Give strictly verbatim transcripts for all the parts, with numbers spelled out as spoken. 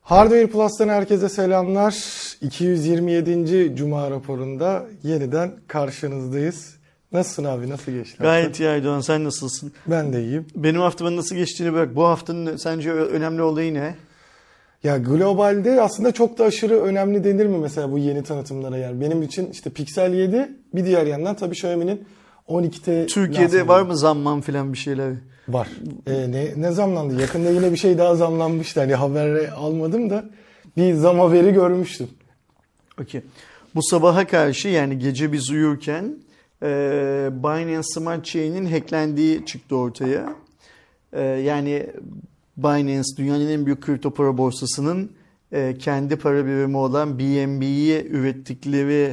Hardware Plus'tan herkese selamlar. iki yüz yirmi yedinci Cuma raporunda yeniden karşınızdayız. Nasılsın abi? Nasıl geçti? Gayet iyi Aydoğan. Sen nasılsın? Ben de iyiyim. Benim haftamın nasıl geçtiğini bırak. Bu haftanın sence önemli olayı ne? Ya globalde aslında çok da aşırı önemli denir mi mesela bu yeni tanıtımlara yer? Benim için işte Pixel yedi, bir diğer yandan tabii Xiaomi'nin on iki T Türkiye'de lansmanı. Var mı zamman falan bir şeyler? Var. Ee, ne, ne zamlandı? Yakında yine bir şey daha zamlanmıştı. Hani haber almadım da bir zam haberi görmüştüm. Okey. Bu sabaha karşı yani gece biz uyurken e, Binance Smart Chain'in hacklendiği çıktı ortaya. E, yani Binance dünyanın en büyük kripto para borsasının e, kendi para birimi olan B N B'yi ürettikleri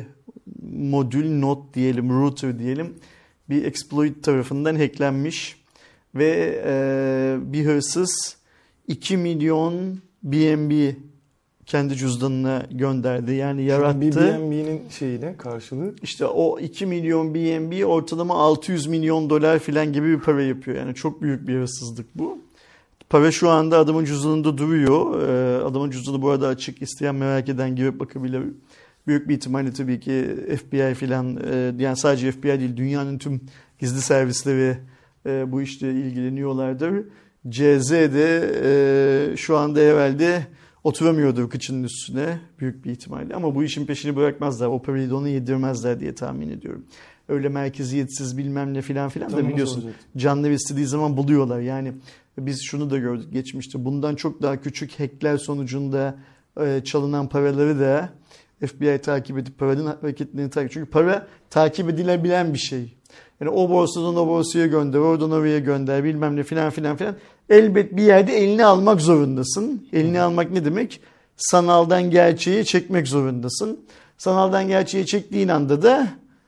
modül, node diyelim, router diyelim bir exploit tarafından hacklenmiş. Ve e, bir hırsız iki milyon B N B kendi cüzdanına gönderdi. Yani yarattı. Bir B N B'nin şeyine karşılığı. İşte o iki milyon B N B ortalama altı yüz milyon dolar filan gibi bir para yapıyor. Yani çok büyük bir hırsızlık bu. Para şu anda adamın cüzdanında duruyor. E, adamın cüzdanı bu arada açık. İsteyen merak eden girip bakabilir. Büyük bir ihtimalle tabii ki F B I filan, e, yani sadece F B I değil, dünyanın tüm gizli servisleri E, bu işle ilgileniyorlardır. C Z de e, şu anda herhalde oturamıyordur kıçının üstüne büyük bir ihtimalle. Ama bu işin peşini bırakmazlar. O parayı da ona yedirmezler diye tahmin ediyorum. Öyle merkeziyetsiz bilmem ne filan filan da biliyorsun. Canları istediği zaman buluyorlar. Yani biz şunu da gördük geçmişte. Bundan çok daha küçük hackler sonucunda e, çalınan paraları da F B I takip edip paranın hareketlerini takip ediyor. Çünkü para takip edilebilen bir şey. Yani o borsadan o borsaya gönder, oradan oraya gönder, bilmem ne filan filan filan. Elbet bir yerde elini almak zorundasın. Elini almak ne demek? Sanaldan gerçeği çekmek zorundasın. Sanaldan gerçeği çektiğin anda da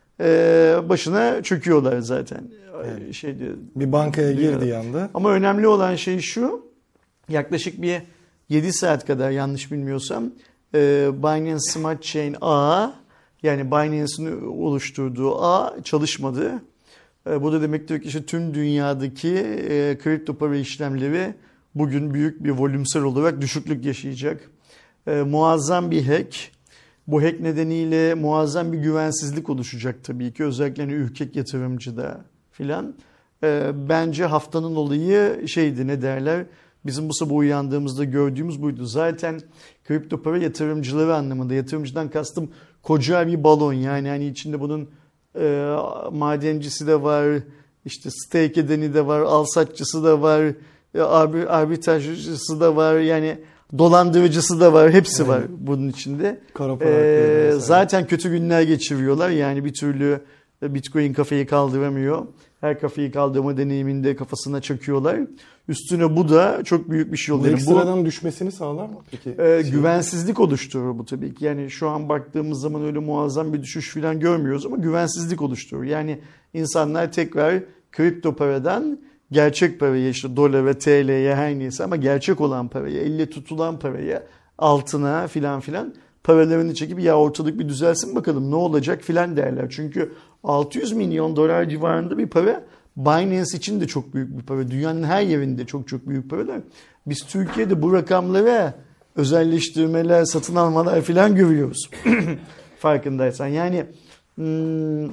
e, başına çöküyorlar zaten. Yani, şey diyor, bir bankaya girdiği anda. Ama önemli olan şey şu. Yaklaşık bir yedi saat kadar yanlış bilmiyorsam e, Binance Smart Chain ağı, yani Binance'ın oluşturduğu ağ çalışmadı. Bu da demektir ki işte tüm dünyadaki e, kripto para işlemleri bugün büyük bir volümsel olarak düşüklük yaşayacak. E, muazzam bir hack. Bu hack nedeniyle muazzam bir güvensizlik oluşacak tabii ki. Özellikle hani ürkek yatırımcıda filan. E, bence haftanın olayı şeydi, ne derler? Bizim bu sabah uyandığımızda gördüğümüz buydu. Zaten kripto para yatırımcıları anlamında. Yatırımcıdan kastım koca bir balon. Yani hani içinde bunun E, madencisi de var, işte stake edeni de var, alsatçısı da var, e, arbitrajcısı da var, yani dolandırıcısı da var, hepsi evet. var bunun içinde. E, zaten kötü günler geçiriyorlar, yani bir türlü Bitcoin kafayı kaldıramıyor. Her kafayı kaldırma deneyiminde kafasına çakıyorlar. Üstüne bu da çok büyük bir şey oluyor. Ekstradan bu, düşmesini sağlar mı peki? E, şey güvensizlik oluşturur bu tabii ki. Yani şu an baktığımız zaman öyle muazzam bir düşüş falan görmüyoruz ama güvensizlik oluşturur. Yani insanlar tekrar kripto paradan gerçek paraya, işte dolara, T L'ye, her neyse ama gerçek olan paraya, elle tutulan paraya, altına filan filan paralarını çekip ya ortalık bir düzelsin bakalım ne olacak filan derler. Çünkü altı yüz milyon dolar civarında bir para Binance için de çok büyük bir para. Dünyanın her yerinde çok çok büyük paralar. Biz Türkiye'de bu rakamlara özelleştirmeler, satın almalar filan görüyoruz. Farkındaysan. Yani hmm,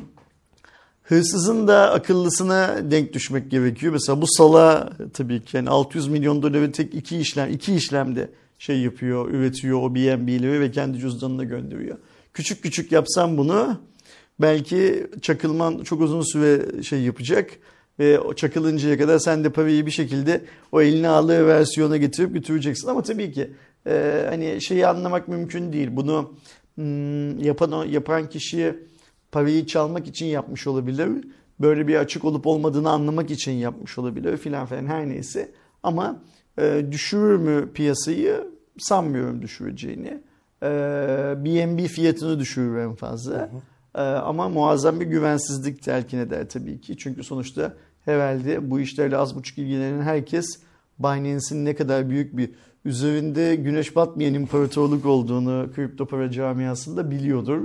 hırsızın da akıllısına denk düşmek gerekiyor. Mesela bu sala tabii ki yani altı yüz milyon doları tek iki işlem, iki işlemde şey yapıyor, üretiyor o B N B'leri ve kendi cüzdanına gönderiyor. Küçük küçük yapsam bunu belki çakılman çok uzun süre şey yapacak ve o çakılıncaya kadar sen de parayı bir şekilde o eline aldığı versiyona getirip götüreceksin. Ama tabii ki e, hani şeyi anlamak mümkün değil. Bunu hmm, yapan yapan kişi parayı çalmak için yapmış olabilir. Böyle bir açık olup olmadığını anlamak için yapmış olabilir filan filan, her neyse. Ama e, düşürür mü piyasayı? Sanmıyorum düşüreceğini. E, B N B fiyatını düşürür en fazla. Hı hı. Ama muazzam bir güvensizlik telkin eder tabii ki. Çünkü sonuçta herhalde bu işlerle az buçuk ilgilenen herkes Binance'in ne kadar büyük bir üzerinde güneş batmayan imparatorluk olduğunu kripto para camiasında biliyordur.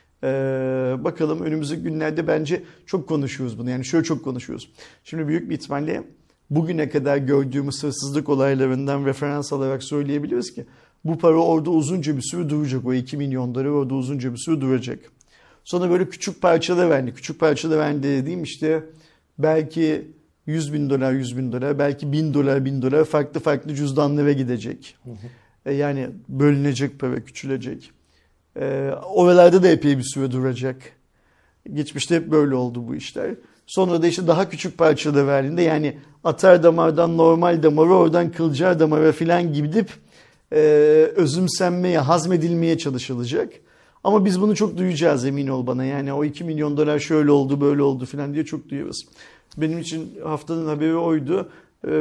Ee, bakalım önümüzdeki günlerde bence çok konuşuyoruz bunu. Yani şöyle çok konuşuyoruz. Şimdi büyük bir ihtimalle bugüne kadar gördüğümüz hırsızlık olaylarından referans alarak söyleyebiliriz ki Bu para orada uzunca bir süre duracak. O iki milyon dolar orada uzunca bir süre duracak. Sonra böyle küçük parçalar verdi. Küçük parçalar verdi dediğim işte belki yüz bin dolar, yüz bin dolar, belki bin dolar, bin dolar farklı farklı cüzdanlara gidecek. Hı hı. Yani bölünecek para, küçülecek. Ee, oralarda da epey bir süre duracak. Geçmişte hep böyle oldu bu işler. Sonra da işte daha küçük parçalar verdiğinde yani atar damardan normal damara, oradan kılcal damara filan gidip e, özümsenmeye, hazmedilmeye çalışılacak. Ama biz bunu çok duyacağız, emin ol bana. Yani o iki milyon dolar şöyle oldu, böyle oldu filan diye çok duyuyoruz. Benim için haftanın haberi oydu.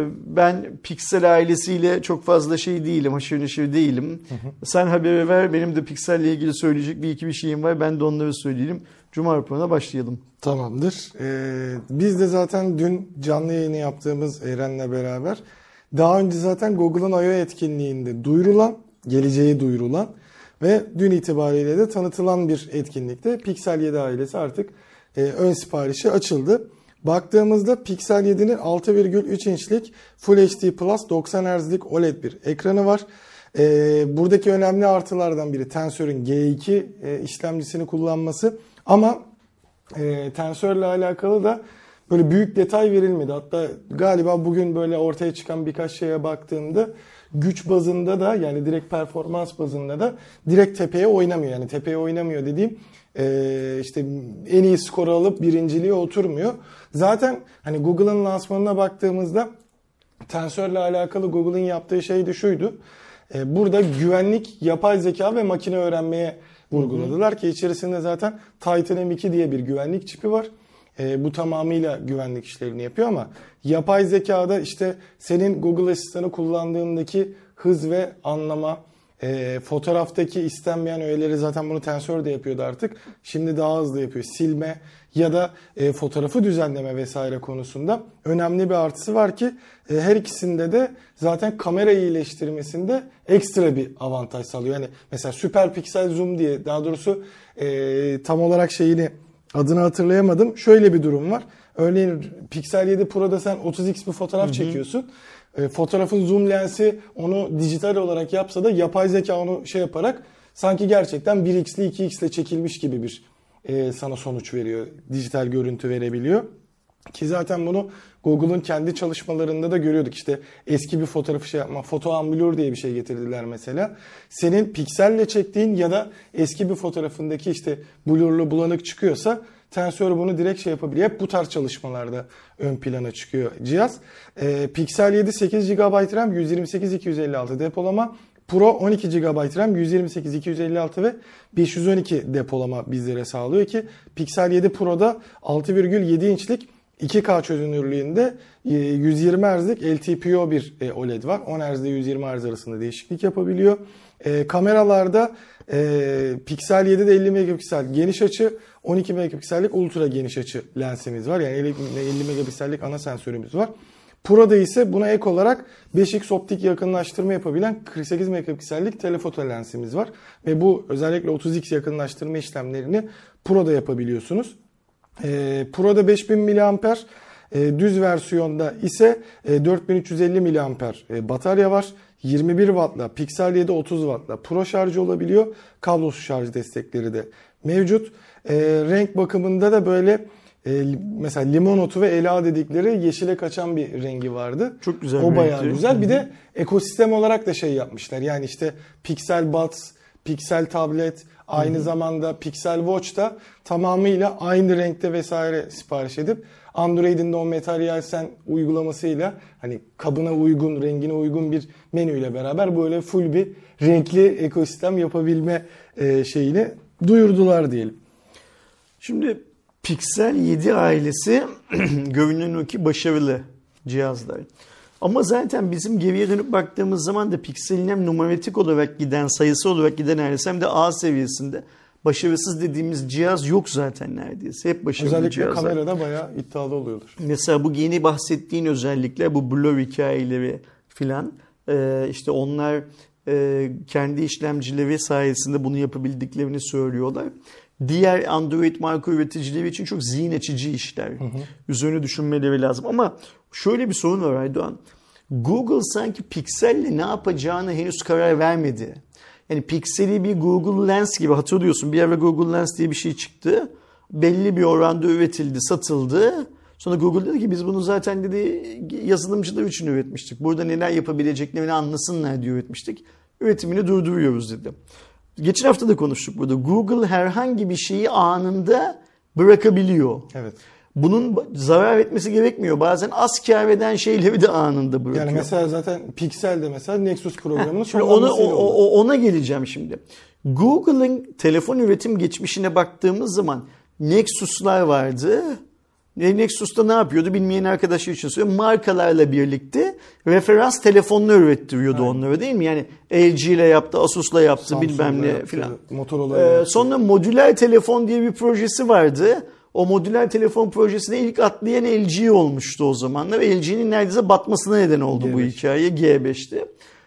Ben Pixel ailesiyle çok fazla şey değilim, haşır neşir değilim. Hı hı. Sen haberi ver, benim de Pixel ile ilgili söyleyecek bir iki bir şeyim var. Ben de onları söyleyelim. Cuma raporuna başlayalım. Tamamdır. Ee, biz de zaten dün canlı yayını yaptığımız Eren'le beraber daha önce zaten Google'ın I O etkinliğinde duyurulan, geleceği duyurulan ve dün itibariyle de tanıtılan bir etkinlikte Pixel yedi ailesi artık e, ön siparişi açıldı. Baktığımızda Pixel yedinin altı virgül üç inçlik Full H D Plus doksan hertzlik O L E D bir ekranı var. Ee, buradaki önemli artılardan biri Tensor'ın G iki e, işlemcisini kullanması. Ama e, Tensor'la alakalı da böyle büyük detay verilmedi. Hatta galiba bugün böyle ortaya çıkan birkaç şeye baktığımda güç bazında da yani direkt performans bazında da direkt tepeye oynamıyor. Yani tepeye oynamıyor dediğim e, işte en iyi skoru alıp birinciliğe oturmuyor. Zaten hani Google'ın lansmanına baktığımızda Tensor'la alakalı Google'ın yaptığı şey de şuydu. E, burada güvenlik, yapay zeka ve makine öğrenmeye vurguladılar. Hı hı. Ki içerisinde zaten Titan M iki diye bir güvenlik çipi var. E, bu tamamıyla güvenlik işlerini yapıyor ama yapay zekada işte senin Google Asistan'ı kullandığındaki hız ve anlama, e, fotoğraftaki istenmeyen öğeleri zaten bunu Tensor da yapıyordu artık. Şimdi daha hızlı yapıyor. Silme ya da e, fotoğrafı düzenleme vesaire konusunda önemli bir artısı var ki e, her ikisinde de zaten kamera iyileştirmesinde ekstra bir avantaj sağlıyor. Yani mesela süper piksel zoom diye, daha doğrusu e, tam olarak şeyini adını hatırlayamadım. Şöyle bir durum var. Örneğin Pixel yedi Pro'da sen otuz x bir fotoğraf hı hı. çekiyorsun. E, fotoğrafın zoom lensi onu dijital olarak yapsa da yapay zeka onu şey yaparak sanki gerçekten bir x'li iki x'le çekilmiş gibi bir e, sana sonuç veriyor. Dijital görüntü verebiliyor. Ki zaten bunu Google'un kendi çalışmalarında da görüyorduk. İşte eski bir fotoğrafı şey yapma, foto ambulör diye bir şey getirdiler mesela. Senin pikselle çektiğin ya da eski bir fotoğrafındaki işte blurlu bulanık çıkıyorsa Tensor bunu direkt şey yapabiliyor. Hep bu tarz çalışmalarda ön plana çıkıyor cihaz. Ee, Pixel yedi sekiz gigabayt RAM, yüz yirmi sekiz iki yüz elli altı depolama. Pro on iki gigabayt RAM, yüz yirmi sekiz iki yüz elli altı ve beş yüz on iki depolama bizlere sağlıyor ki Pixel yedi Pro'da altı virgül yedi inçlik iki K çözünürlüğünde yüz yirmi hertzlik L T P O bir O L E D var. on hertz ile yüz yirmi hertz arasında değişiklik yapabiliyor. E, kameralarda e, Pixel yedide elli megapiksel geniş açı, on iki megapiksellik ultra geniş açı lensimiz var. Yani elli megapiksellik ana sensörümüz var. Pro'da ise buna ek olarak beş x optik yakınlaştırma yapabilen kırk sekiz megapiksellik telefoto lensimiz var. Ve bu özellikle otuz x yakınlaştırma işlemlerini Pro'da yapabiliyorsunuz. E, Pro'da beş bin miliamper, e, düz versiyonda ise e, dört bin üç yüz elli miliamper e, batarya var. yirmi bir wattla, Pixel yedi otuz wattla Pro şarjı olabiliyor. Kablosuz şarj destekleri de mevcut. E, renk bakımında da böyle e, mesela limon otu ve ela dedikleri yeşile kaçan bir rengi vardı. Çok güzel. O bayağı renkli. Güzel. Bir de ekosistem olarak da şey yapmışlar. Yani işte Pixel Buds, Pixel Tablet, aynı Hı-hı. zamanda Pixel Watch da tamamıyla aynı renkte vesaire sipariş edip Android'in de o Material Sen uygulamasıyla hani kabına uygun, rengine uygun bir menüyle beraber böyle full bir renkli ekosistem yapabilme e, şeyini duyurdular diyelim. Şimdi Pixel yedi ailesi görünen o ki başarılı cihazlar. Ama zaten bizim geriye dönüp baktığımız zaman da Pixel'in hem numaratik olarak giden, sayısı olarak giden ailesi hem de A seviyesinde başarısız dediğimiz cihaz yok zaten neredeyse. Hep başarılı özellikle cihazlar. Özellikle kamerada bayağı iddialı oluyordur. Mesela bu yeni bahsettiğin özellikler, bu blur hikayeleri filan, e, işte onlar e, kendi işlemcileri sayesinde bunu yapabildiklerini söylüyorlar. Diğer Android marka üreticileri için çok zihin açıcı işler. Hı hı. Üzerine düşünmeleri lazım. Ama şöyle bir sorun var Aydoğan. Google sanki Pixel'le ne yapacağını henüz karar vermedi. Yani Pixel'i bir Google Lens gibi hatırlıyorsun. Bir ara Google Lens diye bir şey çıktı. Belli bir oranda üretildi, satıldı. Sonra Google dedi ki biz bunu zaten dedi yazılımcılar için üretmiştik. Burada neler yapabileceklerini anlasınlar diye üretmiştik. Üretimini durduruyoruz dedi. Geçen hafta da konuştuk burada. Google herhangi bir şeyi anında bırakabiliyor. Evet. Bunun zarar etmesi gerekmiyor. Bazen az kâr eden şeyleri de anında bırakıyor. Yani mesela zaten Pixel'de mesela Nexus programının Heh, ona, sonlanmasıyla o, oldu. o, ona geleceğim şimdi. Google'ın telefon üretim geçmişine baktığımız zaman Nexus'lar vardı. Nexus'ta ne yapıyordu bilmeyen arkadaşlar için söylüyorum. Markalarla birlikte referans telefonunu ürettiriyordu Aynen. onları değil mi? Yani L G ile yaptı, Asus'la yaptı Samsung'la bilmem ne filan. Motorola'yla ee, Sonra modüler telefon diye bir projesi vardı. O modüler telefon projesine ilk atlayan L G olmuştu o zamanlar. L G'nin neredeyse batmasına neden oldu G beş. Bu hikaye. G beş'ti.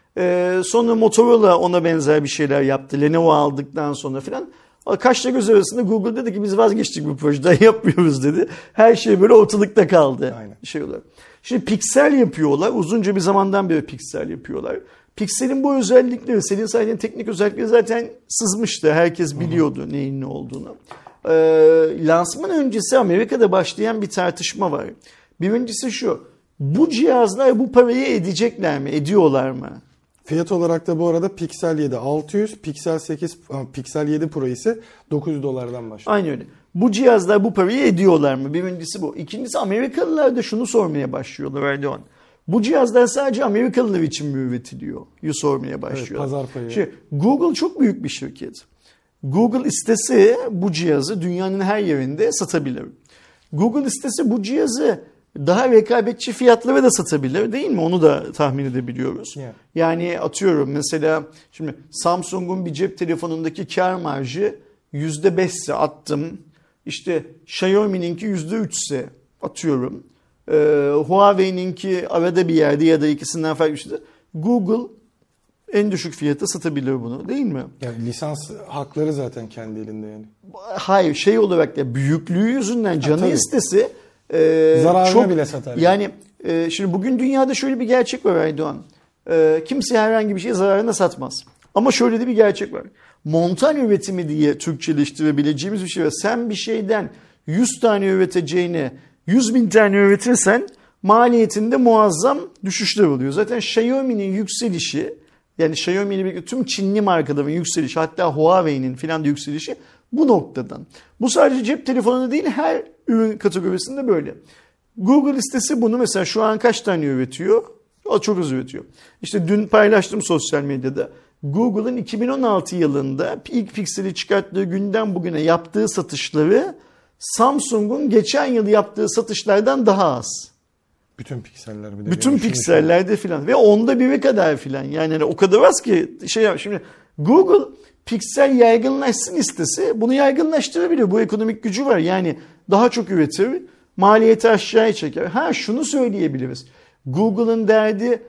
Ee, sonra Motorola ona benzer bir şeyler yaptı. Lenovo aldıktan sonra filan. Kaşla göz arasında Google dedi ki biz vazgeçtik bu projeden yapmıyoruz dedi. Her şey böyle ortalıkta kaldı. Aynen. Şey olarak. Şimdi Pixel yapıyorlar. Uzunca bir zamandan beri Pixel yapıyorlar. Pixel'in bu özellikleri, senin saydığın teknik özellikleri zaten sızmıştı. Herkes biliyordu Hı-hı. neyin ne olduğunu. Ee, lansman öncesi Amerika'da başlayan bir tartışma var. Birincisi şu. Bu cihazlar bu parayı edecekler mi? Ediyorlar mı? Fiyat olarak da bu arada Pixel yedi altı yüz, Pixel sekiz, Pixel yedi Pro ise dokuz yüz dolardan başlıyor. Aynen öyle. Bu cihazlar bu parayı ediyorlar mı? Birincisi bu. İkincisi Amerikalılar da şunu sormaya başlıyorlar Erdoğan. Bu cihazlar sadece Amerikalılar için mi üretiliyor? Yu sormaya başlıyor. Evet, pazar payı. Şimdi, Google çok büyük bir şirket. Google istese bu cihazı dünyanın her yerinde satabilir. Google istese bu cihazı daha rekabetçi fiyatlara da satabilir değil mi? Onu da tahmin edebiliyoruz. Yeah. Yani atıyorum mesela şimdi Samsung'un bir cep telefonundaki kar marjı yüzde beşse attım. İşte Xiaomi'ninki yüzde üçse atıyorum. Ee, Huawei'ninki arada bir yerde ya da ikisinden farklı bir şeydir. Google en düşük fiyata satabilir bunu değil mi? Yani lisans hakları zaten kendi elinde yani. Hayır şey olarak da büyüklüğü yüzünden canı ha, istesi e, zararına çok, bile satar. Yani, yani e, şimdi bugün dünyada şöyle bir gerçek var Aydoğan. E, kimse herhangi bir şeyi zararına satmaz. Ama şöyle de bir gerçek var. Montan üretimi diye Türkçeleştirebileceğimiz bir şey var. Sen bir şeyden yüz tane üreteceğine yüz bin tane üretirsen maliyetinde muazzam düşüşler oluyor. Zaten Xiaomi'nin yükselişi yani Xiaomi ile birlikte tüm Çinli markaların yükselişi hatta Huawei'nin filan da yükselişi bu noktadan. Bu sadece cep telefonunda değil her ürün kategorisinde böyle. Google listesi bunu mesela şu an kaç tane üretiyor? O çok hızlı üretiyor. İşte dün paylaştım sosyal medyada. Google'ın iki bin on altı yılında ilk Pixel'i çıkarttığı günden bugüne yaptığı satışları Samsung'un geçen yıl yaptığı satışlardan daha az. Bütün pikseller bir de. Bütün piksellerde filan ve onda biri kadar filan. Yani hani o kadar az ki şey yap. Şimdi Google piksel yaygınlaşsın istese bunu yaygınlaştırabilir. Bu ekonomik gücü var. Yani daha çok üretir, maliyeti aşağıya çeker. Ha şunu söyleyebiliriz. Google'ın derdi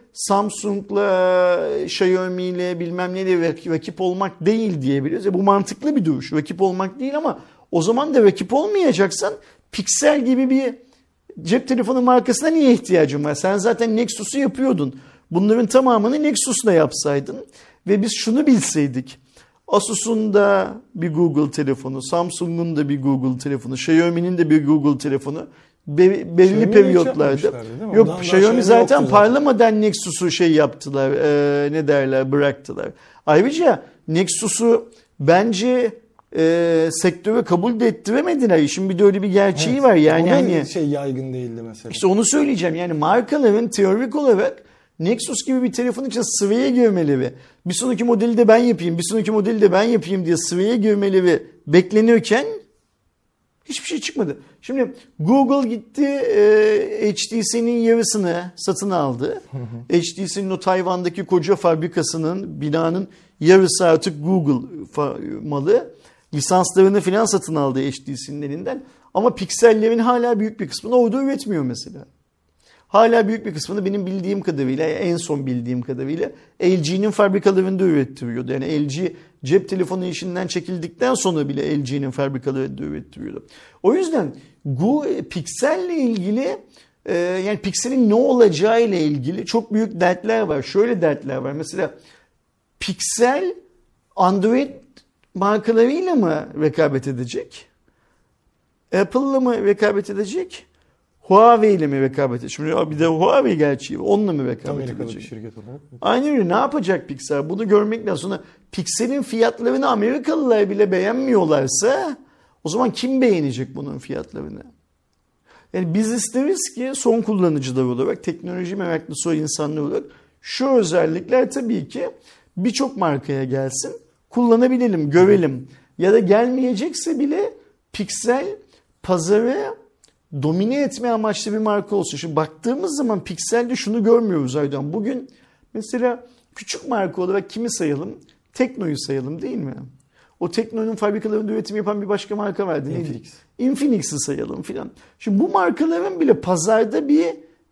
Samsung'la, Xiaomi'yle bilmem neyle rakip olmak değil diyebiliriz. E bu mantıklı bir duruş. Rakip olmak değil ama o zaman da rakip olmayacaksan Pixel gibi bir cep telefonu markasına niye ihtiyacın var? Sen zaten Nexus'u yapıyordun. Bunların tamamını Nexus'la yapsaydın ve biz şunu bilseydik. Asus'un da bir Google telefonu, Samsung'un da bir Google telefonu, Xiaomi'nin de bir Google telefonu be- belli periyotlarda. Yok Ondan Xiaomi zaten, zaten parlamadan Nexus'u şey yaptılar, e, ne derler bıraktılar. Ayrıca Nexus'u bence e, sektöre kabul de ettiremediler. İşin bir de öyle bir gerçeği evet. var. Yani hani şey yaygın değildi mesela. İşte onu söyleyeceğim. Yani markaların teorik olarak Nexus gibi bir telefon için sıraya girmeleri, bir sonraki modeli de ben yapayım, bir sonraki modeli de ben yapayım diye sıraya girmeleri beklenirken hiçbir şey çıkmadı. Şimdi Google gitti e, H T C'nin yarısını satın aldı. Hı hı. H T C'nin o Tayvan'daki koca fabrikasının, binanın yarısı artık Google malı. Lisanslarını filan satın aldı H T C'nin elinden. Ama piksellerin hala büyük bir kısmını orada üretmiyor mesela. Hala büyük bir kısmını benim bildiğim kadarıyla, en son bildiğim kadarıyla L G'nin fabrikalarında ürettiriyordu. Yani L G cep telefonu işinden çekildikten sonra bile L G'nin fabrikalarında ürettiriyordu. O yüzden bu pikselle ilgili e, yani Pixel'in ne olacağı ile ilgili çok büyük dertler var. Şöyle dertler var. Mesela Pixel Android markalarıyla mı rekabet edecek? Apple'la mı rekabet edecek? Huawei ile mi rekabet edecek? Şimdi bir de Huawei gerçeği. Onunla mı rekabet Amerikalı edecek? bir şirket olarak. Aynen öyle. Ne yapacak Pixel? Bunu görmekten sonra Pixel'in fiyatlarını Amerikalılar bile beğenmiyorlarsa o zaman kim beğenecek bunun fiyatlarını? Yani biz isteriz ki son kullanıcılar olarak, teknoloji meraklısı o insanlar olarak şu özellikler tabii ki birçok markaya gelsin, kullanabilelim, görelim. Ya da gelmeyecekse bile Pixel pazarı domine etme amaçlı bir marka olsun. Şimdi baktığımız zaman Pixel'de şunu görmüyoruz Aydoğan. Bugün mesela küçük marka olarak kimi sayalım? Tekno'yu sayalım değil mi? O Tekno'nun fabrikalarında üretim yapan bir başka marka vardı. Infinix. Infinix'i sayalım filan. Şimdi bu markaların bile pazarda bir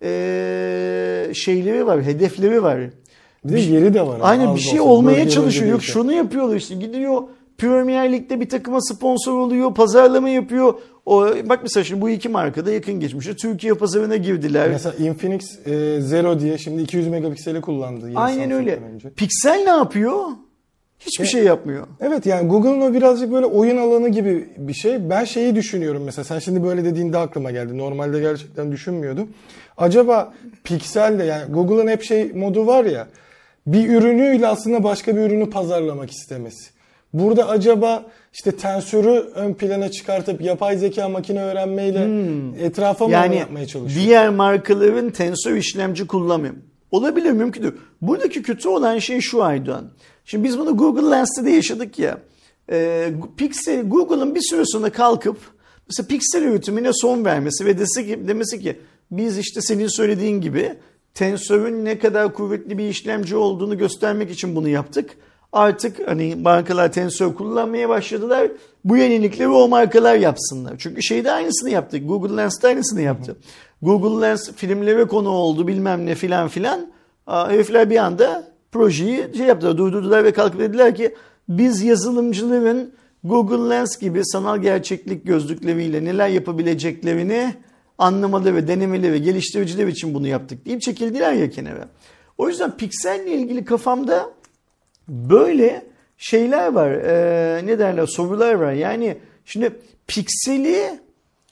e, şeyleri var, hedefleri var. Bir de yeri de var. Aynen bir şey olmaya çalışıyor. Yok şunu yapıyorlar işte. Gidiyor Premier Lig'de bir takıma sponsor oluyor, pazarlama yapıyor. O, bak mesela şimdi bu iki markada yakın geçmişte Türkiye pazarına girdiler. Mesela Infinix e, Zero diye şimdi iki yüz megapikseli kullandı. Aynen öyle. Pixel ne yapıyor? Hiçbir e, şey yapmıyor. Evet yani Google'ın o birazcık böyle oyun alanı gibi bir şey. Ben şeyi düşünüyorum mesela. Sen şimdi böyle dediğinde aklıma geldi. Normalde gerçekten düşünmüyordum. Acaba Pixel'de yani Google'ın hep şey modu var ya. Bir ürünüyle aslında başka bir ürünü pazarlamak istemesi. Burada acaba işte tensörü ön plana çıkartıp yapay zeka makine öğrenmeyle hmm. etrafa mı yani yapmaya çalışıyor? Diğer markaların tensör işlemci kullanmıyor. Olabilir, mümkündür. Buradaki kötü olan şey şu Aydoğan. Şimdi biz bunu Google Lens'te de yaşadık ya. E, Pixel, Google'ın bir süre sonra kalkıp mesela Pixel üretimine son vermesi ve dese ki, demesi ki biz işte senin söylediğin gibi tensörün ne kadar kuvvetli bir işlemci olduğunu göstermek için bunu yaptık. Artık hani markalar tensör kullanmaya başladılar. Bu yenilikleri o markalar yapsınlar. Çünkü şeyde aynısını yaptık. Google Lens'te aynısını yaptı. Google Lens filmlere konu oldu bilmem ne filan filan. Herifler bir anda projeyi şey yaptılar, durdurdular ve kalkıp dediler ki biz yazılımcıların Google Lens gibi sanal gerçeklik gözlükleriyle neler yapabileceklerini anlamaları ve denemeleri ve geliştiriciler için bunu yaptık deyip çekildiler ya kenara. O yüzden Pixel'le ilgili kafamda böyle şeyler var. Ee, ne derler? Sorular var. Yani şimdi Pixel'i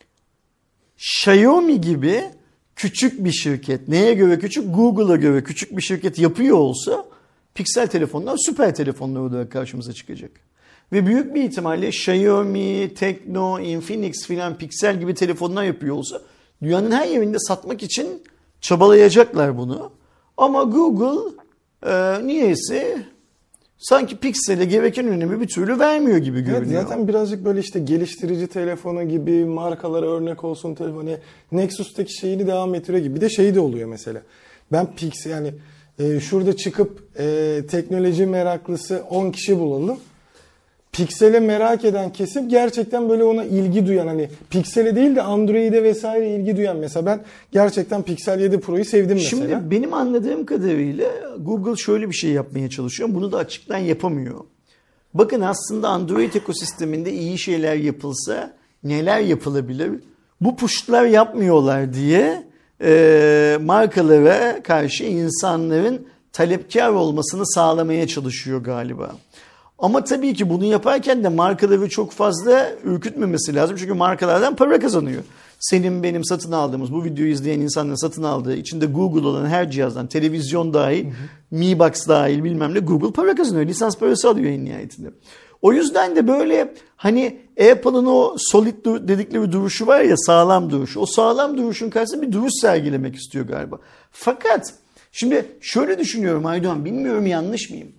Xiaomi gibi küçük bir şirket, neye göre küçük? Google'a göre küçük bir şirket yapıyor olsa Pixel telefonlar süper telefonlar olarak karşımıza çıkacak. Ve büyük bir ihtimalle Xiaomi, Tekno, Infinix filan Pixel gibi telefonlar yapıyor olsa dünyanın her yerinde satmak için çabalayacaklar bunu. Ama Google e, niyeyse sanki Pixel'e gereken önemi bir türlü vermiyor gibi görünüyor. Evet, zaten birazcık böyle işte geliştirici telefonu gibi markalara örnek olsun telefonu. Nexus'taki şeyini devam ettiriyor gibi. Bir de şey de oluyor mesela. Ben Pixel yani e, şurada çıkıp e, teknoloji meraklısı on kişi bulalım. Pixel'e merak eden kesim gerçekten böyle ona ilgi duyan hani Pixel'e değil de Android'e vesaire ilgi duyan mesela ben gerçekten Pixel yedi Pro'yu sevdim mesela. Şimdi benim anladığım kadarıyla Google şöyle bir şey yapmaya çalışıyor. Bunu da açıktan yapamıyor. Bakın aslında Android ekosisteminde iyi şeyler yapılsa neler yapılabilir? Bu push'lar yapmıyorlar diye e, markalara karşı insanların talepkar olmasını sağlamaya çalışıyor galiba. Ama tabii ki bunu yaparken de markaları çok fazla ürkütmemesi lazım. Çünkü markalardan para kazanıyor. Senin benim satın aldığımız, bu videoyu izleyen insanların satın aldığı, içinde Google olan her cihazdan, televizyon dahil, hı hı. Mi Box dahil bilmem ne Google para kazanıyor. Lisans parası alıyor en nihayetinde. O yüzden de böyle hani Apple'ın o solid dedikleri duruşu var ya, sağlam duruş. O sağlam duruşun karşısında bir duruş sergilemek istiyor galiba. Fakat şimdi şöyle düşünüyorum Aydoğan, bilmiyorum yanlış mıyım?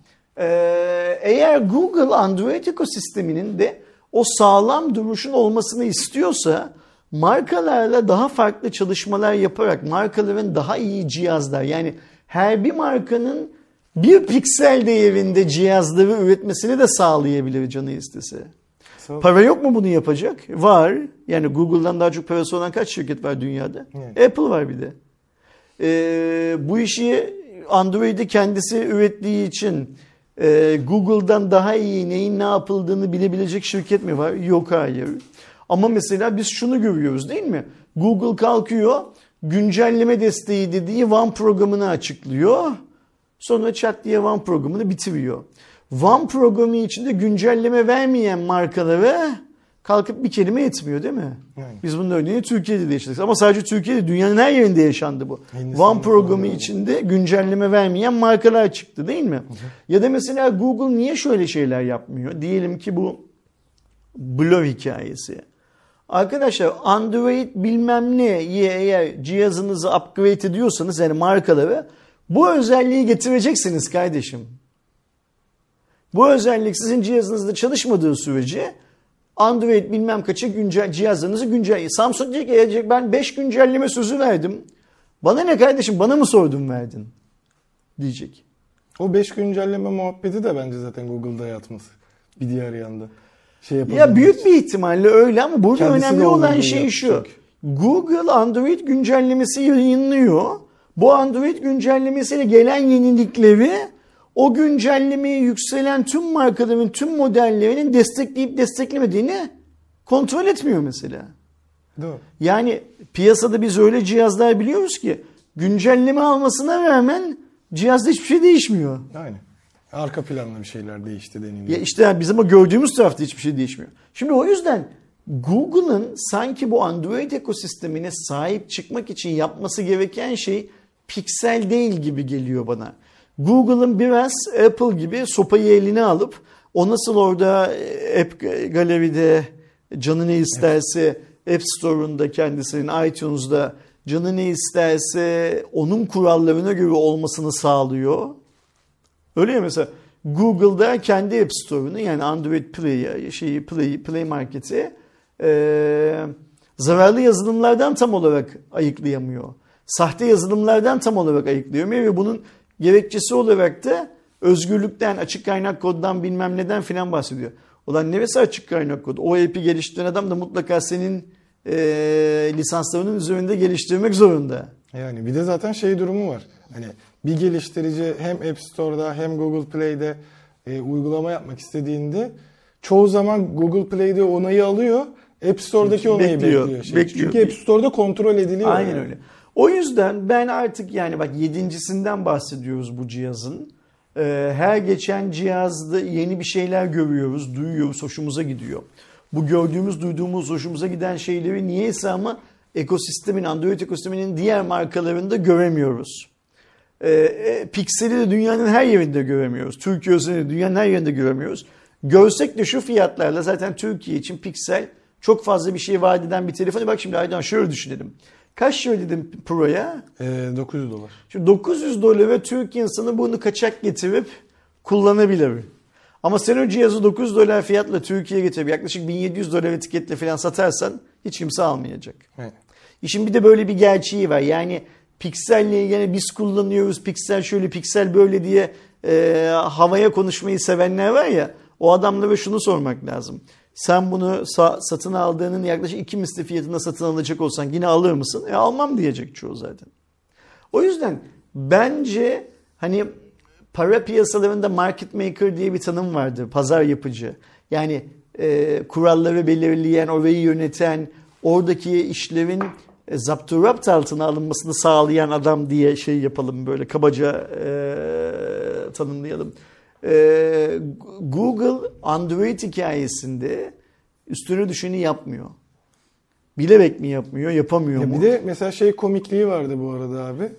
Eğer Google Android ekosisteminin de o sağlam duruşun olmasını istiyorsa markalarla daha farklı çalışmalar yaparak markaların daha iyi cihazlar yani her bir markanın bir piksel değerinde cihazları üretmesini de sağlayabilir canı istese. So, Para yok mu bunu yapacak? Var. Yani Google'dan daha çok parası olan kaç şirket var dünyada? Evet. Apple var bir de. Ee, bu işi Android'i kendisi ürettiği için Google'dan daha iyi neyin ne yapıldığını bilebilecek şirket mi var? Yok, hayır. Ama mesela biz şunu görüyoruz değil mi? Google kalkıyor, güncelleme desteği dediği One programını açıklıyor. Sonra çat diye One programını bitiriyor. One programı içinde güncelleme vermeyen markalara kalkıp bir kelime etmiyor değil mi? Yani. Biz bunun örneğini Türkiye'de de yaşadık. Ama sadece Türkiye'de, dünyanın her yerinde yaşandı bu. Hindistan One programı içinde güncelleme vermeyen markalar çıktı değil mi? Hı hı. Ya da mesela Google niye şöyle şeyler yapmıyor? Diyelim ki bu Blur hikayesi. Arkadaşlar Android bilmem neyi eğer cihazınızı upgrade ediyorsanız, yani markaları, bu özelliği getireceksiniz kardeşim. Bu özellik sizin cihazınızda çalışmadığı sürece Android bilmem kaçı güncel, cihazlarınızı güncel. Samsung diyecek ki ben beş güncelleme sözü verdim. Bana ne kardeşim, bana mı sordun verdin diyecek. O beş güncelleme muhabbeti de bence zaten Google'da yatması. Bir diğer yanda. Şey ya büyük bir ihtimalle öyle ama burada kendisi önemli olan şey şu. Çünkü. Google Android güncellemesi yayınlıyor. Bu Android güncellemesiyle gelen yenilikleri o güncellemeye yükselen tüm markaların tüm modellerinin destekleyip desteklemediğini kontrol etmiyor mesela. Doğru. Yani piyasada biz öyle cihazlar biliyoruz ki güncelleme almasına rağmen cihazda hiçbir şey değişmiyor. Aynen. Arka planda bir şeyler değişti deniliyor. Ya işte bizim o gördüğümüz tarafta hiçbir şey değişmiyor. Şimdi o yüzden Google'ın sanki bu Android ekosistemine sahip çıkmak için yapması gereken şey Pixel değil gibi geliyor bana. Google'ın biraz Apple gibi sopayı eline alıp o nasıl orada App Gallery'de canı ne isterse, App Store'unda kendisinin, iTunes'da canı ne isterse onun kurallarına göre olmasını sağlıyor. Öyle ya, mesela Google'da kendi App Store'unu, yani Android Play'i, şeyi Play, Play Market'i e, zararlı yazılımlardan tam olarak ayıklayamıyor. Sahte yazılımlardan tam olarak ayıklayamıyor ve bunun gerekçesi olarak da özgürlükten, açık kaynak koddan bilmem neden filan bahsediyor. Ulan neresi açık kaynak kodu? O app'i geliştiren adam da mutlaka senin e, lisanslarının üzerinde geliştirmek zorunda. Yani bir de zaten şey durumu var. Hani bir geliştirici hem App Store'da hem Google Play'de e, uygulama yapmak istediğinde çoğu zaman Google Play'de onayı alıyor. App Store'daki onayı bekliyor. bekliyor, şey. bekliyor. Çünkü App Store'da kontrol ediliyor. Aynen yani. öyle. O yüzden ben artık, yani bak yedincisinden bahsediyoruz bu cihazın. Ee, her geçen cihazda yeni bir şeyler görüyoruz, duyuyoruz, hoşumuza gidiyor. Bu gördüğümüz, duyduğumuz, hoşumuza giden şeyleri niyeyse ama ekosistemin, Android ekosisteminin diğer markalarında göremiyoruz. Ee, Pixel'i de dünyanın her yerinde göremiyoruz. Türkiye özelinde dünyanın her yerinde göremiyoruz. Görsek de şu fiyatlarla zaten Türkiye için Pixel çok fazla bir şey vaat eden bir telefon. Bak şimdi Aydan şöyle düşünelim. Kaç lira dedim Pro'ya? E, dokuz yüz dolar. Şimdi dokuz yüz dolara Türk insanı bunu kaçak getirip kullanabilir. Ama sen o cihazı dokuz yüz dolar fiyatla Türkiye'ye getirip yaklaşık bin yedi yüz dolar etiketle falan satarsan hiç kimse almayacak. Evet. İşin bir de böyle bir gerçeği var. Yani Pixel'le ilgili biz kullanıyoruz, Pixel şöyle, Pixel böyle diye e, havaya konuşmayı sevenler var ya, o adamlara şunu sormak lazım. Sen bunu sa- satın aldığının yaklaşık iki misli fiyatına satın alacak olsan yine alır mısın? E almam diyecek çoğu zaten. O yüzden bence hani para piyasalarında market maker diye bir tanım vardır. Pazar yapıcı. Yani e, kuralları belirleyen, orayı yöneten, oradaki işlerin e, zapturapt altına alınmasını sağlayan adam diye şey yapalım, böyle kabaca e, tanımlayalım. Ee, Google Android hikayesinde üstüne düşeni yapmıyor. Bilerek mi yapmıyor, yapamıyor ya mu? Bir de mesela şey komikliği vardı bu arada abi.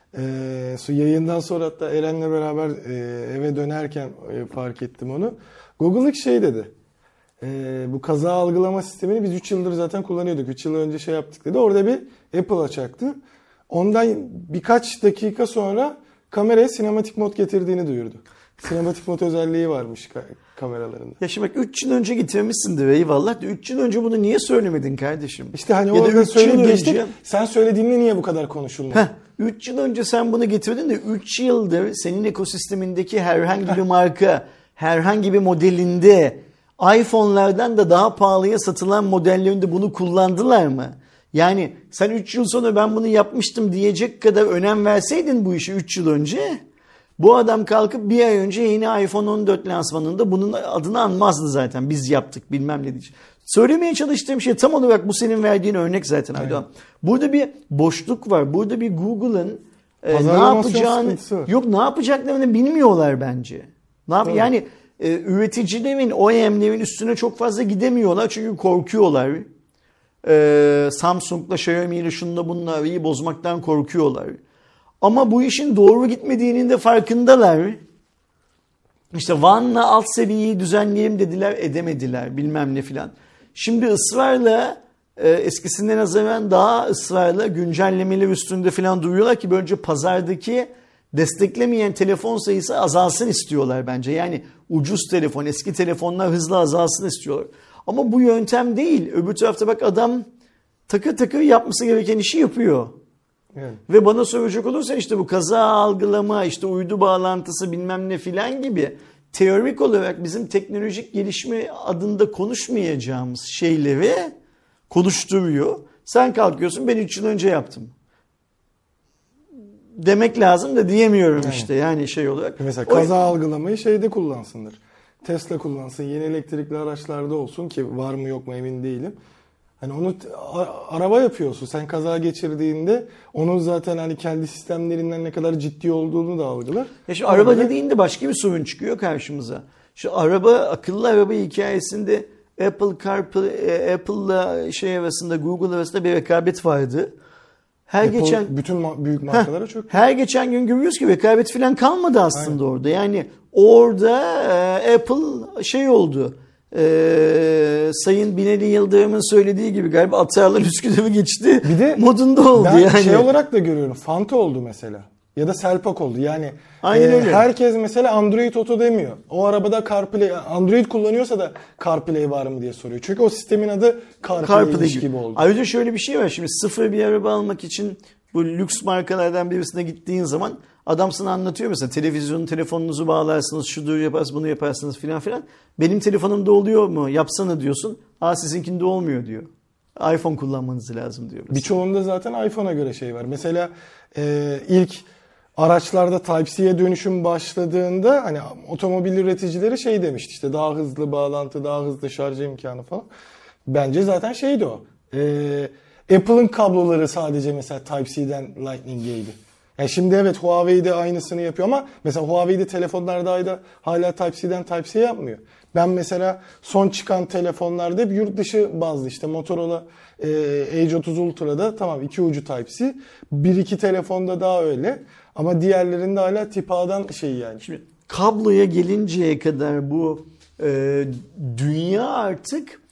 Ee, yayından sonra hatta Eren'le beraber e, eve dönerken e, fark ettim onu. Google ilk şey dedi. E, bu kaza algılama sistemini biz üç yıldır zaten kullanıyorduk. üç yıl önce şey yaptık dedi. Orada bir Apple açacaktı. Ondan birkaç dakika sonra kameraya sinematik mod getirdiğini duyurdu. Sinematik mod özelliği varmış kameralarında. Ya şimdi bak üç yıl önce getirmişsindir eyvallah. üç yıl önce bunu niye söylemedin kardeşim? İşte hani ya orada söyleyip geçtik. Önce... Sen söylediğinde niye bu kadar konuşulmadı? üç yıl önce sen bunu getirdin de üç yıldır senin ekosistemindeki herhangi bir marka, herhangi bir modelinde iPhone'lardan da daha pahalıya satılan modellerinde bunu kullandılar mı? Yani sen üç yıl sonra ben bunu yapmıştım diyecek kadar önem verseydin bu işi üç yıl önce, Bu adam kalkıp bir ay önce yeni iPhone on dört lansmanında bunun adını anmazdı zaten. Biz yaptık bilmem ne diyeceğim. Söylemeye çalıştığım şey tam olarak bu senin verdiğin örnek zaten Aydoğan. Burada bir boşluk var. Burada bir Google'ın e, ne yapacağını yok ne yapacaklarını bilmiyorlar bence. Ne yap yani e, üreticilerin, O E M'lerin üstüne çok fazla gidemiyorlar çünkü korkuyorlar. E, Samsung'la Xiaomi'yle şununla bununla arayı bozmaktan korkuyorlar. Ama bu işin doğru gitmediğinin de farkındalar. İşte One'la alt seviyeyi düzenleyelim dediler, edemediler bilmem ne filan. Şimdi ısrarla e, eskisinden nazaran daha ısrarla güncellemeler üstünde filan duruyorlar ki böylece pazardaki desteklemeyen telefon sayısı azalsın istiyorlar bence. Yani ucuz telefon, eski telefonlar hızlı azalsın istiyorlar. Ama bu yöntem değil. Öbür tarafta bak adam takır takır yapması gereken işi yapıyor. Evet. Ve bana soracak olursa işte bu kaza algılama, işte uydu bağlantısı bilmem ne filan gibi teorik olarak bizim teknolojik gelişme adında konuşmayacağımız şeyleri konuşturuyor. Sen kalkıyorsun ben üç yıl önce yaptım. Demek lazım da diyemiyorum yani. işte yani şey olarak. Mesela kaza o... algılamayı şeyde kullansındır. Tesla kullansın, yeni elektrikli araçlarda olsun ki var mı yok mu emin değilim. Hani onu araba yapıyorsun. Sen kaza geçirdiğinde onun zaten hani kendi sistemlerinden ne kadar ciddi olduğunu da algılar. Ya şu araba dediğinde başka bir sorun çıkıyor karşımıza. Şu araba, akıllı araba hikayesinde Apple CarPlay, Apple'la şey arasında, Google arasında bir rekabet vardı. Her Apple, geçen bütün büyük markalara çok. Her geçen gün görüyoruz ki rekabet falan kalmadı aslında Aynen. orada. Yani orada e, Apple şey oldu. Ee, Sayın Binali Yıldırım'ın söylediği gibi galiba Atayarlar Üsküdar'ı geçti bir de modunda oldu ben yani. Şey olarak da görüyorum. Fanta oldu mesela. Ya da Selpak oldu. Yani Aynen e, öyle. herkes mesela Android Auto demiyor. O arabada CarPlay, Android kullanıyorsa da CarPlay var mı diye soruyor. Çünkü o sistemin adı CarPlay'miş gibi oldu. Ayrıca şöyle bir şey var. Şimdi sıfır bir araba almak için bu lüks markalardan birisine gittiğin zaman adam sana anlatıyor mesela televizyonu, telefonunuzu bağlarsınız, şudur yaparsınız, bunu yaparsınız filan filan. Benim telefonumda oluyor mu? Yapsana diyorsun. Aa sizinkinde olmuyor diyor. iPhone kullanmanız lazım diyor. Birçoğunda zaten iPhone'a göre şey var. Mesela e, ilk araçlarda Type-C'ye dönüşüm başladığında hani otomobil üreticileri şey demişti işte daha hızlı bağlantı, daha hızlı şarj imkanı falan. Bence zaten şeydi o. E, Apple'ın kabloları sadece mesela Type-C'den Lightning'eydi. Yani şimdi evet Huawei de aynısını yapıyor ama mesela Huawei'de telefonlarda hala Type-C'den Type-C yapmıyor. Ben mesela son çıkan telefonlarda hep yurt dışı bazlı işte Motorola e, Edge otuz Ultra'da tamam iki ucu Type-C. Bir iki telefonda daha öyle. Ama diğerlerinde hala tip A'dan şey yani. Şimdi kabloya gelinceye kadar bu e, dünya artık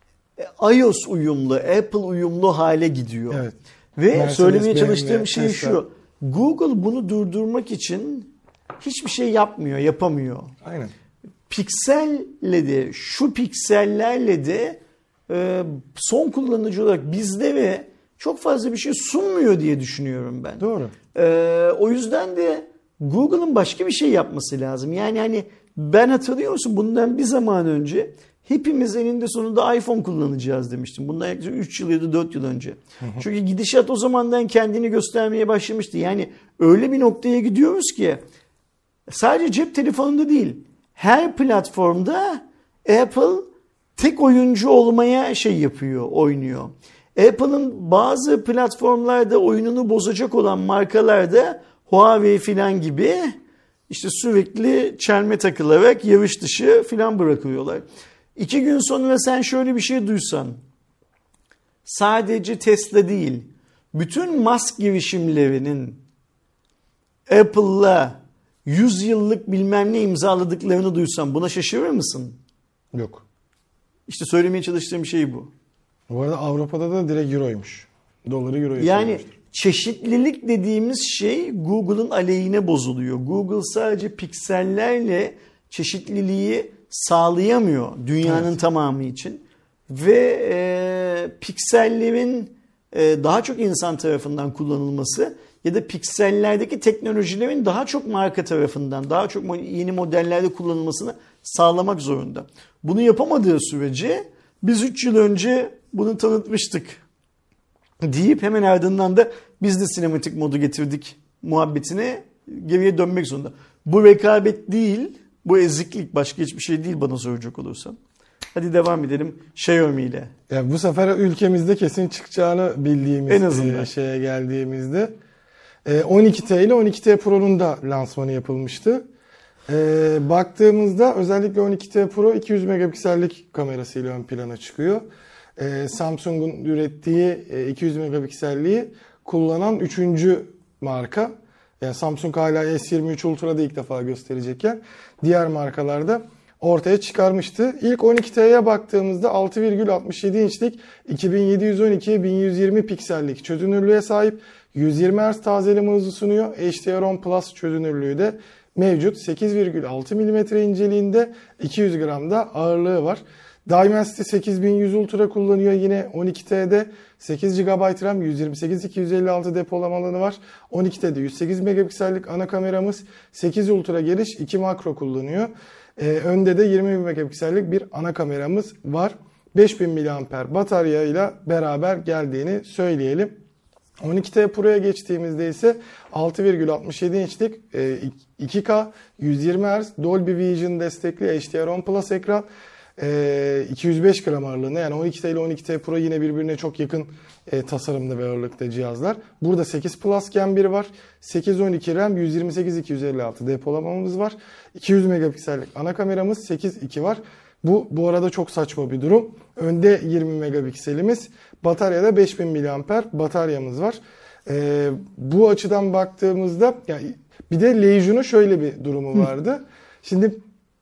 iOS uyumlu, Apple uyumlu hale gidiyor. Evet. Ve Mercedes, söylemeye çalıştığım şey Tesla. Şu. Google bunu durdurmak için hiçbir şey yapmıyor, yapamıyor. Aynen. Pikselle de, şu piksellerle de e, son kullanıcı olarak bizlere çok fazla bir şey sunmuyor diye düşünüyorum ben. Doğru. E, o yüzden de Google'ın başka bir şey yapması lazım. Yani hani ben hatırlıyor musun bundan bir zaman önce hepimiz eninde sonunda iPhone kullanacağız demiştim. Bundan yaklaşık üç yıl ya da dört yıl önce. Hı hı. Çünkü gidişat o zamandan kendini göstermeye başlamıştı. Yani öyle bir noktaya gidiyoruz ki sadece cep telefonunda değil her platformda Apple tek oyuncu olmaya şey yapıyor, oynuyor. Apple'ın bazı platformlarda oyununu bozacak olan markalarda Huawei filan gibi işte sürekli çelme takılarak yarış dışı filan bırakılıyorlar. İki gün sonra sen şöyle bir şey duysan, sadece Tesla değil, bütün Musk girişimlerinin Apple'la yüz yıllık bilmem ne imzaladıklarını duysan buna şaşırır mısın? Yok. İşte söylemeye çalıştığım şey bu. Bu arada Avrupa'da da direkt euroymuş. Doları euroya yani söylüyormuştur. Çeşitlilik dediğimiz şey Google'ın aleyhine bozuluyor. Google sadece piksellerle çeşitliliği sağlayamıyor dünyanın evet. tamamı için. Ve e, piksellerin e, daha çok insan tarafından kullanılması ya da piksellerdeki teknolojilerin daha çok marka tarafından, daha çok yeni modellerde kullanılmasını sağlamak zorunda. Bunu yapamadığı sürece biz üç yıl önce bunu tanıtmıştık deyip hemen ardından da biz de sinematik modu getirdik muhabbetine geriye dönmek zorunda. Bu rekabet değil, bu eziklik, başka hiçbir şey değil bana soracak olursan. Hadi devam edelim Xiaomi ile. Ya bu sefer ülkemizde kesin çıkacağını bildiğimiz en azından e, şeye geldiğimizde e, on iki T ile on iki T Pro'nun da lansmanı yapılmıştı. E, baktığımızda özellikle on iki T Pro iki yüz megapiksellik kamerasıyla ön plana çıkıyor. E, Samsung'un ürettiği e, iki yüz megapikselliği kullanan üçüncü marka. Yani Samsung hala S yirmi üç Ultra'da ilk defa gösterecekken diğer markalarda ortaya çıkarmıştı. İlk on iki T'ye baktığımızda altı virgül altmış yedi inçlik iki bin yedi yüz on iki bin yüz yirmi piksellik çözünürlüğe sahip, yüz yirmi hertz tazeleme hızı sunuyor. H D R on Plus çözünürlüğü de mevcut. sekiz virgül altı milimetre inceliğinde, iki yüz gram da ağırlığı var. Dimensity sekiz bin yüz Ultra kullanıyor yine on iki T'de. sekiz gigabayt RAM, yüz yirmi sekiz iki yüz elli altı depolama alanı var. on iki T'de yüz sekiz megapiksellik ana kameramız, sekiz Ultra geniş, iki makro kullanıyor. Ee, önde de yirmi megapiksellik bir ana kameramız var. beş bin miliamper batarya ile beraber geldiğini söyleyelim. on iki T Pro'ya geçtiğimizde ise altı virgül altmış yedi inçlik iki K yüz yirmi hertz Dolby Vision destekli H D R on Plus ekran, iki yüz beş gram ağırlığında, yani on iki T ile on iki T Pro yine birbirine çok yakın tasarımda ve ağırlıkta cihazlar. Burada sekiz Plus Gen bir var. sekiz on iki RAM, yüz yirmi sekiz iki yüz elli altı depolamamız var. iki yüz megapiksellik ana kameramız, sekiz iki var. Bu bu arada çok saçma bir durum. Önde yirmi megapikselimiz, bataryada beş bin miliamper bataryamız var. Ee, bu açıdan baktığımızda yani bir de Legions'un şöyle bir durumu vardı. Şimdi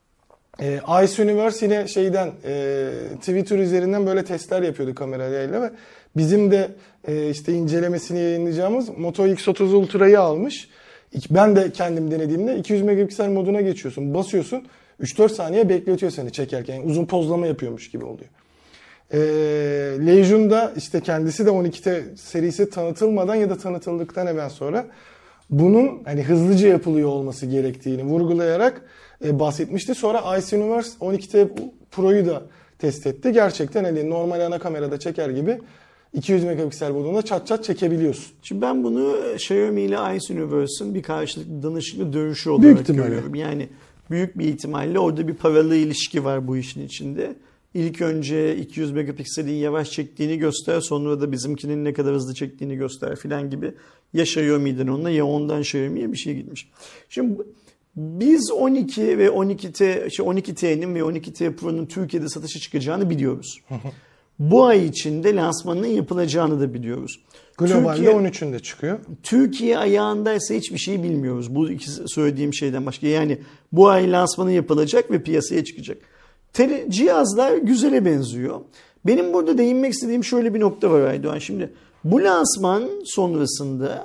e, Ice Universe yine şeyden e, Twitter üzerinden böyle testler yapıyordu kamerayla ve bizim de e, işte incelemesini yayınlayacağımız Moto X otuz Ultra'yı almış. Ben de kendim denediğimde iki yüz megapiksel moduna geçiyorsun, basıyorsun, üç dört saniye bekletiyor seni çekerken. Yani uzun pozlama yapıyormuş gibi oluyor. E, Legion'da işte kendisi de on iki T serisi tanıtılmadan ya da tanıtıldıktan hemen sonra bunun hani hızlıca yapılıyor olması gerektiğini vurgulayarak e, bahsetmişti. Sonra Ice Universe on iki T Pro'yu da test etti. Gerçekten hani normal ana kamerada çeker gibi iki yüz megapiksel modunda çat çat çekebiliyorsun. Şimdi ben bunu Xiaomi ile Ice Universe'ın bir karşılıklı danışıklı dövüşü olarak görüyorum. Yani büyük bir ihtimalle orada bir paralı ilişki var bu işin içinde. İlk önce iki yüz megapikselin yavaş çektiğini göster, sonra da bizimkinin ne kadar hızlı çektiğini göster filan gibi. Ya Xiaomi'den onunla ya ondan Xiaomi'ye bir şey gitmiş. Şimdi biz on iki ve on iki T, işte on iki T'nin ve on iki T Pro'nun Türkiye'de satışa çıkacağını biliyoruz. Bu ay içinde lansmanının yapılacağını da biliyoruz. Globalde Türkiye, on üçünde çıkıyor. Türkiye ayağındaysa hiçbir şey bilmiyoruz. Bu iki söylediğim şeyden başka. Yani bu ay lansmanı yapılacak ve piyasaya çıkacak. Tele, cihazlar güzele benziyor. Benim burada değinmek istediğim şöyle bir nokta var Aydoğan. Şimdi bu lansman sonrasında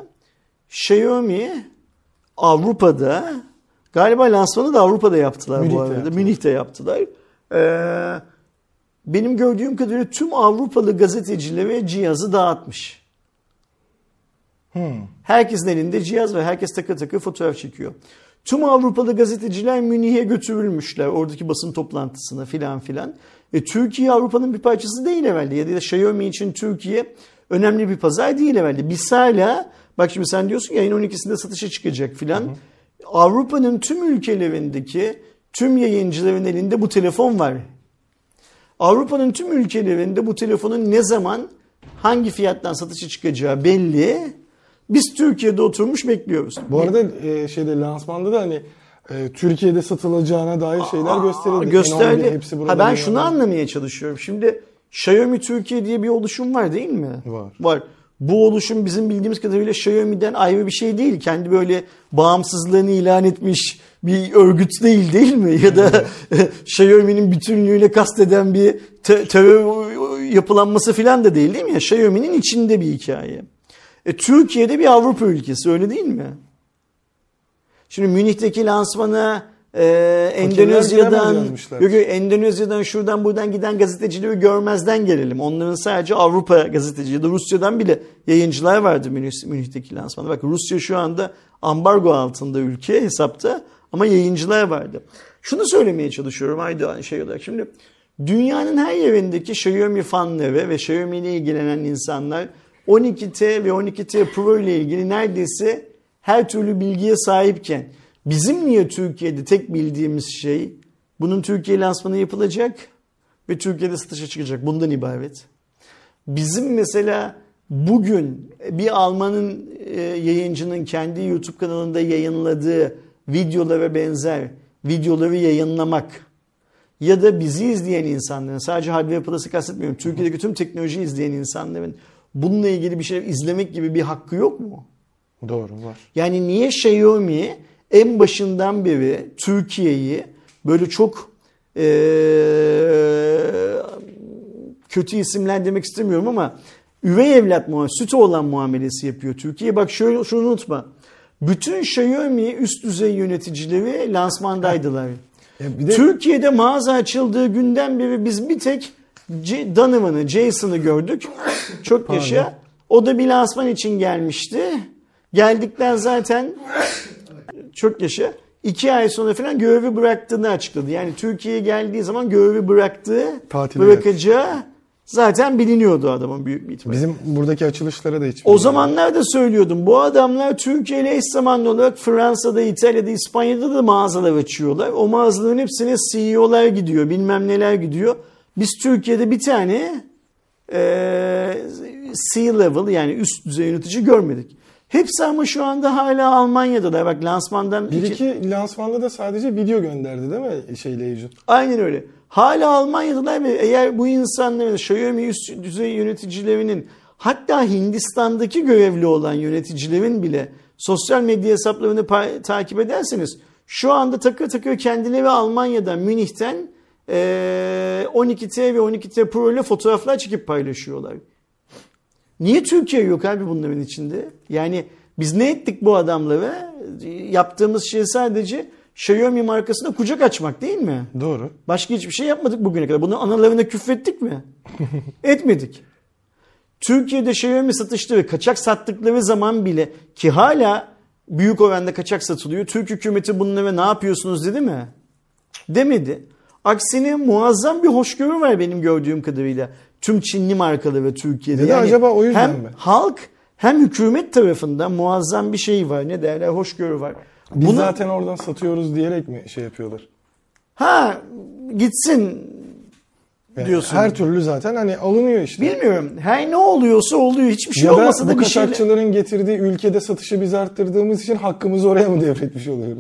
Xiaomi Avrupa'da, galiba lansmanı da Avrupa'da yaptılar Münih'te bu arada. Yaptılar. Münih'te yaptılar. Ee, benim gördüğüm kadarıyla tüm Avrupalı gazetecilere cihazı dağıtmış. Hmm. Herkesin elinde cihaz ve herkes takır takır fotoğraf çekiyor. Tüm Avrupalı gazeteciler Münih'e götürülmüşler oradaki basın toplantısına filan filan. E, Türkiye Avrupa'nın bir parçası değil evvelde, ya da Xiaomi için Türkiye önemli bir pazar değil evvelde. Biz hala, bak şimdi sen diyorsun ya, ayın on ikisinde satışa çıkacak filan. Avrupa'nın tüm ülkelerindeki tüm yayıncıların elinde bu telefon var. Avrupa'nın tüm ülkelerinde bu telefonun ne zaman hangi fiyattan satışa çıkacağı belli. Biz Türkiye'de oturmuş bekliyoruz. Bu arada e, şeyde lansmanda da hani e, Türkiye'de satılacağına dair şeyler Aa, gösterildi. Gösterdi. Hepsi ha, ben şunu anlamaya çalışıyorum. Şimdi Xiaomi Türkiye diye bir oluşum var değil mi? Var. Var. Bu oluşum bizim bildiğimiz kadarıyla Xiaomi'den ayrı bir şey değil. Kendi böyle bağımsızlığını ilan etmiş bir örgüt değil değil mi? Ya da Xiaomi'nin bütünlüğüyle kasteden bir te- terör yapılanması falan da değil değil mi? Xiaomi'nin içinde bir hikaye. E, Türkiye'de bir Avrupa ülkesi, öyle değil mi? Şimdi Münih'teki lansmana e, Endonezya'dan, yok, Endonezya'dan şuradan buradan giden gazetecileri görmezden gelelim. Onların sadece Avrupa gazeteci ya da Rusya'dan bile yayıncılar vardı Münih, Münih'teki lansmanda. Bak, Rusya şu anda ambargo altında ülke hesapta ama yayıncılar vardı. Şunu söylemeye çalışıyorum Aydoğan şey olarak. Şimdi dünyanın her yerindeki Xiaomi fanları ve Xiaomi ile ilgilenen insanlar on iki T ve on iki T Pro ile ilgili neredeyse her türlü bilgiye sahipken Bizim niye Türkiye'de tek bildiğimiz şey bunun Türkiye lansmanı yapılacak ve Türkiye'de satışa çıkacak. Bundan ibaret. Bizim mesela bugün bir Alman'ın yayıncının kendi YouTube kanalında yayınladığı videolara benzer videoları yayınlamak ya da bizi izleyen insanların, sadece Hardware Plus'ı kastetmiyorum, Türkiye'deki tüm teknoloji izleyen insanların bununla ilgili bir şey izlemek gibi bir hakkı yok mu? Doğru, var. Yani niye Xiaomi en başından beri Türkiye'yi böyle çok ee, kötü isimler demek istemiyorum ama üvey evlat muamelesi, sütü olan muamelesi yapıyor Türkiye. Bak şöyle, şunu unutma. Bütün Xiaomi üst düzey yöneticileri lansmandaydılar. De... Türkiye'de mağaza açıldığı günden beri biz bir tek C- Donovan'ı, Jason'ı gördük. Çok yaşa. O da bir lansman için gelmişti. Geldikten zaten çok yaşa. İki ay sonra falan görevi bıraktığını açıkladı. Yani Türkiye'ye geldiği zaman görevi bıraktığı, Tatile bırakacağı geldi. Zaten biliniyordu adamın büyük bir ihtimalle. Bizim buradaki açılışlara da hiç O zamanlar da söylüyordum. Bu adamlar Türkiye ile eş zamanlı olarak Fransa'da, İtalya'da, İspanya'da da mağazalar açıyorlar. O mağazaların hepsine C E O'lar gidiyor, bilmem neler gidiyor. Biz Türkiye'de bir tane e, C-level yani üst düzey yönetici görmedik. Hepsi ama şu anda hala Almanya'dalar. Bak lansmandan... Bir iki, iki lansmanda da sadece video gönderdi değil mi şeyle Ejun? Aynen öyle. Hala Almanya'dalar ve eğer bu insanların, Xiaomi üst düzey yöneticilerinin, hatta Hindistan'daki görevli olan yöneticilerin bile sosyal medya hesaplarını pa- takip ederseniz şu anda takır takır kendileri Almanya'dan, Münih'ten ee, on iki T ve on iki T Pro ile fotoğraflar çekip paylaşıyorlar. Niye Türkiye yok abi bunların içinde? Yani biz ne ettik bu adamlara? Yaptığımız şey sadece Xiaomi markasına kucak açmak değil mi? Doğru. Başka hiçbir şey yapmadık bugüne kadar. Bunu analarına küfrettik mi? Etmedik. Türkiye'de Xiaomi satışları, kaçak sattıkları zaman bile, ki hala büyük oranda kaçak satılıyor, Türk hükümeti bunlara ne yapıyorsunuz dedi mi? Demedi. Aksine muazzam bir hoşgörü var benim gördüğüm kadarıyla tüm Çinli markaları ve Türkiye'de. Yani acaba o yüzden hem mi? Halk hem hükümet tarafından muazzam bir şey var. Ne derler? Hoşgörü var. Biz Bunu, zaten oradan satıyoruz diyerek mi şey yapıyorlar? Ha gitsin yani diyorsun. Her türlü zaten hani alınıyor işte. Bilmiyorum. Her ne oluyorsa oluyor. Hiçbir şey ya olmasa da, da bir şey. Ya bu kaçakçıların getirdiği ülkede satışı biz arttırdığımız için hakkımızı oraya mı devretmiş oluyoruz?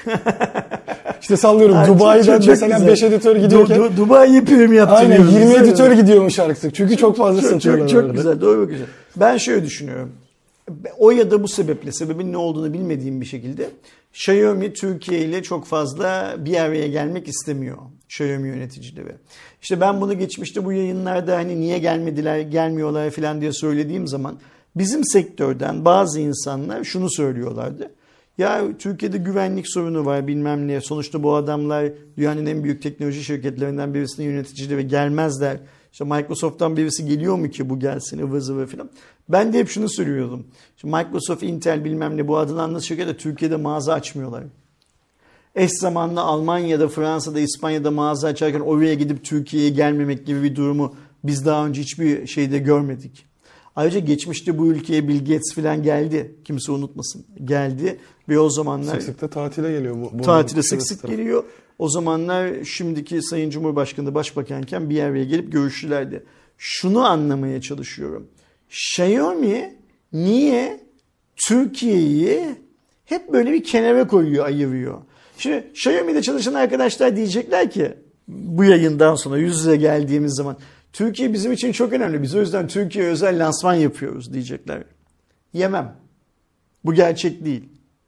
İşte sallıyorum ha, Dubai'den çok, çok mesela beş editör gidiyorken. Du, du, Dubai'ye prim yaptırıyoruz. Aynen yirmi editör gidiyormuş artık. Çünkü çok fazla çok, satıyorlar. Çok, çok güzel. Doğru güzel. Ben şöyle düşünüyorum. O ya da bu sebeple, sebebin ne olduğunu bilmediğim bir şekilde Xiaomi Türkiye ile çok fazla bir araya gelmek istemiyor. Xiaomi yöneticileri. İşte ben bunu geçmişte bu yayınlarda hani niye gelmediler, gelmiyorlar falan diye söylediğim zaman bizim sektörden bazı insanlar şunu söylüyorlardı. Ya Türkiye'de güvenlik sorunu var bilmem ne. Sonuçta bu adamlar dünyanın en büyük teknoloji şirketlerinden birisinin yöneticileri ve gelmezler. İşte Microsoft'tan birisi geliyor mu ki bu gelsin ıvı zıvı falan. Ben de hep şunu söylüyordum. Şimdi Microsoft, Intel bilmem ne bu adını anlatı şirketler Türkiye'de mağaza açmıyorlar. Eş zamanlı Almanya'da, Fransa'da, İspanya'da mağaza açarken oraya gidip Türkiye'ye gelmemek gibi bir durumu biz daha önce hiçbir şeyde görmedik. Ayrıca geçmişte bu ülkeye Bill Gates falan geldi. Kimse unutmasın. Geldi ve o zamanlar... Sık sık da tatile geliyor. Bu, bu tatile sık sık geliyor. O zamanlar şimdiki Sayın Cumhurbaşkanı başbakanken bir araya gelip görüştülerdi. Şunu anlamaya çalışıyorum. Xiaomi niye Türkiye'yi hep böyle bir kenara koyuyor, ayırıyor? Şimdi Xiaomi'de çalışan arkadaşlar diyecekler ki bu yayından sonra yüz yüze geldiğimiz zaman Türkiye bizim için çok önemli. Biz o yüzden Türkiye özel lansman yapıyoruz diyecekler. Yemem. Bu gerçek değil.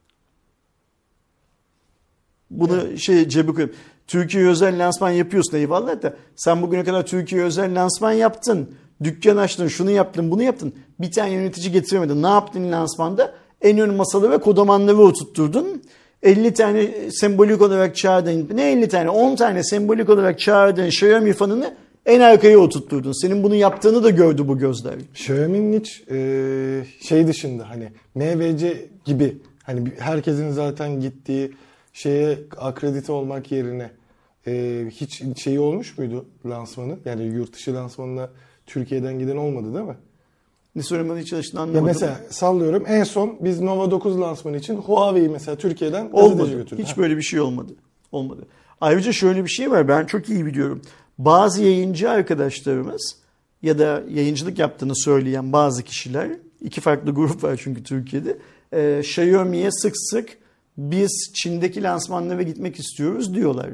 Bunu evet. şey cebi koyayım. Türkiye özel lansman yapıyorsun eyvallah da sen bugüne kadar Türkiye özel lansman yaptın. Dükkan açtın, şunu yaptın, bunu yaptın. Bir tane yönetici getiremedin. Ne yaptın lansmanda? En ön masalı ve kodamanları oturtturdun. elli tane sembolik olarak çağırdın. Ne elli tane? on tane sembolik olarak çağırdın Xiaomi fanını en arkaya oturtturdun. Senin bunu yaptığını da gördü bu gözler. Xiaomi'nin hiç e, şey dışında hani M V C gibi hani herkesin zaten gittiği şeye akredite olmak yerine e, hiç şeyi olmuş muydu lansmanı? Yani yurt dışı lansmanına Türkiye'den giden olmadı değil mi? Ne söylemeye çalıştığını Ya anlamadım. mesela sallıyorum, en son biz Nova dokuz lansmanı için Huawei'yi mesela Türkiye'den Olmadı. gazeteci götürdük. Hiç böyle bir şey olmadı. Olmadı. Ayrıca şöyle bir şey var. Ben çok iyi biliyorum. Bazı yayıncı arkadaşlarımız ya da yayıncılık yaptığını söyleyen bazı kişiler, iki farklı grup var çünkü Türkiye'de. E, Xiaomi'ye sık sık biz Çin'deki lansmanlara gitmek istiyoruz diyorlar.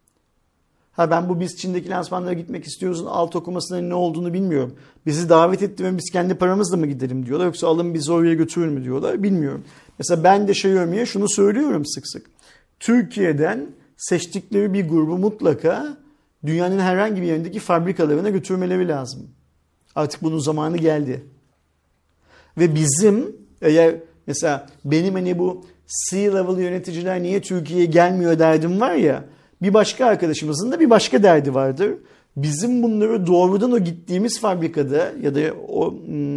Ha ben bu biz Çin'deki lansmanlara gitmek istiyoruz'un alt okumasının ne olduğunu bilmiyorum. Bizi davet etti ve biz kendi paramızla mı gidelim diyorlar, yoksa alın bizi oraya götürün mü diyorlar, bilmiyorum. Mesela ben de Xiaomi'ye şunu söylüyorum sık sık. Türkiye'den seçtikleri bir grubu mutlaka dünyanın herhangi bir yerindeki fabrikalarına götürmeleri lazım. Artık bunun zamanı geldi. Ve bizim eğer mesela benim hani bu C-level yöneticiler niye Türkiye'ye gelmiyor derdim var ya, bir başka arkadaşımızın da bir başka derdi vardır. Bizim bunları doğrudan o gittiğimiz fabrikada ya da o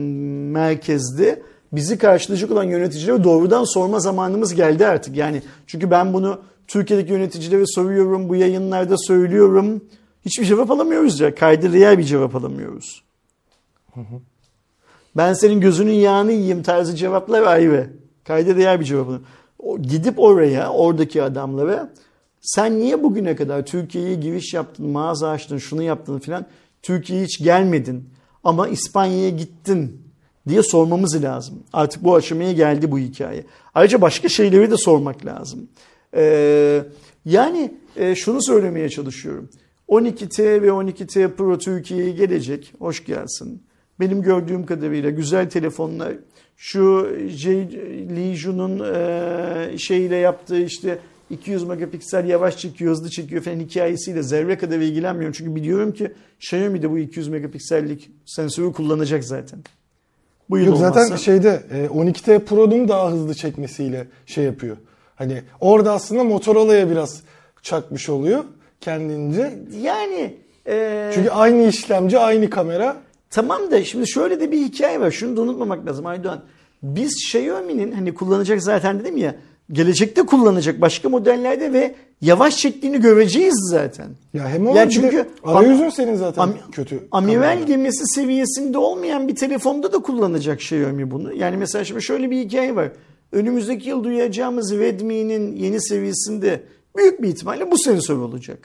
merkezde bizi karşılayacak olan yöneticilere doğrudan sorma zamanımız geldi artık. Yani çünkü ben bunu Türkiye'deki yöneticilere soruyorum, bu yayınlarda söylüyorum. Hiçbir cevap alamıyoruz ya. Kayda değer bir cevap alamıyoruz. Hı hı. Ben senin gözünün yağını yiyeyim tarzı cevaplar ayrı. Kayda değer bir cevap alamıyoruz. Gidip oraya, oradaki adamlara sen niye bugüne kadar Türkiye'ye giriş yaptın, mağaza açtın, şunu yaptın filan, Türkiye'ye hiç gelmedin ama İspanya'ya gittin diye sormamız lazım. Artık bu aşamaya geldi bu hikaye. Ayrıca başka şeyleri de sormak lazım. Ee, yani e, şunu söylemeye çalışıyorum. on iki T ve on iki T Pro Türkiye'ye gelecek. Hoş gelsin. Benim gördüğüm kadarıyla güzel telefonlar. Şu Legionn'un e, şeyle yaptığı işte iki yüz megapiksel yavaş çekiyor, hızlı çekiyor falan hikayesiyle zerre kadar ilgilenmiyorum. Çünkü biliyorum ki Xiaomi de bu iki yüz megapiksellik sensörü kullanacak zaten. Bu yıl Yok, zaten olmazsa... şeyde on iki T Pro'nun daha hızlı çekmesiyle şey yapıyor. Hani orada aslında Motorola'ya biraz çakmış oluyor kendince. Yani e... çünkü aynı işlemci, aynı kamera. Tamam da şimdi şöyle de bir hikaye var. Şunu da unutmamak lazım Aydoğan. Biz Xiaomi'nin hani kullanacak zaten dedim ya, gelecekte kullanacak başka modellerde ve yavaş çektiğini göreceğiz zaten. Ya hem o yani çünkü arayüzün senin zaten am, kötü. Amiral kamera. gemisi seviyesinde olmayan bir telefonda da kullanacak Xiaomi bunu. Yani mesela şimdi şöyle bir hikaye var. Önümüzdeki yıl duyacağımız Redmi'nin yeni seviyesinde büyük bir ihtimalle bu sensör olacak.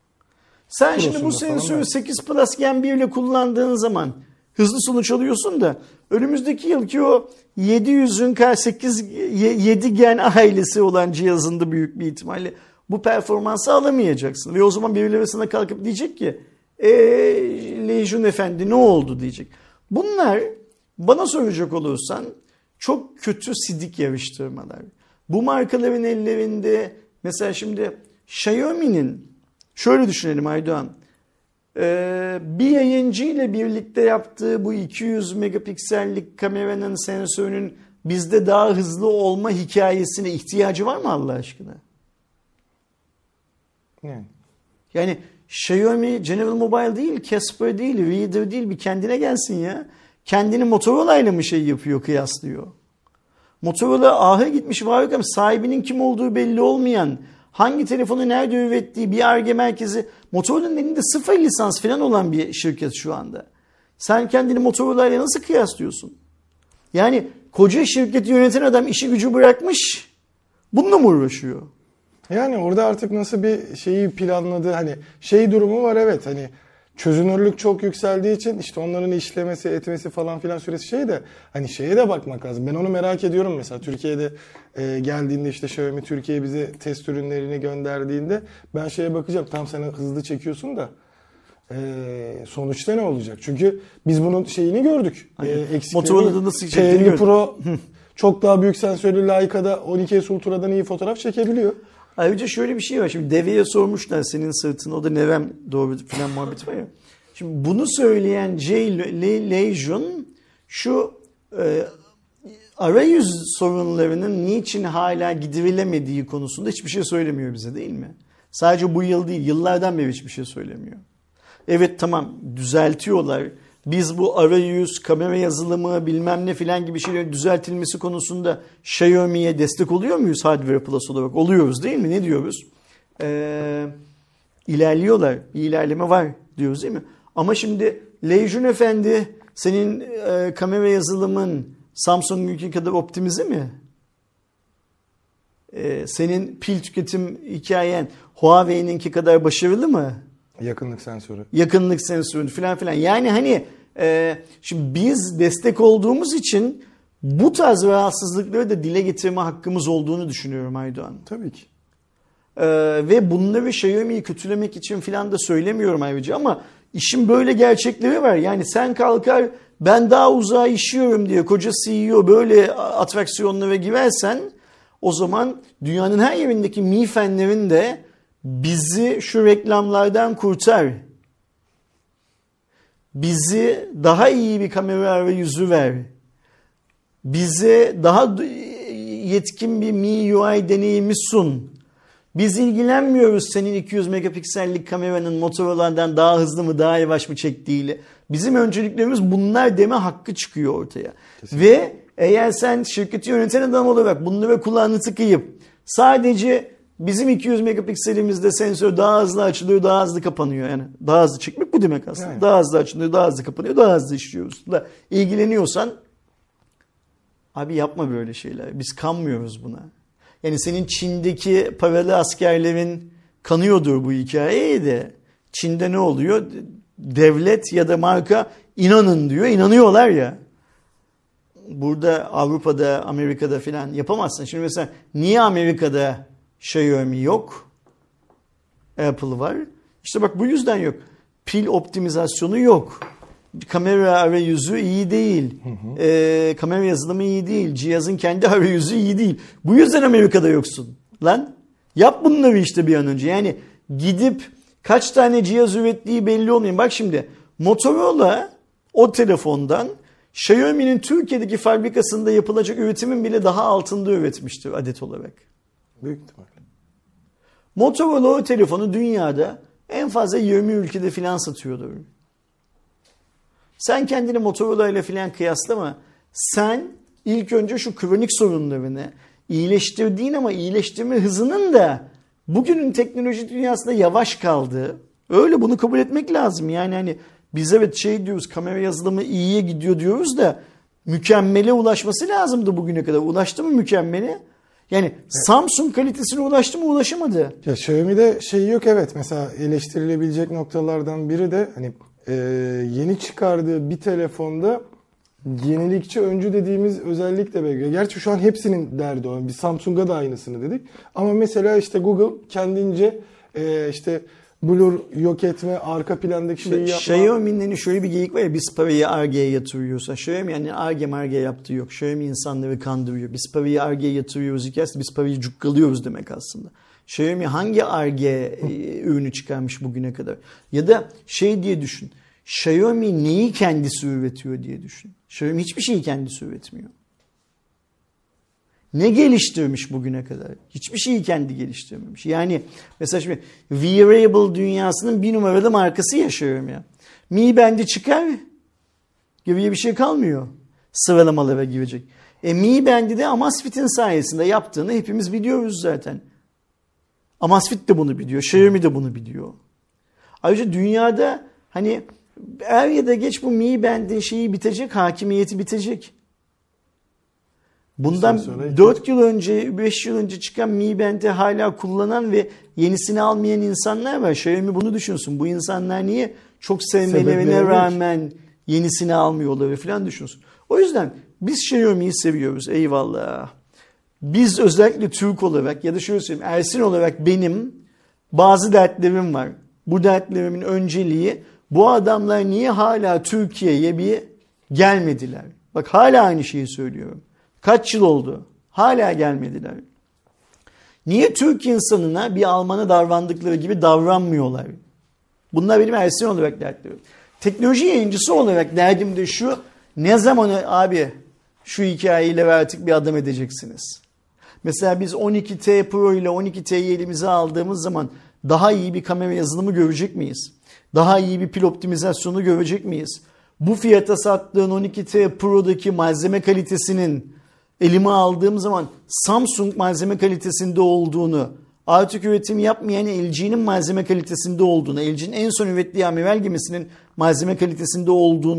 Sen Prosunda şimdi bu sensörü falan sekiz Plus Gen bir ile kullandığın zaman hızlı sonuç alıyorsun da önümüzdeki yılki o yedi yüzün sekiz yedi Gen ailesi olan cihazında büyük bir ihtimalle bu performansı alamayacaksın. Ve o zaman birileri sana kalkıp diyecek ki eee Legion efendi ne oldu diyecek. Bunlar bana soracak olursan çok kötü sidik yarıştırmalar. Bu markaların ellerinde mesela şimdi Xiaomi'nin şöyle düşünelim Aydoğan. Ee, bir yayıncı ile birlikte yaptığı bu iki yüz megapiksellik kameranın sensörünün bizde daha hızlı olma hikayesine ihtiyacı var mı Allah aşkına? Yani, yani Xiaomi General Mobile değil, Casper değil, Reader değil, bir kendine gelsin ya. Kendini Motorola ile mi şey yapıyor, kıyaslıyor? Motorola ahı gitmiş var yok ama sahibinin kim olduğu belli olmayan, hangi telefonu nerede ürettiği bir Ar-Ge merkezi, Motorola'nın elinde sıfır lisans falan olan bir şirket şu anda. Sen kendini Motorola ile nasıl kıyaslıyorsun? Yani koca şirketi yöneten adam işi gücü bırakmış, bununla mı uğraşıyor? Yani orada artık nasıl bir şeyi planladı, hani şey durumu var, evet, hani çözünürlük çok yükseldiği için işte onların işlemesi, etmesi falan filan süresi şey de hani şeye de bakmak lazım. Ben onu merak ediyorum mesela Türkiye'de e, geldiğinde işte Xiaomi Türkiye'ye bize test ürünlerini gönderdiğinde ben şeye bakacağım. Tam sen hızlı çekiyorsun da e, sonuçta ne olacak? Çünkü biz bunun şeyini gördük. E, Motorola'da nasıl T elli Pro çok daha büyük sensörlü Leica'da on iki S Ultra'dan iyi fotoğraf çekebiliyor. Ayrıca şöyle bir şey var. Şimdi deveye sormuşlar senin sırtını. O da nevem doğru falan muhabbeti var ya. Şimdi bunu söyleyen Jay Legion şu e, arayüz sorunlarının niçin hala giderilemediği konusunda hiçbir şey söylemiyor bize, değil mi? Sadece bu yıl değil, yıllardan beri hiçbir şey söylemiyor. Evet tamam, düzeltiyorlar. Biz bu arayüz, kamera yazılımı bilmem ne filan gibi şeylerin düzeltilmesi konusunda Xiaomi'ye destek oluyor muyuz Hardware Plus olarak? Oluyoruz değil mi? Ne diyoruz? Ee, ilerliyorlar. Bir ilerleme var diyoruz değil mi? Ama şimdi Legion efendi senin e, kamera yazılımın Samsung'unki kadar optimize mi? E, senin pil tüketim hikayen Huawei'ninki kadar başarılı mı? Yakınlık sensörü. Yakınlık sensörü falan filan. Yani hani e, şimdi biz destek olduğumuz için bu tarz rahatsızlıkları da dile getirme hakkımız olduğunu düşünüyorum Aydoğan. Tabii ki. Ee, ve bunları Xiaomi'yi kötülemek için falan da söylemiyorum ayrıca ama işin böyle gerçekleri var. Yani sen kalkar ben daha uzağa işiyorum diye koca C E O böyle atraksiyonlara girersen o zaman dünyanın her yerindeki Mi Fen'lerin de bizi şu reklamlardan kurtar, bizi daha iyi bir kamera arayüzü ver, bize daha yetkin bir M I U I deneyimi sun. Biz ilgilenmiyoruz senin iki yüz megapiksellik kameranın Motorola'dan daha hızlı mı daha yavaş mı çektiğiyle. Bizim önceliklerimiz bunlar deme hakkı çıkıyor ortaya. Kesinlikle. Ve eğer sen şirketi yöneten adam olarak bunlara kulağını tıkayıp sadece bizim iki yüz megapikselimizde sensör daha hızlı açılıyor, daha hızlı kapanıyor. Yani daha hızlı çekmek bu demek aslında. Yani. Daha hızlı açılıyor, daha hızlı kapanıyor, daha hızlı işliyoruz. Da ilgileniyorsan abi yapma böyle şeyler. Biz kanmıyoruz buna. Yani senin Çin'deki paralı askerlerin kanıyordur bu hikayeye de. Çin'de ne oluyor? Devlet ya da marka inanın diyor. İnanıyorlar ya. Burada Avrupa'da, Amerika'da falan yapamazsın. Şimdi mesela niye Amerika'da Xiaomi yok? Apple var. İşte bak bu yüzden yok. Pil optimizasyonu yok. Kamera arayüzü iyi değil. Hı hı. Ee, kamera yazılımı iyi değil. Cihazın kendi arayüzü iyi değil. Bu yüzden Amerika'da yoksun. Lan yap bunları işte bir an önce. Yani gidip kaç tane cihaz ürettiği belli olmuyor. Bak şimdi Motorola o telefondan Xiaomi'nin Türkiye'deki fabrikasında yapılacak üretimin bile daha altında üretmiştir adet olarak. Büyük ihtimalle. Motorola o telefonu dünyada en fazla yirmi ülkede filan satıyordur. Sen kendini Motorola ile filan kıyaslama. Sen ilk önce şu kronik sorunlarını iyileştirdiğin ama iyileştirme hızının da bugünün teknoloji dünyasında yavaş kaldığı. Öyle bunu kabul etmek lazım. Yani hani biz evet şey diyoruz, kamera yazılımı iyiye gidiyor diyoruz da mükemmele ulaşması lazımdı bugüne kadar. Ulaştı mı mükemmele? Yani evet. Samsung kalitesine ulaştı mı ulaşamadı. Ya Xiaomi'de şey yok evet. Mesela eleştirilebilecek noktalardan biri de hani Ee, yeni çıkardığı bir telefonda yenilikçi öncü dediğimiz özellik de belirliyor. Gerçi şu an hepsinin derdi o. Biz Samsung'a da aynısını dedik. Ama mesela işte Google kendince e, işte blur yok etme, arka plandaki şeyi yapma. Xiaomi'nin şöyle bir geyik var ya, biz parayı Ar-Ge'ye yatırıyorsa. Xiaomi yani Ar-Ge Mar-Ge yaptığı yok. Xiaomi insanları kandırıyor. Biz parayı Ar-Ge'ye yatırıyoruz hikayesi, biz parayı cukkalıyoruz demek aslında. Xiaomi hangi Ar-Ge ürünü çıkarmış bugüne kadar? Ya da şey diye düşün. Xiaomi neyi kendisi üretiyor diye düşün. Xiaomi hiçbir şeyi kendisi üretmiyor. Ne geliştirmiş bugüne kadar? Hiçbir şeyi kendi geliştirmemiş. Yani mesela şimdi wearable dünyasının bir numaralı markası ya Xiaomi. Mi Band'i çıkar, geriye bir şey kalmıyor. Sıralamalara girecek. E Mi Band'i de Amazfit'in sayesinde yaptığını hepimiz biliyoruz zaten. Amazfit de bunu biliyor. Xiaomi de bunu biliyor. Ayrıca dünyada hani er ya da geç bu Mi Band'in şeyi bitecek, hakimiyeti bitecek. Bundan dört yıl önce, beş yıl önce çıkan Mi Band'i hala kullanan ve yenisini almayan insanlar var. Xiaomi bunu düşünsün. Bu insanlar niye çok sevmelerine rağmen yenisini almıyorlar falan düşünsün. O yüzden biz Xiaomi'yi seviyoruz. Eyvallah. Biz özellikle Türk olarak ya da şöyle söyleyeyim, Ersin olarak benim bazı dertlerim var. Bu dertlerimin önceliği bu adamlar niye hala Türkiye'ye bir gelmediler? Bak hala aynı şeyi söylüyorum. Kaç yıl oldu? Hala gelmediler. Niye Türk insanına bir Alman'a davrandıkları gibi davranmıyorlar? Bunlar benim Ersin olarak dertlerim. Teknoloji yayıncısı olarak derdim de şu: ne zaman abi şu hikayeyle artık bir adam edeceksiniz? Mesela biz on iki T Pro ile on iki T'yi elimize aldığımız zaman daha iyi bir kamera yazılımı görecek miyiz? Daha iyi bir pil optimizasyonu görecek miyiz? Bu fiyata sattığın on iki T Pro'daki malzeme kalitesinin elime aldığım zaman Samsung malzeme kalitesinde olduğunu, artık üretim yapmayan L G'nin malzeme kalitesinde olduğunu, L G'nin en son ürettiği amiral gemisinin malzeme kalitesinde olduğunu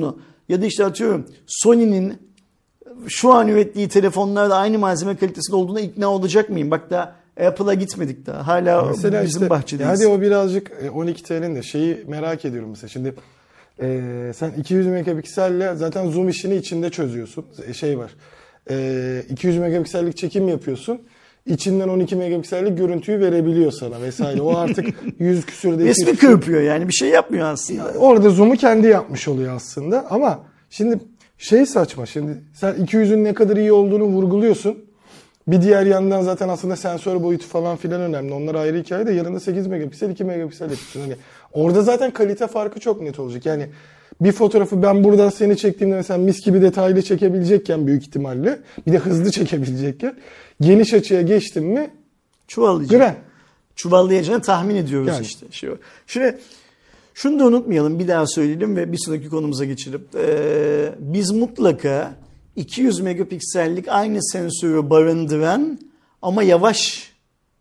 Ya da işte atıyorum Sony'nin şu an ürettiği telefonlarda aynı malzeme kalitesinde olduğuna ikna olacak mıyım? Bak da Apple'a gitmedik daha. Hala mesela bizim işte, bahçedeyiz. Hadi o birazcık on iki T'nin de şeyi merak ediyorum mesela. Şimdi e, sen iki yüz megapikselle zaten zoom işini içinde çözüyorsun. Şey var. E, iki yüz megapiksellik çekim yapıyorsun. İçinden on iki megapiksellik görüntüyü verebiliyor sana vesaire. O artık yüz küsürde resmi kırpıyor yani bir şey yapmıyor aslında. Orada zoom'u kendi yapmış oluyor aslında. Ama şimdi şey saçma. Şimdi sen iki yüzün ne kadar iyi olduğunu vurguluyorsun. Bir diğer yandan zaten aslında sensör boyutu falan filan önemli. Onlar ayrı hikaye de yanında sekiz megapiksel iki megapiksel yapıyorsun. Hani orada zaten kalite farkı çok net olacak. Yani bir fotoğrafı ben buradan seni çektiğimde mesela mis gibi detaylı çekebilecekken büyük ihtimalle bir de hızlı çekebilecekken geniş açıya geçtim mi çuvallayacak. Gren. Çuvallayacağını tahmin ediyoruz yani. işte. Şu, şunu, şunu da unutmayalım bir daha söyleyelim ve bir sonraki konumuza geçelim. Ee, biz mutlaka iki yüz megapiksellik aynı sensörü barındıran ama yavaş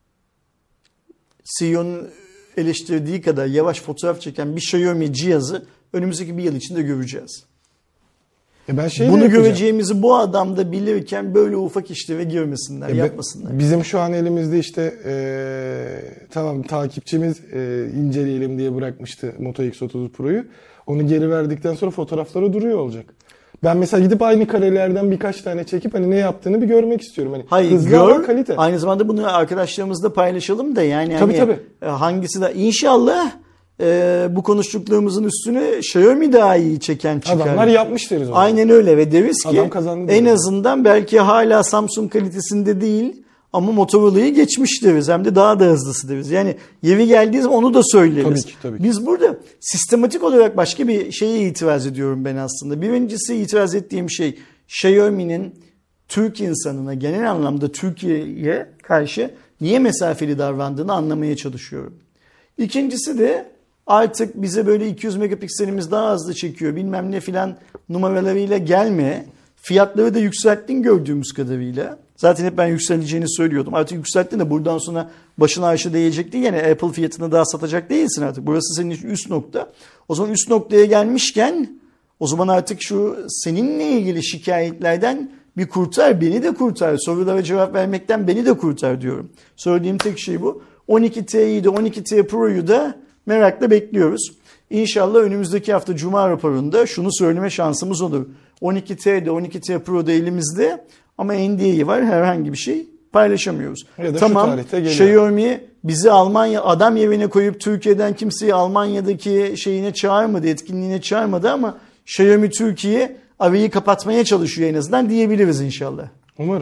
C E O'nun eleştirdiği kadar yavaş fotoğraf çeken bir Xiaomi cihazı önümüzdeki bir yıl içinde göreceğiz. E ben şey Bunu göreceğimizi bu adam da bilirken böyle ufak işlere girmesinler, e yapmasınlar. Bizim şu an elimizde işte e, tamam takipçimiz e, inceleyelim diye bırakmıştı Moto X otuz Pro'yu. Onu geri verdikten sonra fotoğrafları duruyor olacak. Ben mesela gidip aynı karelerden birkaç tane çekip hani ne yaptığını bir görmek istiyorum. Hani hayır, hızlı gör, ama kalite. Aynı zamanda bunu arkadaşlarımızla paylaşalım da yani tabii, hani tabii. hangisi de inşallah e, bu konuştuklarımızın üstüne Xiaomi daha iyi çeken çıkar. Adamlar yapmış deriz. Aynen öyle ve deriz ki en deriz. azından belki hala Samsung kalitesinde değil ama Motorola'yı geçmiş deriz. Hem de daha da hızlısı deriz. Yani yeri geldiği zaman onu da söyleriz. Tabii ki, tabii ki. Biz burada sistematik olarak başka bir şeye itiraz ediyorum ben aslında. Birincisi itiraz ettiğim şey Xiaomi'nin Türk insanına genel anlamda Türkiye'ye karşı niye mesafeli davrandığını anlamaya çalışıyorum. İkincisi de artık bize böyle iki yüz megapikselimiz daha hızlı çekiyor bilmem ne filan numaralarıyla gelme. Fiyatları da yükselttin gördüğümüz kadarıyla. Zaten hep ben yükseleceğini söylüyordum. Artık yükselttin de buradan sonra başına aşı değecek değil. Yani Apple fiyatını daha satacak değilsin artık. Burası senin için üst nokta. O zaman üst noktaya gelmişken o zaman artık şu seninle ilgili şikayetlerden bir kurtar. Beni de kurtar. Sorulara cevap vermekten beni de kurtar diyorum. Söylediğim tek şey bu. on iki T'yi de on iki T Pro'yu da merakla bekliyoruz. İnşallah önümüzdeki hafta Cuma raporunda şunu söyleme şansımız olur. on iki T'de on iki T Pro'da elimizde ama N D A'yı var herhangi bir şey paylaşamıyoruz. Tamam Xiaomi bizi Almanya adam yerine koyup Türkiye'den kimseyi Almanya'daki şeyine çağırmadı, etkinliğine çağırmadı ama Xiaomi Türkiye arayı kapatmaya çalışıyor en azından diyebiliriz inşallah. Umarım.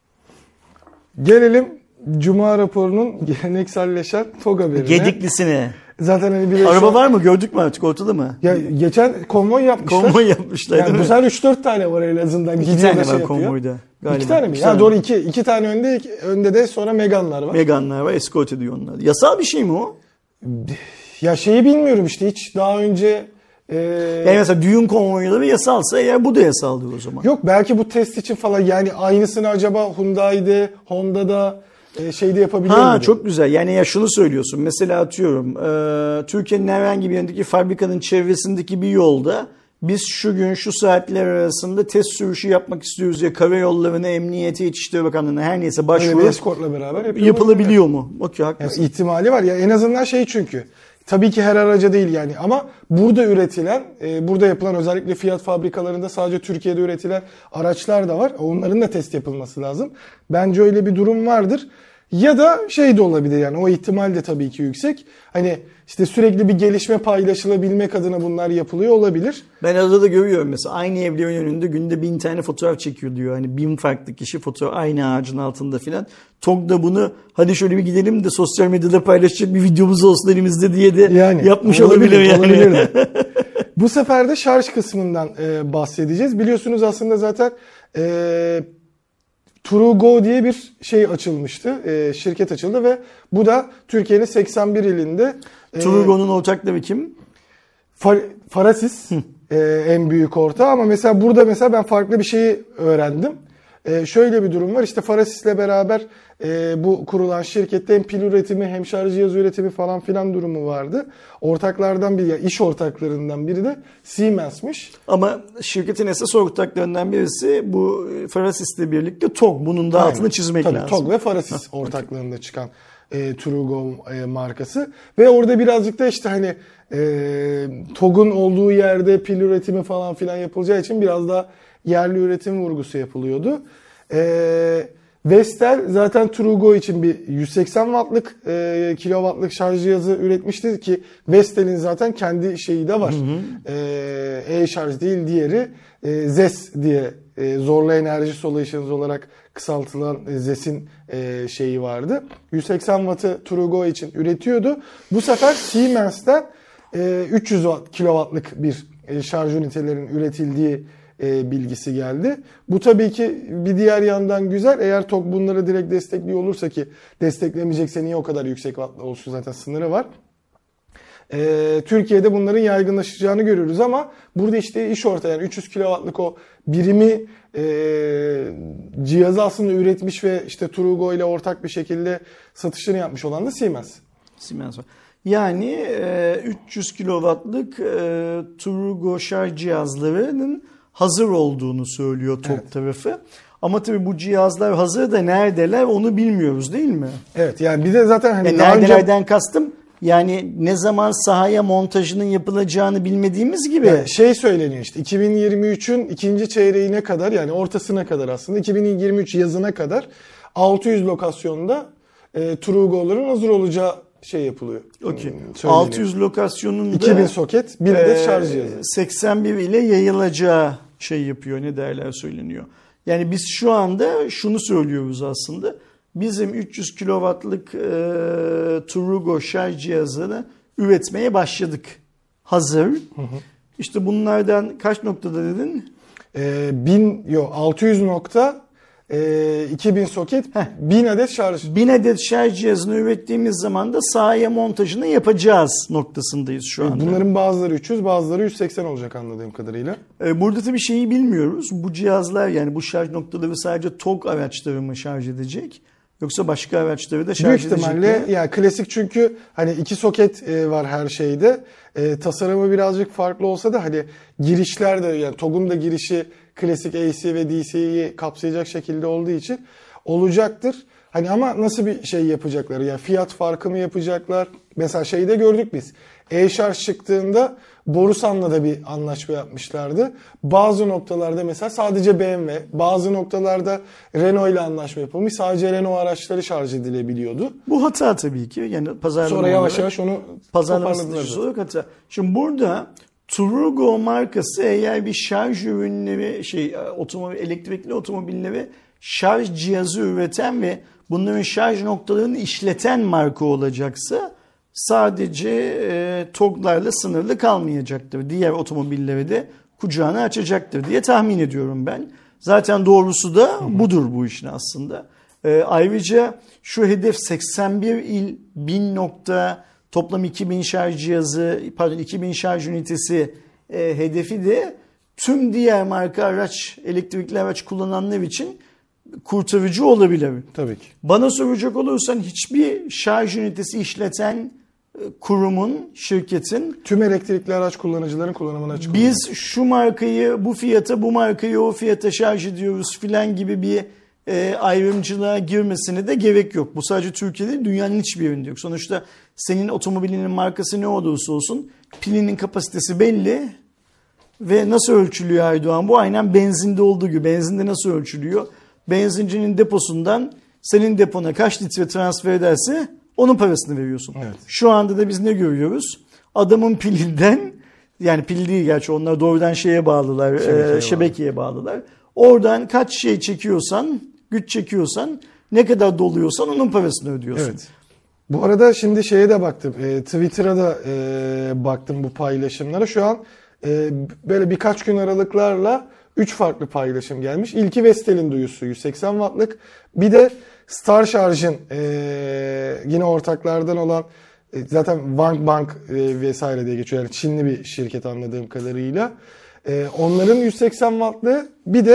Gelelim Cuma raporunun gelenekselleşen TOG haberine. Gediklisine. Zaten hani bir araba var mı? Gördük mü artık ortada mı? Ya geçen konvoy yapmışlar. Konvoy yapmışlar. Yani bu sefer üç dört tane var en azından. İki tane şey var konvoyda. Galiba. İki tane mi? İki ya tane. Doğru iki. İki tane önde, iki, önde de sonra Megane'lar var. Megane'lar var. Escort ediyor onlar. Yasal bir şey mi o? Ya şeyi bilmiyorum işte hiç daha önce. E... Yani mesela düğün konvoyları yasalsa eğer bu da yasaldır o zaman. Yok belki bu test için falan yani aynısını acaba Hyundai'de, Honda'da şeyde yapabiliyor Ha muydu? Çok güzel. Yani ya şunu söylüyorsun. Mesela atıyorum e, Türkiye'nin herhangi bir yerindeki fabrikanın çevresindeki bir yolda biz şu gün şu saatler arasında test sürüşü yapmak istiyoruz ya karayollarına, emniyete, İçişleri Bakanlığı'na her neyse başvuru eskortla beraber yapılabiliyor mu? Okey haklısın. Yani ihtimali var ya en azından şey çünkü. Tabii ki her araca değil yani ama burada üretilen, burada yapılan özellikle Fiat fabrikalarında sadece Türkiye'de üretilen araçlar da var. Onların da test yapılması lazım. Bence öyle bir durum vardır. Ya da şey de olabilir yani o ihtimal de tabii ki yüksek. Hani işte sürekli bir gelişme paylaşılabilmek adına bunlar yapılıyor olabilir. Ben arada da görüyorum mesela aynı evlerin önünde günde bin tane fotoğraf çekiyor diyor. Hani bin farklı kişi fotoğraf aynı ağacın altında filan. TOG da bunu hadi şöyle bir gidelim de sosyal medyada paylaşacak bir videomuz olsun elimizde diye de yani, yapmış olabilir, olabilir yani. Olabilir Bu sefer de şarj kısmından e, bahsedeceğiz. Biliyorsunuz aslında zaten e, TrueGo diye bir şey açılmıştı. E, şirket açıldı ve bu da Türkiye'nin seksen bir ilinde. E, TrueGo'nun ortakları kim? Far, Farasis e, en büyük ortağı ama mesela burada mesela ben farklı bir şeyi öğrendim. e, şöyle bir durum var. İşte Farasis'le beraber e, bu kurulan şirkette hem pil üretimi hem şarj cihazı üretimi falan filan durumu vardı. Ortaklardan biri, yani iş ortaklarından biri de Siemens'miş. Ama şirketin esas ortaklarından birisi bu Farasis'le birlikte T O G. Bunun da altını çizmek Tabii, lazım. T O G ve Farasis ortaklığında çıkan e, Trugo e, markası. Ve orada birazcık da işte hani e, T O G'un olduğu yerde pil üretimi falan filan yapılacağı için biraz daha yerli üretim vurgusu yapılıyordu. E, Vestel zaten Trugo için bir yüz seksen wattlık e, kilowattlık şarj cihazı üretmişti ki Vestel'in zaten kendi şeyi de var. Hı hı. E, E-şarj değil, diğeri e, Z E S diye e, Zorlu Enerji Solutions olarak kısaltılan e, Z E S'in e, şeyi vardı. yüz seksen wattı Trugo için üretiyordu. Bu sefer Siemens'ten e, üç yüz kilowattlık bir e, şarj ünitelerin üretildiği E, bilgisi geldi. Bu tabii ki bir diğer yandan güzel. Eğer T O G bunları direkt destekliyor olursa, ki desteklemeyecekse niye o kadar yüksek wattlı olsun, zaten sınırı var. E, Türkiye'de bunların yaygınlaşacağını görüyoruz ama burada işte iş ortaya, yani üç yüz kilowattlık o birimi e, cihazı aslında üretmiş ve işte Trugo ile ortak bir şekilde satışını yapmış olan da Siemens. Siemens var. Yani e, üç yüz kilowattlık e, Trugo şarj cihazlarının hazır olduğunu söylüyor T O G evet. tarafı. Ama tabii bu cihazlar hazır da neredeler onu bilmiyoruz, değil mi? Evet, yani bir de zaten hani e neredelerden önce... kastım yani ne zaman sahaya montajının yapılacağını bilmediğimiz gibi. Yani şey söyleniyor işte iki bin yirmi üçün ikinci çeyreğine kadar, yani ortasına kadar aslında iki bin yirmi üç yazına kadar altı yüz lokasyonda e, Trugo'ların hazır olacağı şey yapılıyor. Okay. altı yüz lokasyonunda iki bin soket, bir adet e, şarj cihazı. seksen bir ile yayılacağı şey yapıyor, ne derler söyleniyor. Yani biz şu anda şunu söylüyoruz aslında. Bizim üç yüz kilowattlık e, Trugo şarj cihazını üretmeye başladık. Hazır. Hı hı. İşte bunlardan kaç noktada dedin? E, bin, yok altı yüz nokta E, iki bin soket, Heh. bin adet şarj. bin adet şarj cihazını ürettiğimiz zaman da sahaya montajını yapacağız noktasındayız şu anda. Bunların bazıları üç yüz, bazıları yüz seksen olacak anladığım kadarıyla. Burada tabii şeyi bilmiyoruz. Bu cihazlar, yani bu şarj noktaları sadece T O G araçları mı şarj edecek? Yoksa başka araçları da şarj edecek mi? Büyük ihtimalle yani klasik, çünkü hani iki soket var her şeyde. E, tasarımı birazcık farklı olsa da hani girişler de, yani T O G'un da girişi klasik A C ve D C'yi kapsayacak şekilde olduğu için olacaktır. Hani ama nasıl bir şey yapacaklar? Yani fiyat farkı mı yapacaklar? Mesela şeyi de gördük biz. E-şarj çıktığında Borusan'la da bir anlaşma yapmışlardı. Bazı noktalarda mesela sadece B M W, bazı noktalarda Renault ile anlaşma yapılmış. Sadece Renault araçları şarj edilebiliyordu. Bu hata tabii ki. Yani pazarlama Sonra yavaş yavaş onu pazarlaması olarak hata. Şimdi burada Trugo markası eğer bir şarj ürünleri, şey otomobil, elektrikli otomobilleri şarj cihazı üreten ve bunların şarj noktalarını işleten marka olacaksa sadece e, T O G'larla sınırlı kalmayacaktır. Diğer otomobilleri de kucağına açacaktır diye tahmin ediyorum ben. Zaten doğrusu da budur bu işin aslında. E, ayrıca şu hedef seksen bir il, bin nokta, toplam iki bin şarj cihazı, pardon iki bin şarj ünitesi e, hedefi de tüm diğer marka araç, elektrikli araç kullananlar için kurtarıcı olabilir. Tabii ki. Bana soracak olursan hiçbir şarj ünitesi işleten kurumun, şirketin tüm elektrikli araç kullanıcıların kullanımına açık biz olacak. Şu markayı bu fiyata, bu markayı o fiyata şarj ediyoruz filan gibi bir e, ayrımcılığa girmesine de gerek yok. Bu sadece Türkiye'de, dünyanın hiçbir yerinde yok. Sonuçta senin otomobilinin markası ne olursa olsun pilinin kapasitesi belli ve nasıl ölçülüyor Aydoğan? Bu aynen benzinde olduğu gibi. Benzinde nasıl ölçülüyor? Benzincinin deposundan senin depona kaç litre transfer ederse onun parasını veriyorsun. Evet. Şu anda da biz ne görüyoruz? Adamın pilinden, yani pil değil gerçi, onlar doğrudan şeye bağlılar, şebekeye, e, şebekeye bağlılar. Oradan kaç şey çekiyorsan, güç çekiyorsan, ne kadar doluyorsan onun parasını ödüyorsun. Evet. Bu arada şimdi şeye de baktım. E, Twitter'a da e, baktım bu paylaşımlara. Şu an e, böyle birkaç gün aralıklarla üç farklı paylaşım gelmiş. İlki Vestel'in duyusu yüz seksen wattlık. Bir de Star Charge'ın e, yine ortaklardan olan e, zaten Wang Bank e, vesaire diye geçiyor. Yani Çinli bir şirket anladığım kadarıyla. E, onların yüz seksen wattlı, bir de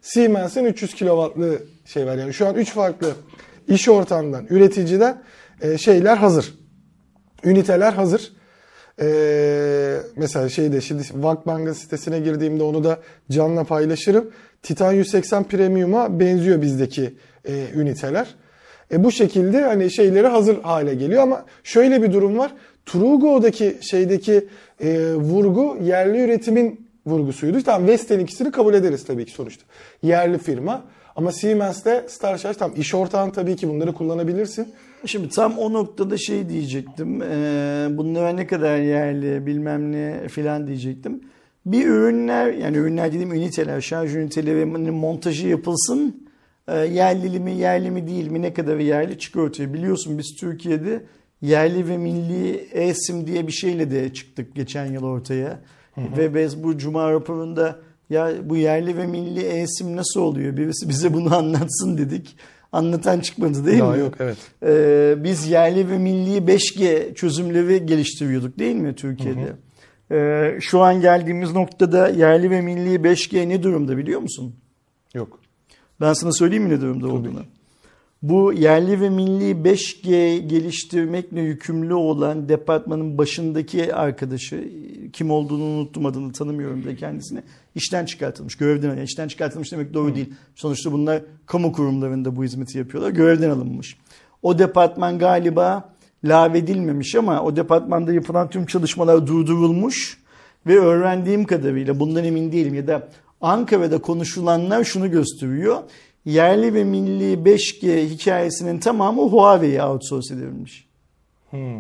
Siemens'in üç yüz kilowattlı şey var. Yani şu an üç farklı iş ortamından, üreticiden e, şeyler hazır. Üniteler hazır. Ee, mesela şeyde şimdi Vakbang'ın sitesine girdiğimde onu da canla paylaşırım. Titan yüz seksen Premium'a benziyor bizdeki e, üniteler. E, bu şekilde hani şeyleri hazır hale geliyor ama şöyle bir durum var. Trugo'daki şeydeki e, vurgu yerli üretimin vurgusuydu. Tamam, Vestel'in ikisini kabul ederiz tabii ki sonuçta. Yerli firma. Ama Siemens'te Starcharge tam iş ortağın, tabii ki bunları kullanabilirsin. Şimdi tam o noktada şey diyecektim. Ee, bunlara ne kadar yerli bilmem ne filan diyecektim. Bir ürünler, yani ürünler dediğim üniteler, şarj ünitelerinin montajı yapılsın. Ee, yerli mi yerli mi değil mi, ne kadar yerli çıkıyor ortaya. Biliyorsun biz Türkiye'de yerli ve milli e-sim diye bir şeyle de çıktık geçen yıl ortaya. Hı hı. Ve biz bu Cuma raporunda ya bu yerli ve milli e-sim nasıl oluyor? Birisi bize bunu anlatsın dedik. Anlatan çıkmadı değil Daha mi? yok, evet. Ee, biz yerli ve milli beş G çözümleri geliştiriyorduk değil mi Türkiye'de? Hı hı. Ee, şu an geldiğimiz noktada yerli ve milli beş G ne durumda biliyor musun? Yok. Ben sana söyleyeyim mi ne durumda olduğunu? Bu yerli ve milli beş G geliştirmekle yükümlü olan departmanın başındaki arkadaşı, kim olduğunu unuttum, adını tanımıyorum da kendisini, işten çıkartılmış, görevden alınmış. İşten çıkartılmış demek doğru Hı. değil. Sonuçta bunlar kamu kurumlarında bu hizmeti yapıyorlar. Görevden alınmış. O departman galiba lağvedilmemiş ama o departmanda yapılan tüm çalışmalar durdurulmuş ve öğrendiğim kadarıyla, bundan emin değilim, ya da Ankara'da konuşulanlar şunu gösteriyor. Yerli ve milli beş G hikayesinin tamamı Huawei'ye outsource edilmiş. Hmm.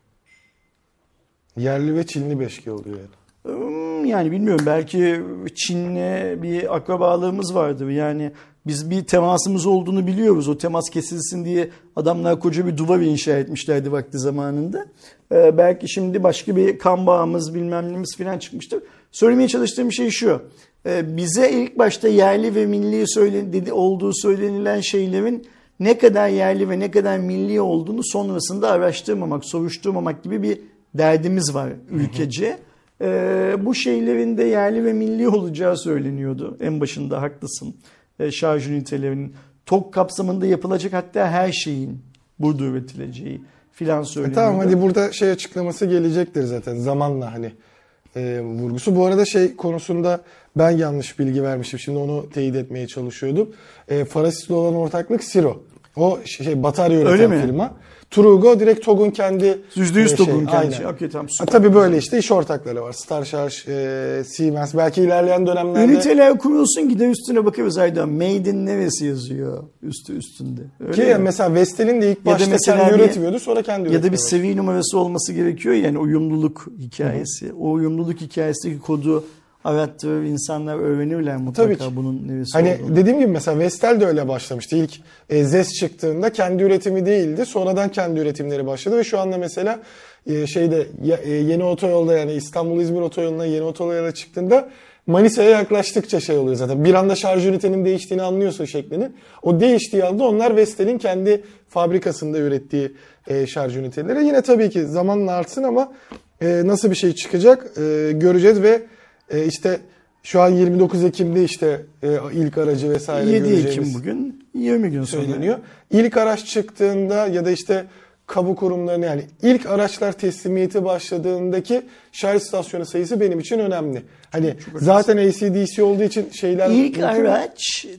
Yerli ve Çinli beş G oluyor yani. Yani bilmiyorum, belki Çin'le bir akrabalığımız vardır. Yani biz bir temasımız olduğunu biliyoruz. O temas kesilsin diye adamlar koca bir duvar inşa etmişlerdi vakti zamanında. Ee, belki şimdi başka bir kan bağımız bilmem nemiz falan çıkmıştır. Söylemeye çalıştığım şey şu. Bize ilk başta yerli ve milli söylen, dedi, olduğu söylenilen şeylerin ne kadar yerli ve ne kadar milli olduğunu sonrasında araştırmamak, soruşturmamak gibi bir derdimiz var ülkece. Hı hı. Ee, bu şeylerin de yerli ve milli olacağı söyleniyordu. En başında haklısın. Ee, şarj ünitelerinin TOG kapsamında yapılacak hatta her şeyin burada üretileceği filan söyleniyordu. E tamam, hadi burada şey açıklaması gelecektir zaten zamanla hani. E, vurgusu. Bu arada şey konusunda ben yanlış bilgi vermişim. Şimdi onu teyit etmeye çalışıyordum. E, Farasis'le olan ortaklık Siro. O şey batarya üreten firma. Trugo direkt TOG'un kendi yüzde yüz e, TOG'un şey, kendi. Şey. Okay, tamam, ha, tabii böyle işte iş ortakları var. Starcharge, e, Siemens, belki ilerleyen dönemlerde. Üniteler kurulsun, gider üstüne bakarız Aydan. Made in neresi yazıyor üstü üstünde. Öyle ki ya mesela Vestel'in de ilk başta kendi bir, üretmiyordu, sonra kendi üretiyordu. Ya da bir seviye numarası olması gerekiyor yani, uyumluluk hikayesi. Hı-hı. O uyumluluk hikayesindeki kodu arattırır, insanlar öğrenirler mutlaka bunun neresi hani olduğunu. Dediğim gibi mesela Vestel de öyle başlamıştı. İlk e, Z E S çıktığında kendi üretimi değildi. Sonradan kendi üretimleri başladı ve şu anda mesela e, şeyde e, yeni otoyolda, yani İstanbul-İzmir otoyoluna yeni otoyola çıktığında Manisa'ya yaklaştıkça şey oluyor zaten. Bir anda şarj ünitenin değiştiğini anlıyorsun şeklini. O değiştiği anda onlar Vestel'in kendi fabrikasında ürettiği e, şarj üniteleri. Yine tabii ki zamanla artsın ama e, nasıl bir şey çıkacak e, göreceğiz ve e, işte şu an yirmi dokuz Ekim'de işte e, ilk aracı vesaire yedi göreceğimiz Ekim bugün, yirmi gün sonra söyleniyor. İlk araç çıktığında ya da işte kamu kurumlarına, yani ilk araçlar teslimiyeti başladığındaki şarj istasyonu sayısı benim için önemli. Hani çok zaten A C D C olduğu için şeyler... İlk araç,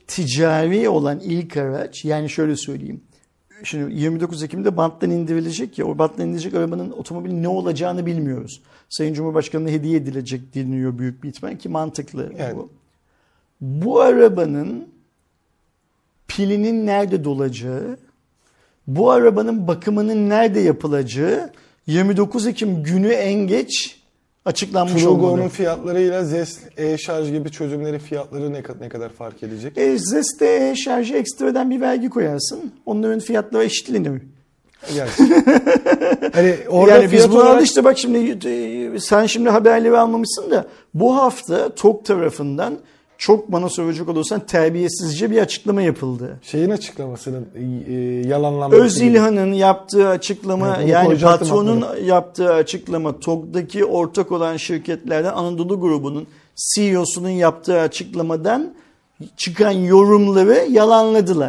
ticari olan ilk araç, yani şöyle söyleyeyim. Şimdi yirmi dokuz Ekim'de banttan indirilecek ya, o banttan indirilecek arabanın otomobilin ne olacağını bilmiyoruz. Sayın Cumhurbaşkanı'na hediye edilecek deniliyor büyük bir ihtimal, ki mantıklı yani. Bu. Bu arabanın pilinin nerede dolacağı, bu arabanın bakımının nerede yapılacağı yirmi dokuz Ekim günü en geç açıklanmış olmalı. Trugo'nun fiyatlarıyla Z E S e-şarj gibi çözümlerin fiyatları ne, ne kadar fark edecek? E, Z E S'te e-şarjı ekstradan bir vergi koyarsın. Onların fiyatları eşitlenir. Yani, hani orada yani biz bunu olarak... aldık işte, bak şimdi sen şimdi haberleri almamışsın da bu hafta TOG tarafından çok, bana soracak olursan, terbiyesizce bir açıklama yapıldı. Şeyin açıklamasının e, yalanlanması. Özilhan'ın yaptığı açıklama, yani, yani patronun atmadım. yaptığı açıklama, TOG'daki ortak olan şirketlerden Anadolu grubunun C E O'sunun yaptığı açıklamadan çıkan yorumları yalanladılar.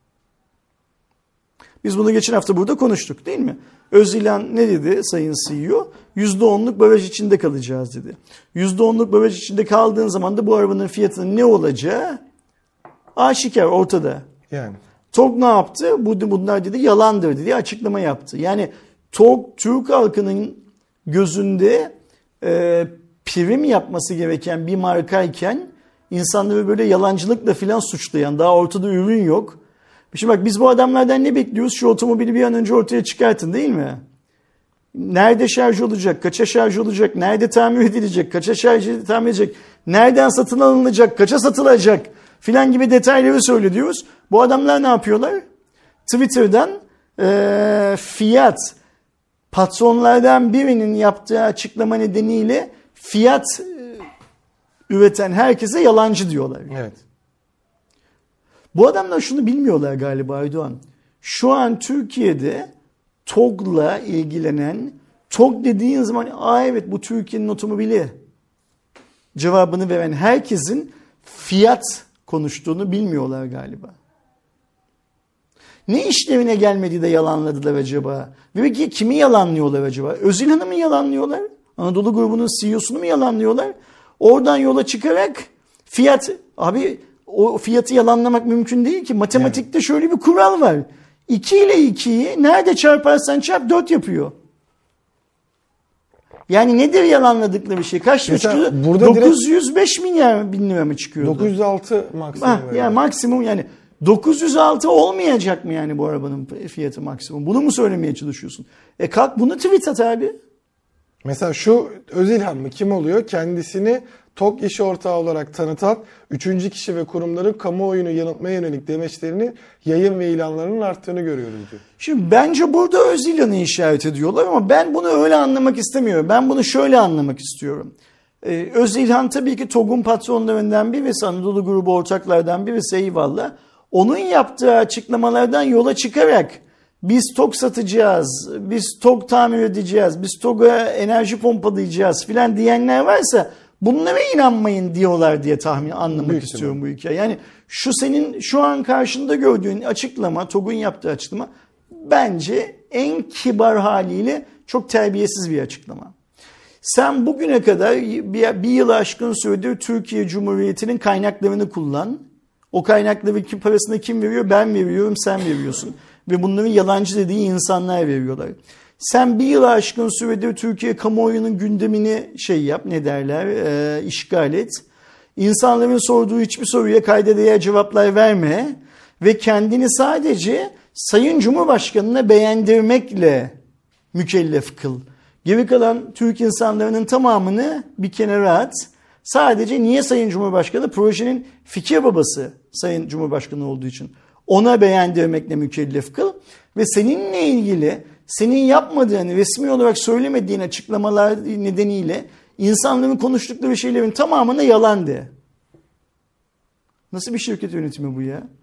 Biz bunu geçen hafta burada konuştuk değil mi? Özilhan ne dedi Sayın C E O? yüzde onluk baraj içinde kalacağız dedi. yüzde onluk baraj içinde kaldığın zaman da bu arabanın fiyatının ne olacağı aşikar, ortada. Yani. TOG ne yaptı? Bu, bunlar dedi yalandır dedi, açıklama yaptı. Yani TOG Türk halkının gözünde e, prim yapması gereken bir markayken insanları böyle yalancılıkla filan suçlayan, daha ortada ürün yok. Şimdi bak biz bu adamlardan ne bekliyoruz? Şu otomobili bir an önce ortaya çıkartın değil mi? Nerede şarj olacak? Kaça şarj olacak? Nerede tamir edilecek? Kaça şarj tamir edecek? Nereden satın alınacak? Kaça satılacak? Filan gibi detayları söylüyoruz. Bu adamlar ne yapıyorlar? Twitter'dan e, fiyat patronlardan birinin yaptığı açıklama nedeniyle fiyat e, üreten herkese yalancı diyorlar. Evet. Bu adamlar şunu bilmiyorlar galiba Aydoğan. Şu an Türkiye'de TOG'la ilgilenen, TOG dediğin zaman aa evet bu Türkiye'nin otomobili cevabını veren herkesin fiyat konuştuğunu bilmiyorlar galiba. Ne işlevine gelmedi de yalanladılar acaba? Ve peki kimi yalanlıyorlar acaba? Özilhan'ı mı yalanlıyorlar? Anadolu grubunun C E O'sunu mu yalanlıyorlar? Oradan yola çıkarak fiyat, abi o fiyatı yalanlamak mümkün değil ki. Matematikte yani. Şöyle bir kural var. iki ile ikiyi nerede çarparsan çarp dört yapıyor. Yani nedir yalanladıkları bir şey? Kaç mı çıkıyor? dokuz yüz beş milyar bin lira mı çıkıyordu? dokuz yüz altı maksimum. Ha, yani maksimum yani dokuz yüz altı olmayacak mı yani bu arabanın fiyatı maksimum? Bunu mu söylemeye çalışıyorsun? E kalk bunu tweet at abi. Mesela şu Özilhan mı kim oluyor? Kendisini TOG iş ortağı olarak tanıtan üçüncü kişi ve kurumların kamuoyunu yanıltmaya yönelik demeçlerini yayın ve ilanlarının arttığını görüyoruz diyor. Şimdi bence burada Özilhan'ı işaret ediyorlar ama ben bunu öyle anlamak istemiyorum. Ben bunu şöyle anlamak istiyorum. Ee, Özilhan tabii ki TOG'un patronlarından birisi, Anadolu grubu ortaklardan birisi, eyvallah. Onun yaptığı açıklamalardan yola çıkarak biz TOG satacağız, biz TOG tamir edeceğiz, biz TOG'a enerji pompalayacağız filan diyenler varsa bunlara inanmayın diyorlar diye tahmin anlamak Büyük istiyorum mi? Bu hikaye. Yani şu senin şu an karşında gördüğün açıklama, TOG'un yaptığı açıklama bence en kibar haliyle çok terbiyesiz bir açıklama. Sen bugüne kadar bir, bir yılı aşkın süredir Türkiye Cumhuriyeti'nin kaynaklarını kullan. O kaynakları kim, parasını kim veriyor? Ben veriyorum, sen veriyorsun. Ve bunların yalancı dediği insanlar veriyorlar. Sen bir yılı aşkın süredir Türkiye kamuoyunun gündemini şey yap, ne derler, e, işgal et. İnsanların sorduğu hiçbir soruya kayda değer cevaplar verme. Ve kendini sadece Sayın Cumhurbaşkanı'na beğendirmekle mükellef kıl. Geri kalan Türk insanlarının tamamını bir kenara at. Sadece niye Sayın Cumhurbaşkanı? Projenin fikir babası Sayın Cumhurbaşkanı olduğu için. Ona beğendirmekle mükellef kıl. Ve seninle ilgili senin yapmadığını, resmi olarak söylemediğin açıklamalar nedeniyle insanların konuştukları şeylerin tamamına yalan de. Nasıl bir şirket yönetimi bu ya?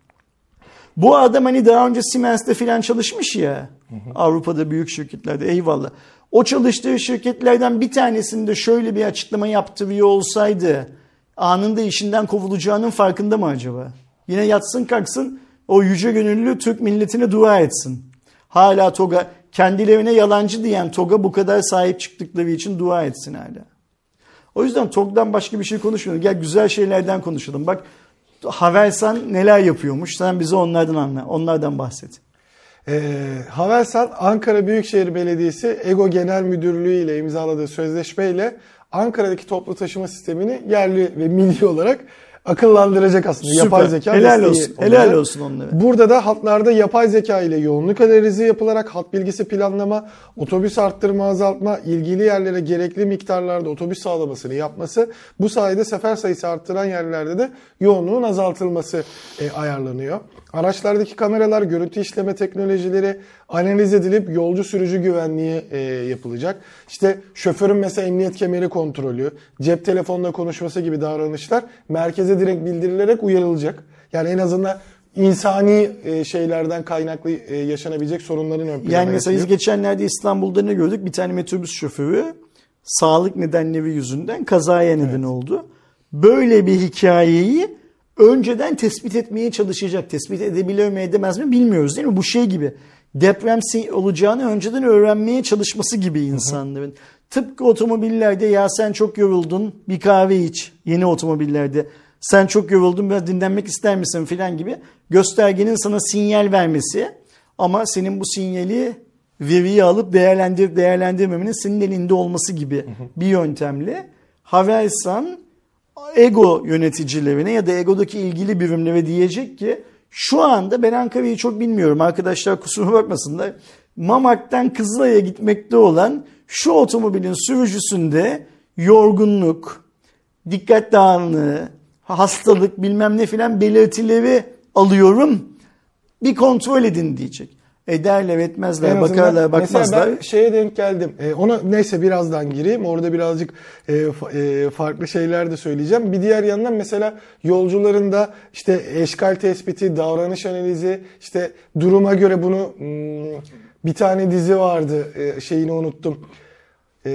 Bu adam hani daha önce Siemens'te filan çalışmış ya. Hı hı. Avrupa'da büyük şirketlerde, eyvallah. O çalıştığı şirketlerden bir tanesinde şöyle bir açıklama yaptırıyor olsaydı anında işinden kovulacağının farkında mı acaba? Yine yatsın kalksın o yüce gönüllü Türk milletine dua etsin. Hala TOG'a, kendilerine yalancı diyen TOG'a bu kadar sahip çıktıkları için dua etsin hala. O yüzden TOG'dan başka bir şey konuşmayalım. Gel güzel şeylerden konuşalım. Bak Havelsan neler yapıyormuş. Sen bize onlardan anla. Onlardan bahset. Ee, Havelsan Ankara Büyükşehir Belediyesi EGO Genel Müdürlüğü ile imzaladığı sözleşmeyle Ankara'daki toplu taşıma sistemini yerli ve milli olarak akıllandıracak aslında. Süper. Yapay zeka helal olsun. Olarak. Helal olsun onlara. Burada da hatlarda yapay zeka ile yoğunluk analizi yapılarak hat bilgisi planlama, otobüs arttırma azaltma, ilgili yerlere gerekli miktarlarda otobüs sağlamasını yapması, bu sayede sefer sayısı arttıran yerlerde de yoğunluğun azaltılması e, ayarlanıyor. Araçlardaki kameralar, görüntü işleme teknolojileri analiz edilip yolcu sürücü güvenliği e, yapılacak. İşte şoförün mesela emniyet kemeri kontrolü, cep telefonla konuşması gibi davranışlar merkeze direkt bildirilerek uyarılacak. Yani en azından insani e, şeylerden kaynaklı e, yaşanabilecek sorunların ön plana Yani mesela biz geçenlerde İstanbul'da ne gördük? Bir tane metrobüs şoförü sağlık nedenleri yüzünden kazaya neden evet. oldu. Böyle bir hikayeyi önceden tespit etmeye çalışacak. Tespit edebilir mi edemez mi bilmiyoruz değil mi? Bu şey gibi. Deprem olacağını önceden öğrenmeye çalışması gibi insanların. Hı hı. Tıpkı otomobillerde ya sen çok yoruldun bir kahve iç. Yeni otomobillerde sen çok yoruldun biraz dinlenmek ister misin filan gibi göstergenin sana sinyal vermesi. Ama senin bu sinyali veriyi alıp değerlendirip değerlendirmemenin senin elinde olması gibi hı hı. bir yöntemle Havelsan ego yöneticilerine ya da egodaki ilgili birimlere diyecek ki şu anda ben Ankara'yı çok bilmiyorum arkadaşlar kusura bakmasınlar. Mamak'tan Kızılay'a gitmekte olan şu otomobilin sürücüsünde yorgunluk, dikkat dağınıklığı, hastalık bilmem ne filan belirtileri alıyorum. Bir kontrol edin diyecek. Ederler etmezler bakarlar bakmazlar. Mesela ben şeye denk geldim. E, ona neyse birazdan gireyim. Orada birazcık e, e, farklı şeyler de söyleyeceğim. Bir diğer yandan mesela yolcuların da işte eşkal tespiti, davranış analizi, işte duruma göre bunu hmm, bir tane dizi vardı. E, şeyini unuttum. E,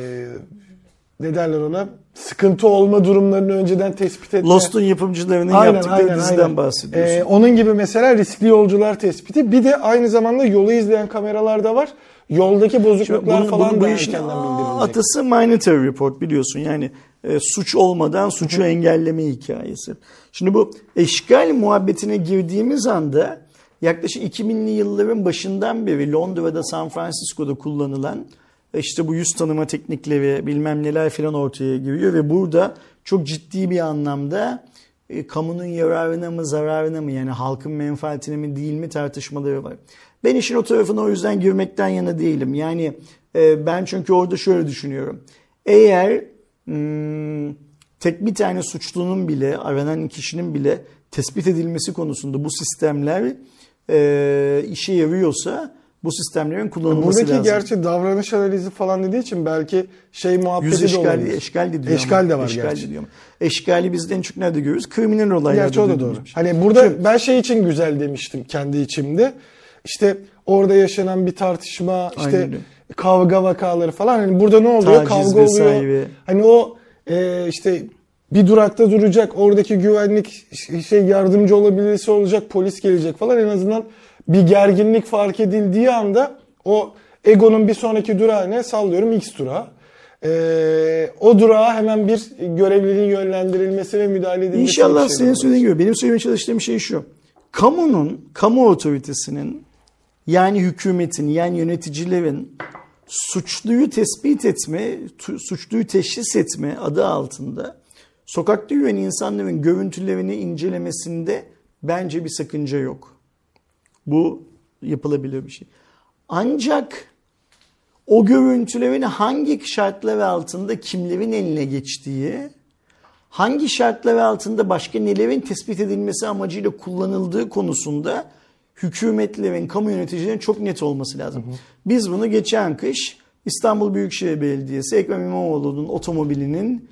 ne derler ona? Sıkıntı olma durumlarını önceden tespit etme. Lost'un yapımcılarının aynen, yaptıkları aynen, diziden aynen. bahsediyorsun. Ee, onun gibi mesela riskli yolcular tespiti. Bir de aynı zamanda yolu izleyen kameralar da var. Yoldaki bozukluklar bunu, falan bunu, da erkenden bildirilecek. Atası Minority Report biliyorsun. Yani e, suç olmadan suçu engelleme hikayesi. Şimdi bu eşkal muhabbetine girdiğimiz anda yaklaşık iki binli yılların başından beri Londra'da, San Francisco'da kullanılan İşte bu yüz tanıma teknikleri bilmem neler filan ortaya giriyor ve burada çok ciddi bir anlamda e, kamunun yararına mı zararına mı yani halkın menfaatine mi değil mi tartışmaları var. Ben işin o tarafına o yüzden girmekten yana değilim. Yani e, ben çünkü orada şöyle düşünüyorum. Eğer hmm, tek bir tane suçlunun bile aranan kişinin bile tespit edilmesi konusunda bu sistemler e, işe yarıyorsa bu sistemlerin kullanılması buradaki lazım. Buradaki gerçi davranış analizi falan dediği için belki şey muhabbeti Yüz de olabilir. Yüz eşkal de diyor. Eşkal de var eşkal gerçi. Diyor. Eşkali biz en çok nerede görüyoruz? Kriminal olaylarda. Gerçi o da doğru. Hani burada Şimdi, ben şey için güzel demiştim kendi içimde. İşte orada yaşanan bir tartışma, işte kavga vakaları falan. Hani burada ne oluyor? Taciz Kavga oluyor. Hani o e, işte bir durakta duracak, oradaki güvenlik şey yardımcı olabilirse olacak, polis gelecek falan en azından bir gerginlik fark edildiği anda o egonun bir sonraki durağına sallıyorum X durağı. Ee, o durağa hemen bir görevliliğin yönlendirilmesi ve müdahale edilmesi. İnşallah şey senin söylediğin gibi. Benim söylemeye çalıştığım şey şu. Kamunun, kamu otoritesinin yani hükümetin yani yöneticilerin suçluyu tespit etme, suçluyu teşhis etme adı altında sokakta yürüyen insanların görüntülerini incelemesinde bence bir sakınca yok. Bu yapılabilir bir şey. Ancak o görüntülerin hangi şartlar altında kimlerin eline geçtiği, hangi şartlar altında başka nelerin tespit edilmesi amacıyla kullanıldığı konusunda hükümetlerin, kamu yöneticilerin çok net olması lazım. Hı hı. Biz bunu geçen kış İstanbul Büyükşehir Belediyesi Ekrem İmamoğlu'nun otomobilinin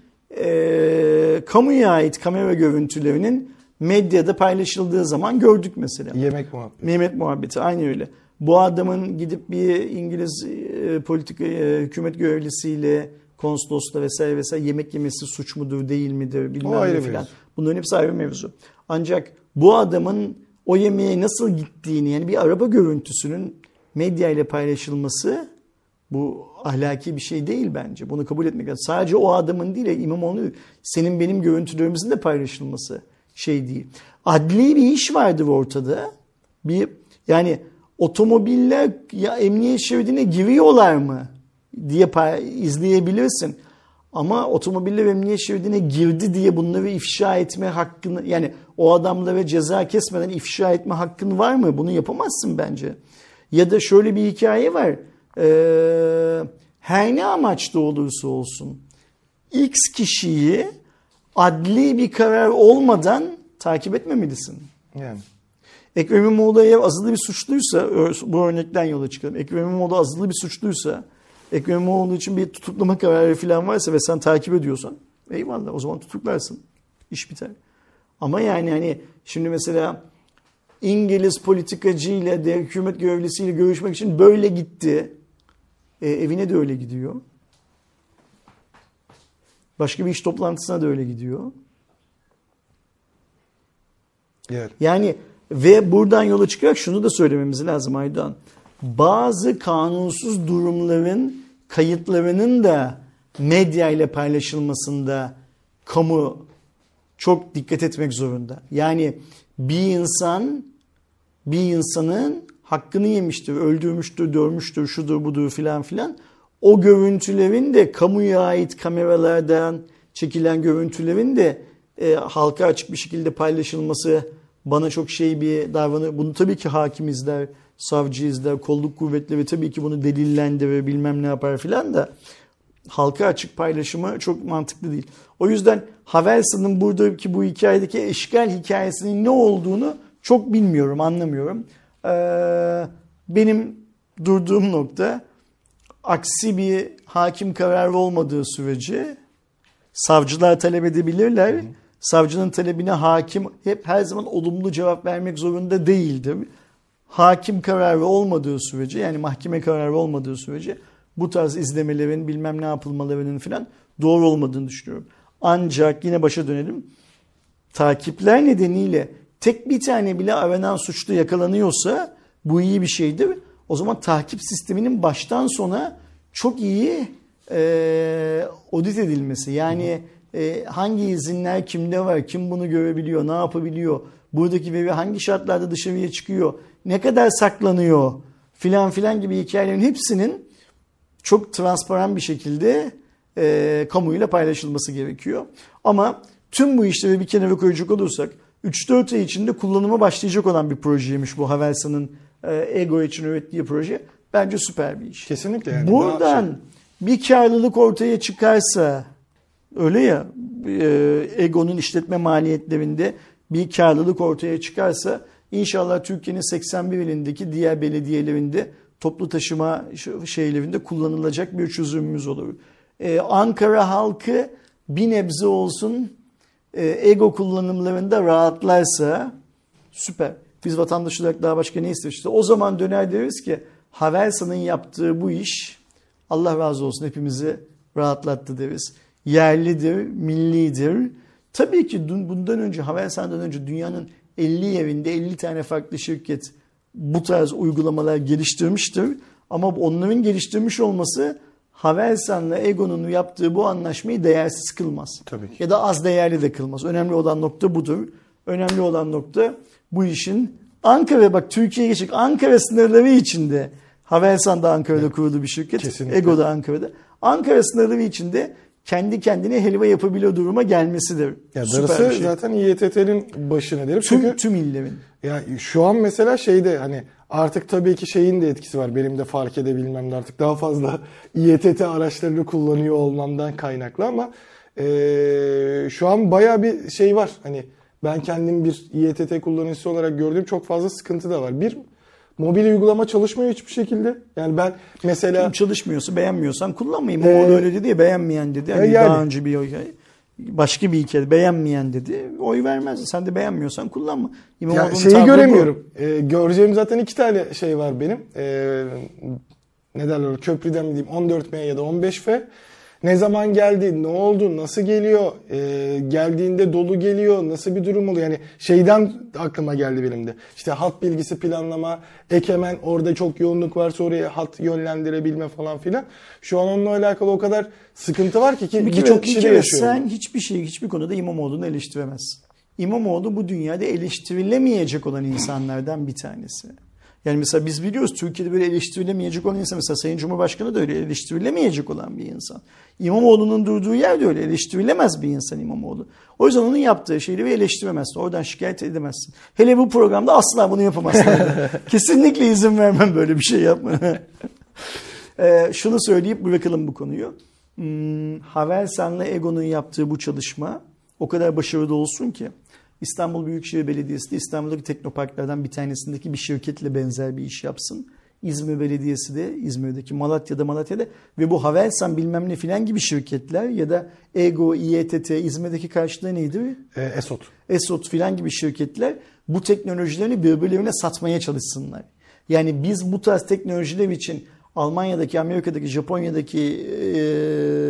e, kamuya ait kamera görüntülerinin medyada paylaşıldığı zaman gördük mesela. Yemek muhabbeti. Yemek muhabbeti aynı öyle. Bu adamın gidip bir İngiliz e, politika e, hükümet görevlisiyle konsolosla vesaire vesaire yemek yemesi suç mudur değil midir bilmem ne filan. Bunların hepsi ayrı mevzu. Ancak bu adamın o yemeğe nasıl gittiğini yani bir araba görüntüsünün medya ile paylaşılması bu ahlaki bir şey değil bence. Bunu kabul etmek lazım. Sadece o adamın değil İmamoğlu senin benim görüntülerimizin de paylaşılması şey değil. Adli bir iş vardır ortada. Bir yani otomobiller ya emniyet şeridine giriyorlar mı diye izleyebilirsin. Ama otomobiller emniyet şeridine girdi diye bunları ifşa etme hakkını yani o adamlara ceza kesmeden ifşa etme hakkın var mı? Bunu yapamazsın bence. Ya da şöyle bir hikaye var. Ee, her ne amaçta olursa olsun X kişiyi adli bir karar olmadan takip etmemelisin. Yani. Ekrem İmamoğlu eğer azılı bir suçluysa, bu örnekten yola çıkalım. Ekrem İmamoğlu azılı bir suçluysa, Ekrem İmamoğlu için bir tutuklama kararı falan varsa ve sen takip ediyorsan, eyvallah o zaman tutuklarsın. İş biter. Ama yani hani şimdi mesela İngiliz politikacıyla de hükümet görevlisiyle görüşmek için böyle gitti. E, evine de öyle gidiyor. Başka bir iş toplantısına da öyle gidiyor. Evet. Yani ve buradan yola çıkarak şunu da söylememiz lazım Aydoğan. Bazı kanunsuz durumların kayıtlarının da medya ile paylaşılmasında kamu çok dikkat etmek zorunda. Yani bir insan bir insanın hakkını yemiştir, öldürmüştür, dövmüştür, şudur budur filan filan. O görüntülerin de kamuya ait kameralardan çekilen görüntülerin de e, halka açık bir şekilde paylaşılması bana çok şey bir davranış. Bunu tabii ki hakim izler, savcı izler, kolluk kuvvetleri tabii ki bunu delillendirir, bilmem ne yapar filan da halka açık paylaşımı çok mantıklı değil. O yüzden Havelsan'ın buradaki bu hikayedeki eşkal hikayesinin ne olduğunu çok bilmiyorum, anlamıyorum. Ee, benim durduğum nokta aksi bir hakim kararı olmadığı sürece savcılar talep edebilirler. Hı hı. Savcının talebine hakim hep her zaman olumlu cevap vermek zorunda değildir. Hakim kararı olmadığı sürece, yani mahkeme kararı olmadığı sürece bu tarz izlemelerin, bilmem ne yapılmalarının falan doğru olmadığını düşünüyorum. Ancak yine başa dönelim. Takipler nedeniyle tek bir tane bile aranan suçlu yakalanıyorsa bu iyi bir şeydir. O zaman takip sisteminin baştan sona çok iyi e, audit edilmesi. Yani e, hangi izinler kimde var, kim bunu görebiliyor, ne yapabiliyor, buradaki veri hangi şartlarda dışarıya çıkıyor, ne kadar saklanıyor filan filan gibi hikayelerin hepsinin çok transparan bir şekilde e, kamuyla paylaşılması gerekiyor. Ama tüm bu işleri bir kenara koyacak olursak üç dört ay içinde kullanıma başlayacak olan bir projeymiş bu Havelsan'ın e, Ego için ürettiği proje. Bence süper bir iş. Kesinlikle. Yani buradan şey... bir karlılık ortaya çıkarsa, öyle ya, e, Ego'nun işletme maliyetlerinde bir karlılık ortaya çıkarsa inşallah Türkiye'nin seksen bir ilindeki diğer belediyelerinde toplu taşıma şeylerinde kullanılacak bir çözümümüz olur. Ee, Ankara halkı bir nebze olsun e, Ego kullanımlarında rahatlarsa süper. Biz vatandaş olarak daha başka ne isteriz? İşte o zaman döner deriz ki Havelsan'ın yaptığı bu iş Allah razı olsun hepimizi rahatlattı deriz. Yerlidir, millidir. Tabii ki bundan önce, Havelsan'dan önce dünyanın elli yerinde elli tane farklı şirket bu tarz uygulamalar geliştirmiştir. Ama onların geliştirmiş olması Havelsan'la Ego'nun yaptığı bu anlaşmayı değersiz kılmaz. Tabii ki. Ya da az değerli de kılmaz. Önemli olan nokta budur. Önemli olan nokta bu işin Ankara, bak Türkiye'ye geçecek, Ankara sınırları içinde, Havelsan da Ankara'da evet. kurulu bir şirket. Kesinlikle. Ego da Ankara'da. Ankara sınırları içinde kendi kendine helva yapabiliyor duruma gelmesidir. Ya darısı şey. Zaten İ E T T'nin başına derim. Tüm, Çünkü tüm illerin. Ya şu an mesela şeyde hani artık tabii ki şeyin de etkisi var. Benim de fark edebilmem de artık daha fazla İ E T T araçlarını kullanıyor olmamdan kaynaklı ama ee, şu an bayağı bir şey var. Hani ben kendim bir İ E T T kullanıcısı olarak gördüğüm çok fazla sıkıntı da var. Bir, mobil uygulama çalışmıyor hiçbir şekilde. Yani ben mesela... Kim çalışmıyorsa, beğenmiyorsan kullanmayayım. Ee, o öyle dedi ya, beğenmeyen dedi. Yani, yani daha önce bir başka bir hikaye, beğenmeyen dedi. Oy vermez. Sen de beğenmiyorsan kullanma. Ya şeyi göremiyorum. Ee, göreceğim zaten iki tane şey var benim. Ee, ne derler, köprüden mi diyeyim, on dört M ya da on beş F. Ne zaman geldi, ne oldu, nasıl geliyor, ee, geldiğinde dolu geliyor, nasıl bir durum oluyor? Yani şeyden aklıma geldi benim de. İşte hat bilgisi planlama, ek hemen orada çok yoğunluk varsa oraya hat yönlendirebilme falan filan. Şu an onunla alakalı o kadar sıkıntı var ki ki birçok kişi de yaşıyor. Sen hiçbir şey, hiçbir konuda İmamoğlu'nu eleştiremezsin. İmamoğlu bu dünyada eleştirilemeyecek olan insanlardan bir tanesi. Yani mesela biz biliyoruz Türkiye'de böyle eleştirilemeyecek olan insan, mesela Sayın Cumhurbaşkanı da öyle eleştirilemeyecek olan bir insan. İmamoğlu'nun durduğu yer de öyle eleştirilemez bir insan İmamoğlu. O yüzden onun yaptığı şeyleri eleştiremezsin. Oradan şikayet edemezsin. Hele bu programda asla bunu yapamazsın. Kesinlikle izin vermem böyle bir şey yapmana. ee, şunu söyleyip bırakalım bu konuyu. Hmm, Havelsan'la Ego'nun yaptığı bu çalışma o kadar başarılı olsun ki İstanbul Büyükşehir Belediyesi de İstanbul'daki teknoparklardan bir tanesindeki bir şirketle benzer bir iş yapsın. İzmir Belediyesi de İzmir'deki, Malatya'da Malatya'da ve bu Havelsan bilmem ne filan gibi şirketler ya da Ego, İ E T T, İzmir'deki karşılığı neydi? E, Esot. Esot filan gibi şirketler bu teknolojilerini birbirlerine satmaya çalışsınlar. Yani biz bu tarz teknolojiler için Almanya'daki, Amerika'daki, Japonya'daki, e,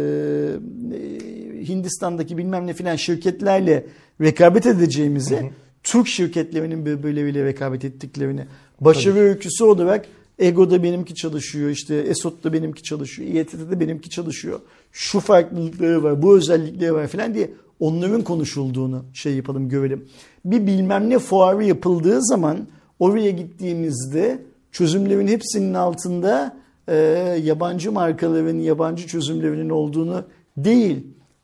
Hindistan'daki bilmem ne filan şirketlerle rekabet edeceğimizi, hı hı. Türk şirketlerinin birbirleriyle rekabet ettiklerini. Başarı Tabii. öyküsü olarak Ego'da benimki çalışıyor, işte Esot'ta benimki çalışıyor, İ E T T'de benimki çalışıyor. Şu farklılıkları var, bu özellikleri var falan diye onların konuşulduğunu şey yapalım, görelim. Bir bilmem ne fuarı yapıldığı zaman oraya gittiğimizde çözümlerin hepsinin altında e, yabancı markaların, yabancı çözümlerinin olduğunu değil,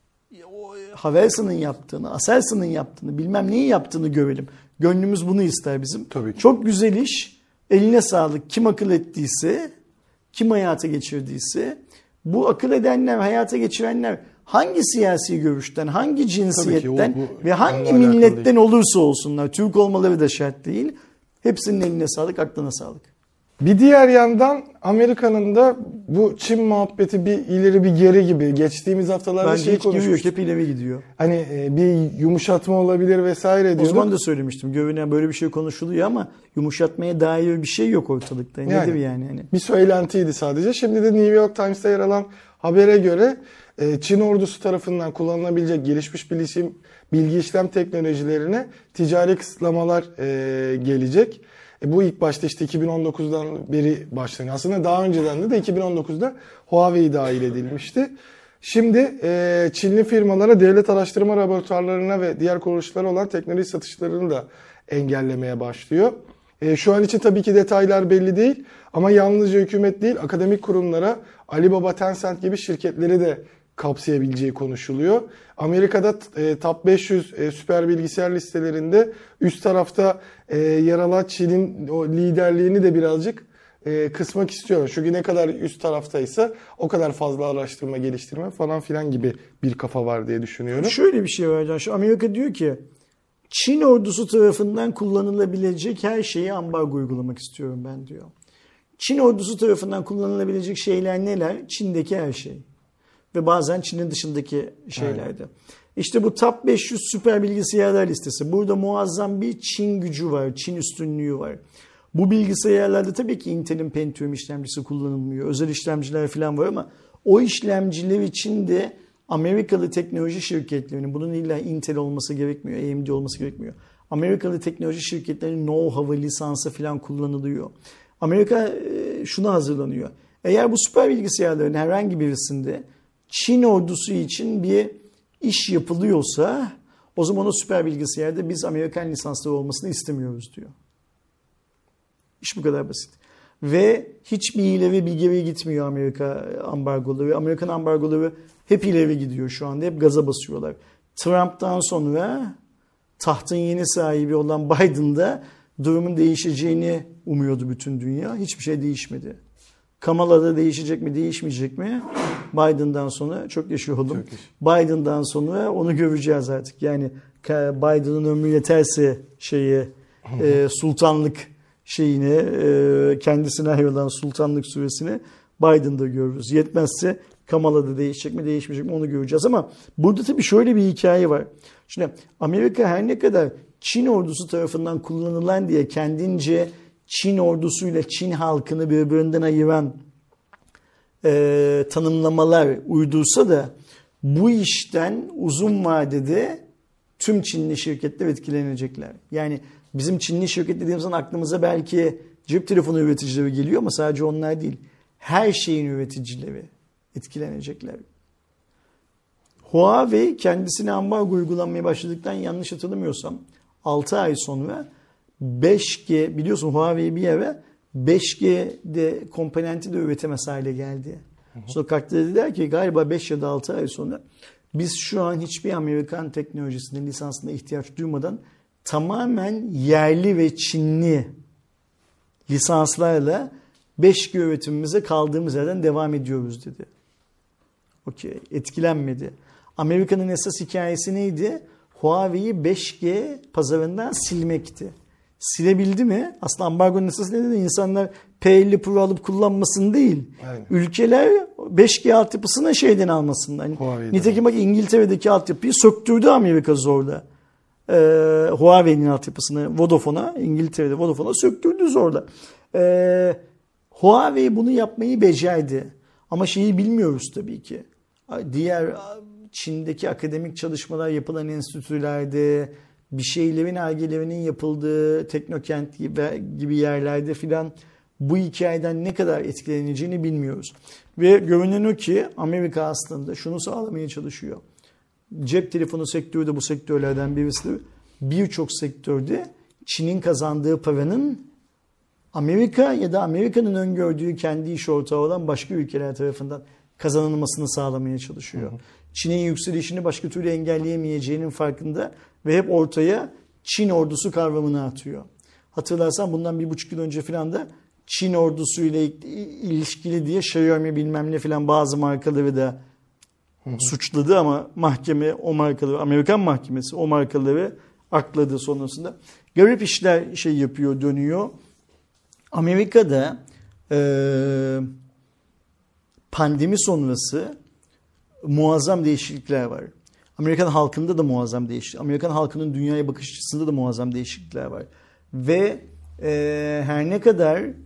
Havelsan'ın yaptığını, Aselsan'ın yaptığını, bilmem neyi yaptığını görelim. Gönlümüz bunu ister bizim. Tabii ki. Çok güzel iş. Eline sağlık. Kim akıl ettiyse, kim hayata geçirdiyse, bu akıl edenler, hayata geçirenler hangi siyasi görüşten, hangi cinsiyetten ki, o, ve hangi milletten olursa olsunlar, Türk olmaları da şart değil. Hepsinin eline sağlık, aklına sağlık. Bir diğer yandan Amerika'nın da bu Çin muhabbeti bir ileri bir geri gibi. Geçtiğimiz haftalarda Bence şey konuşmuştuk. konuşmuştuk. Hep ileri gidiyor. Hani bir yumuşatma olabilir vesaire diyorduk. O zaman da söylemiştim. Görünen böyle bir şey konuşuluyor ama yumuşatmaya dair bir şey yok ortalıkta. Nedir yani? yani? yani? Bir söylentiydi sadece. Şimdi de New York Times'ta yer alan habere göre Çin ordusu tarafından kullanılabilecek gelişmiş bilişim, bilgi işlem teknolojilerine ticari kısıtlamalar gelecek. E bu ilk başta işte iki bin on dokuzdan beri başlanıyor. Aslında daha önceden de, de iki bin on dokuzda Huawei dahil edilmişti. Şimdi e, Çinli firmalara, devlet araştırma laboratuvarlarına ve diğer kuruluşlara olan teknoloji satışlarını da engellemeye başlıyor. E, şu an için tabii ki detaylar belli değil ama yalnızca hükümet değil, akademik kurumlara, Alibaba, Tencent gibi şirketleri de kapsayabileceği konuşuluyor. Amerika'da e, Top beş yüz e, süper bilgisayar listelerinde üst tarafta e, yer alan Çin'in o liderliğini de birazcık e, kısmak istiyorlar. Çünkü ne kadar üst taraftaysa o kadar fazla araştırma, geliştirme falan filan gibi bir kafa var diye düşünüyorum. Şöyle bir şey var Can. Şu Amerika diyor ki Çin ordusu tarafından kullanılabilecek her şeyi ambargo uygulamak istiyorum ben diyor. Çin ordusu tarafından kullanılabilecek şeyler neler? Çin'deki her şey. Ve bazen Çin'in dışındaki şeylerde. Aynen. İşte bu Top beş yüz süper bilgisayarlar listesi. Burada muazzam bir Çin gücü var, Çin üstünlüğü var. Bu bilgisayarlarda tabii ki Intel'in Pentium işlemcisi kullanılmıyor. Özel işlemciler falan var ama o işlemciler için de Amerikalı teknoloji şirketlerinin, bunun illa Intel olması gerekmiyor, A M D olması gerekmiyor. Amerikalı teknoloji şirketlerinin know-how'ı, lisansı falan kullanılıyor. Amerika şuna hazırlanıyor. Eğer bu süper bilgisayarların herhangi birisinde Çin ordusu için bir iş yapılıyorsa o zaman o süper bilgisayarda biz Amerikan lisansları olmasını istemiyoruz diyor. İş bu kadar basit. Ve hiçbir ileri bir geri gitmiyor Amerika ambargoları. Amerikan ambargoları hep ileri gidiyor şu anda. Hep gaza basıyorlar. Trump'tan sonra tahtın yeni sahibi olan Biden'da durumun değişeceğini umuyordu bütün dünya. Hiçbir şey değişmedi. Kamala'da değişecek mi, değişmeyecek mi? Biden'dan sonra çok yaşıyordum. Çok Biden'dan sonra onu göreceğiz artık. Yani Biden'ın ömrü yeterse şeyi e, sultanlık şeyini e, kendisine ayrılan sultanlık süresini Biden'da görürüz. Yetmezse Kamala'da değişecek mi, değişmeyecek mi onu göreceğiz. Ama burada tabii şöyle bir hikaye var. Şimdi Amerika her ne kadar Çin ordusu tarafından kullanılan diye kendince Çin ordusuyla Çin halkını birbirinden ayıran e, tanımlamalar uydursa da bu işten uzun vadede tüm Çinli şirketler etkilenecekler. Yani bizim Çinli şirket dediğimiz zaman aklımıza belki cep telefonu üreticileri geliyor ama sadece onlar değil. Her şeyin üreticileri etkilenecekler. Huawei kendisine ambargo uygulanmaya başladıktan yanlış hatırlamıyorsam altı ay sonra beş G biliyorsun Huawei bir eve beş G'de komponenti de üretemez hale geldi. Hı hı. Sonra kalktı dediler ki galiba beş ya da altı ay sonra biz şu an hiçbir Amerikan teknolojisine, lisansına ihtiyaç duymadan tamamen yerli ve Çinli lisanslarla beş G üretimimize kaldığımız yerden devam ediyoruz dedi. Okey, etkilenmedi. Amerika'nın esas hikayesi neydi? Huawei'yi beş G pazarından silmekti. Silebildi mi? Aslında ambargonun esas nedeni insanlar P elli Pro alıp kullanmasın değil. Aynen. Ülkeler beş G altyapısına şeyden almasın. Yani nitekim bak İngiltere'deki altyapıyı söktürdü Amerika zorla. Ee, Huawei'nin altyapısını Vodafone'a, İngiltere'de Vodafone'a söktürdü zorla. Ee, Huawei bunu yapmayı becerdi. Ama şeyi bilmiyoruz tabii ki. Diğer Çin'deki akademik çalışmalar yapılan enstitülerde, bir şeylerin argelerinin yapıldığı Teknokent gibi, gibi yerlerde filan bu hikayeden ne kadar etkileneceğini bilmiyoruz. Ve görünen o ki Amerika aslında şunu sağlamaya çalışıyor. Cep telefonu sektörü de bu sektörlerden birisidir. Birçok sektörde Çin'in kazandığı paranın Amerika ya da Amerika'nın öngördüğü kendi iş ortağı olan başka ülkeler tarafından kazanılmasını sağlamaya çalışıyor. Hı hı. Çin'in yükselişini başka türlü engelleyemeyeceğinin farkında ve hep ortaya Çin ordusu kavramını atıyor. Hatırlarsan bundan bir buçuk yıl önce falan da Çin ordusuyla ilişkili diye Xiaomi bilmem ne falan bazı markaları da hı hı. suçladı ama mahkeme o markaları, Amerikan mahkemesi o markaları akladı sonrasında. Garip işler şey yapıyor, dönüyor. Amerika'da e, pandemi sonrası muazzam değişiklikler var. Amerikan halkında da muazzam değişiklikler. Amerikan halkının dünyaya bakış açısında da muazzam değişiklikler var. Ve e, her ne kadar e,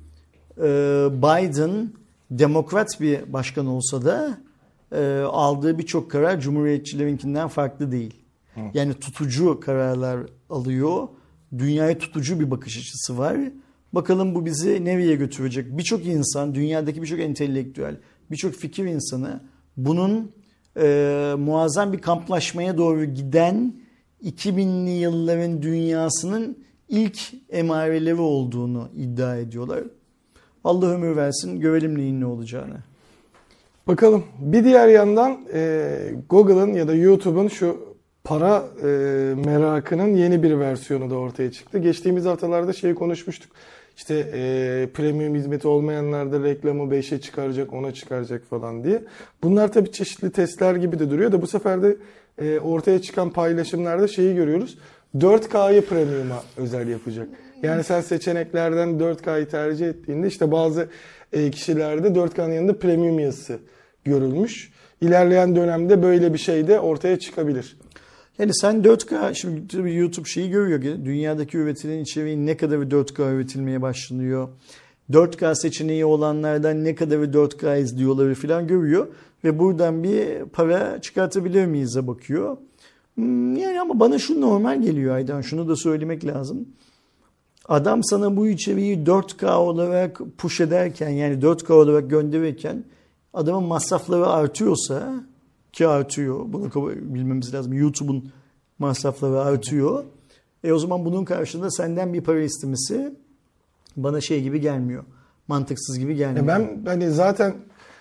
Biden demokrat bir başkan olsa da e, aldığı birçok karar cumhuriyetçilerinkinden farklı değil. Hı. Yani tutucu kararlar alıyor. Dünyaya tutucu bir bakış açısı var. Bakalım bu bizi nereye götürecek? Birçok insan, dünyadaki birçok entelektüel, birçok fikir insanı bunun e, muazzam bir kamplaşmaya doğru giden iki binli yılların dünyasının ilk emareleri olduğunu iddia ediyorlar. Allah ömür versin, görelim neyin ne olacağını. Bakalım. Bir diğer yandan e, Google'ın ya da YouTube'un şu para e, merakının yeni bir versiyonu da ortaya çıktı. Geçtiğimiz haftalarda şeyi konuşmuştuk. İşte e, premium hizmeti olmayanlar da reklamı beşe çıkaracak, ona çıkaracak falan diye. Bunlar tabii çeşitli testler gibi de duruyor da bu sefer de e, ortaya çıkan paylaşımlarda şeyi görüyoruz. dört K'yı premium'a özel yapacak. Yani sen seçeneklerden dört K'yı tercih ettiğinde işte bazı e, kişilerde dört K'nın yanında premium yazısı görülmüş. İlerleyen dönemde böyle bir şey de ortaya çıkabilir. Yani sen dört K, şimdi tabii YouTube şeyi görüyor ki dünyadaki üretilen içeriğin ne kadarı dört K üretilmeye başlanıyor. dört K seçeneği olanlardan ne kadarı dört K izliyorları falan görüyor. Ve buradan bir para çıkartabilir miyiz'e bakıyor. Yani ama bana şu normal geliyor Aydan, şunu da söylemek lazım. Adam sana bu içeriği dört K olarak push ederken, yani dört K olarak gönderirken adamın masrafları artıyorsa, ki artıyor, bunu bilmemiz lazım, YouTube'un masrafları artıyor. E o zaman bunun karşılığında senden bir para istemesi bana şey gibi gelmiyor. Mantıksız gibi gelmiyor. E ben hani zaten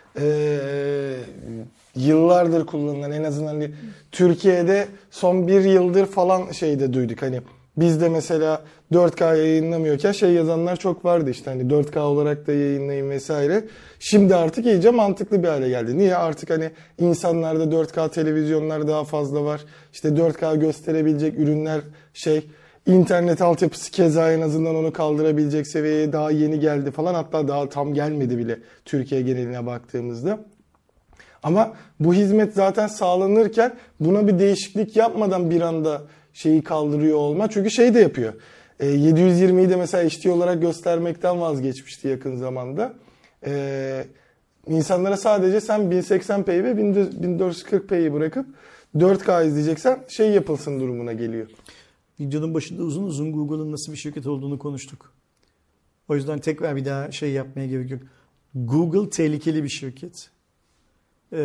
ee, yıllardır kullanılan, en azından hani Türkiye'de son bir yıldır falan şeyde duyduk. Hani bizde mesela dört K yayınlamıyorken şey yazanlar çok vardı, işte hani dört K olarak da yayınlayın vesaire. Şimdi artık iyice mantıklı bir hale geldi. Niye? Artık hani insanlarda dört K televizyonlar daha fazla var. İşte dört K gösterebilecek ürünler şey, internet altyapısı keza en azından onu kaldırabilecek seviyeye daha yeni geldi falan. Hatta daha tam gelmedi bile Türkiye geneline baktığımızda. Ama bu hizmet zaten sağlanırken buna bir değişiklik yapmadan bir anda şeyi kaldırıyor olma. Çünkü şey de yapıyor. E, yedi yüz yirmiyi de mesela H D olarak göstermekten vazgeçmişti yakın zamanda. E, insanlara sadece sen bin seksen p'yi ve bin dört yüz kırk p'yi bırakıp dört K izleyeceksen şey yapılsın durumuna geliyor. Videonun başında uzun uzun Google'ın nasıl bir şirket olduğunu konuştuk. O yüzden tekrar bir daha şey yapmaya gerek yok. Google tehlikeli bir şirket. Ee,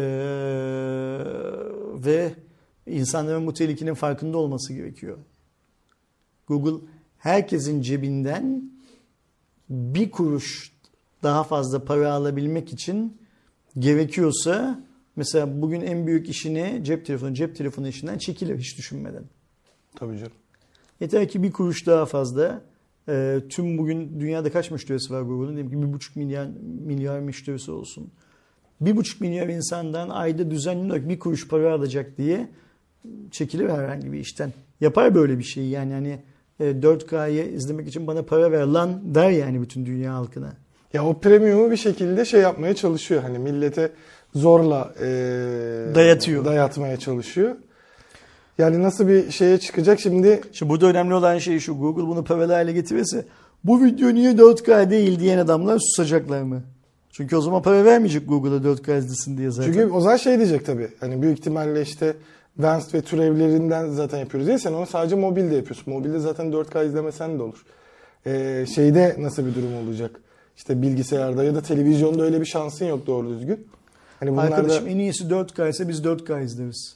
ve insanların bu tehlikenin farkında olması gerekiyor. Google herkesin cebinden bir kuruş daha fazla para alabilmek için gerekiyorsa mesela bugün en büyük işini cep telefonu, cep telefonu işinden çekilir hiç düşünmeden. Tabii canım. Yeter ki bir kuruş daha fazla. E, tüm bugün dünyada kaç müşterisi var Google'un? Diyelim ki bir buçuk milyar, milyar müşterisi olsun. Bir buçuk milyar insandan ayda düzenli olarak bir kuruş para alacak diye çekilir herhangi bir işten. Yapar böyle bir şey yani hani e, dört K'yı izlemek için bana para ver lan der yani bütün dünya halkına. Ya o premiumu bir şekilde şey yapmaya çalışıyor. Hani millete zorla e, dayatıyor. Dayatmaya çalışıyor. Yani nasıl bir şeye çıkacak şimdi? Şimdi burada önemli olan şey şu: Google bunu paralı hale getirirse bu video niye dört K değil diyen adamlar susacaklar mı? Çünkü o zaman para vermeyecek Google'a dört K izlesin diye zaten. Çünkü o zaman şey diyecek tabii. Hani büyük ihtimalle işte Vans ve türevlerinden zaten yapıyoruz değil. Sen onu sadece mobilde yapıyorsun. Mobilde zaten dört K izlemesen de olur. Ee, şeyde nasıl bir durum olacak? İşte bilgisayarda ya da televizyonda öyle bir şansın yok doğru düzgün. Hani bunlarda... Arkadaşım en iyisi dört K ise biz dört K izleriz.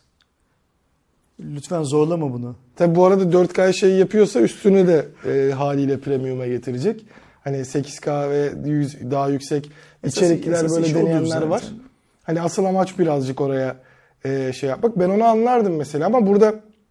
Lütfen zorlama bunu. Tabi bu arada dört K şey yapıyorsa üstünü de e, haliyle premium'a getirecek. Hani sekiz K ve yüz, daha yüksek esas, içerikler esas böyle deneyenler var. Hani asıl amaç birazcık oraya e, şey yapmak. Ben onu anlardım mesela ama burada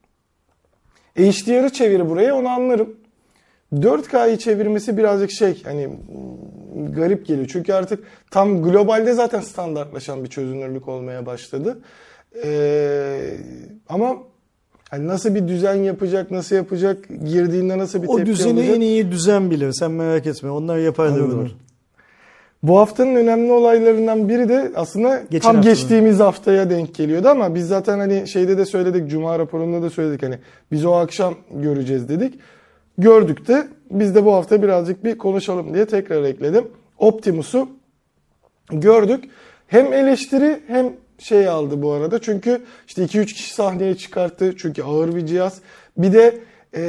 H D R'ı çevir buraya onu anlarım. dört K'yı çevirmesi birazcık şey hani garip geliyor. Çünkü artık tam globalde zaten standartlaşan bir çözünürlük olmaya başladı. Ee, ama hani nasıl bir düzen yapacak, nasıl yapacak, girdiğinde nasıl bir o tepki alacak? O düzeni en iyi düzen bilir. Sen merak etme. Onlar yaparlar bunu. Bu haftanın önemli olaylarından biri de aslında Geçen tam hafta geçtiğimiz mı? haftaya denk geliyordu ama biz zaten hani şeyde de söyledik, Cuma raporunda da söyledik hani biz o akşam göreceğiz dedik. Gördük de biz de bu hafta birazcık bir konuşalım diye tekrar ekledim. Optimus'u gördük. Hem eleştiri hem şey aldı bu arada. Çünkü işte iki üç kişi sahneye çıkarttı. Çünkü ağır bir cihaz. Bir de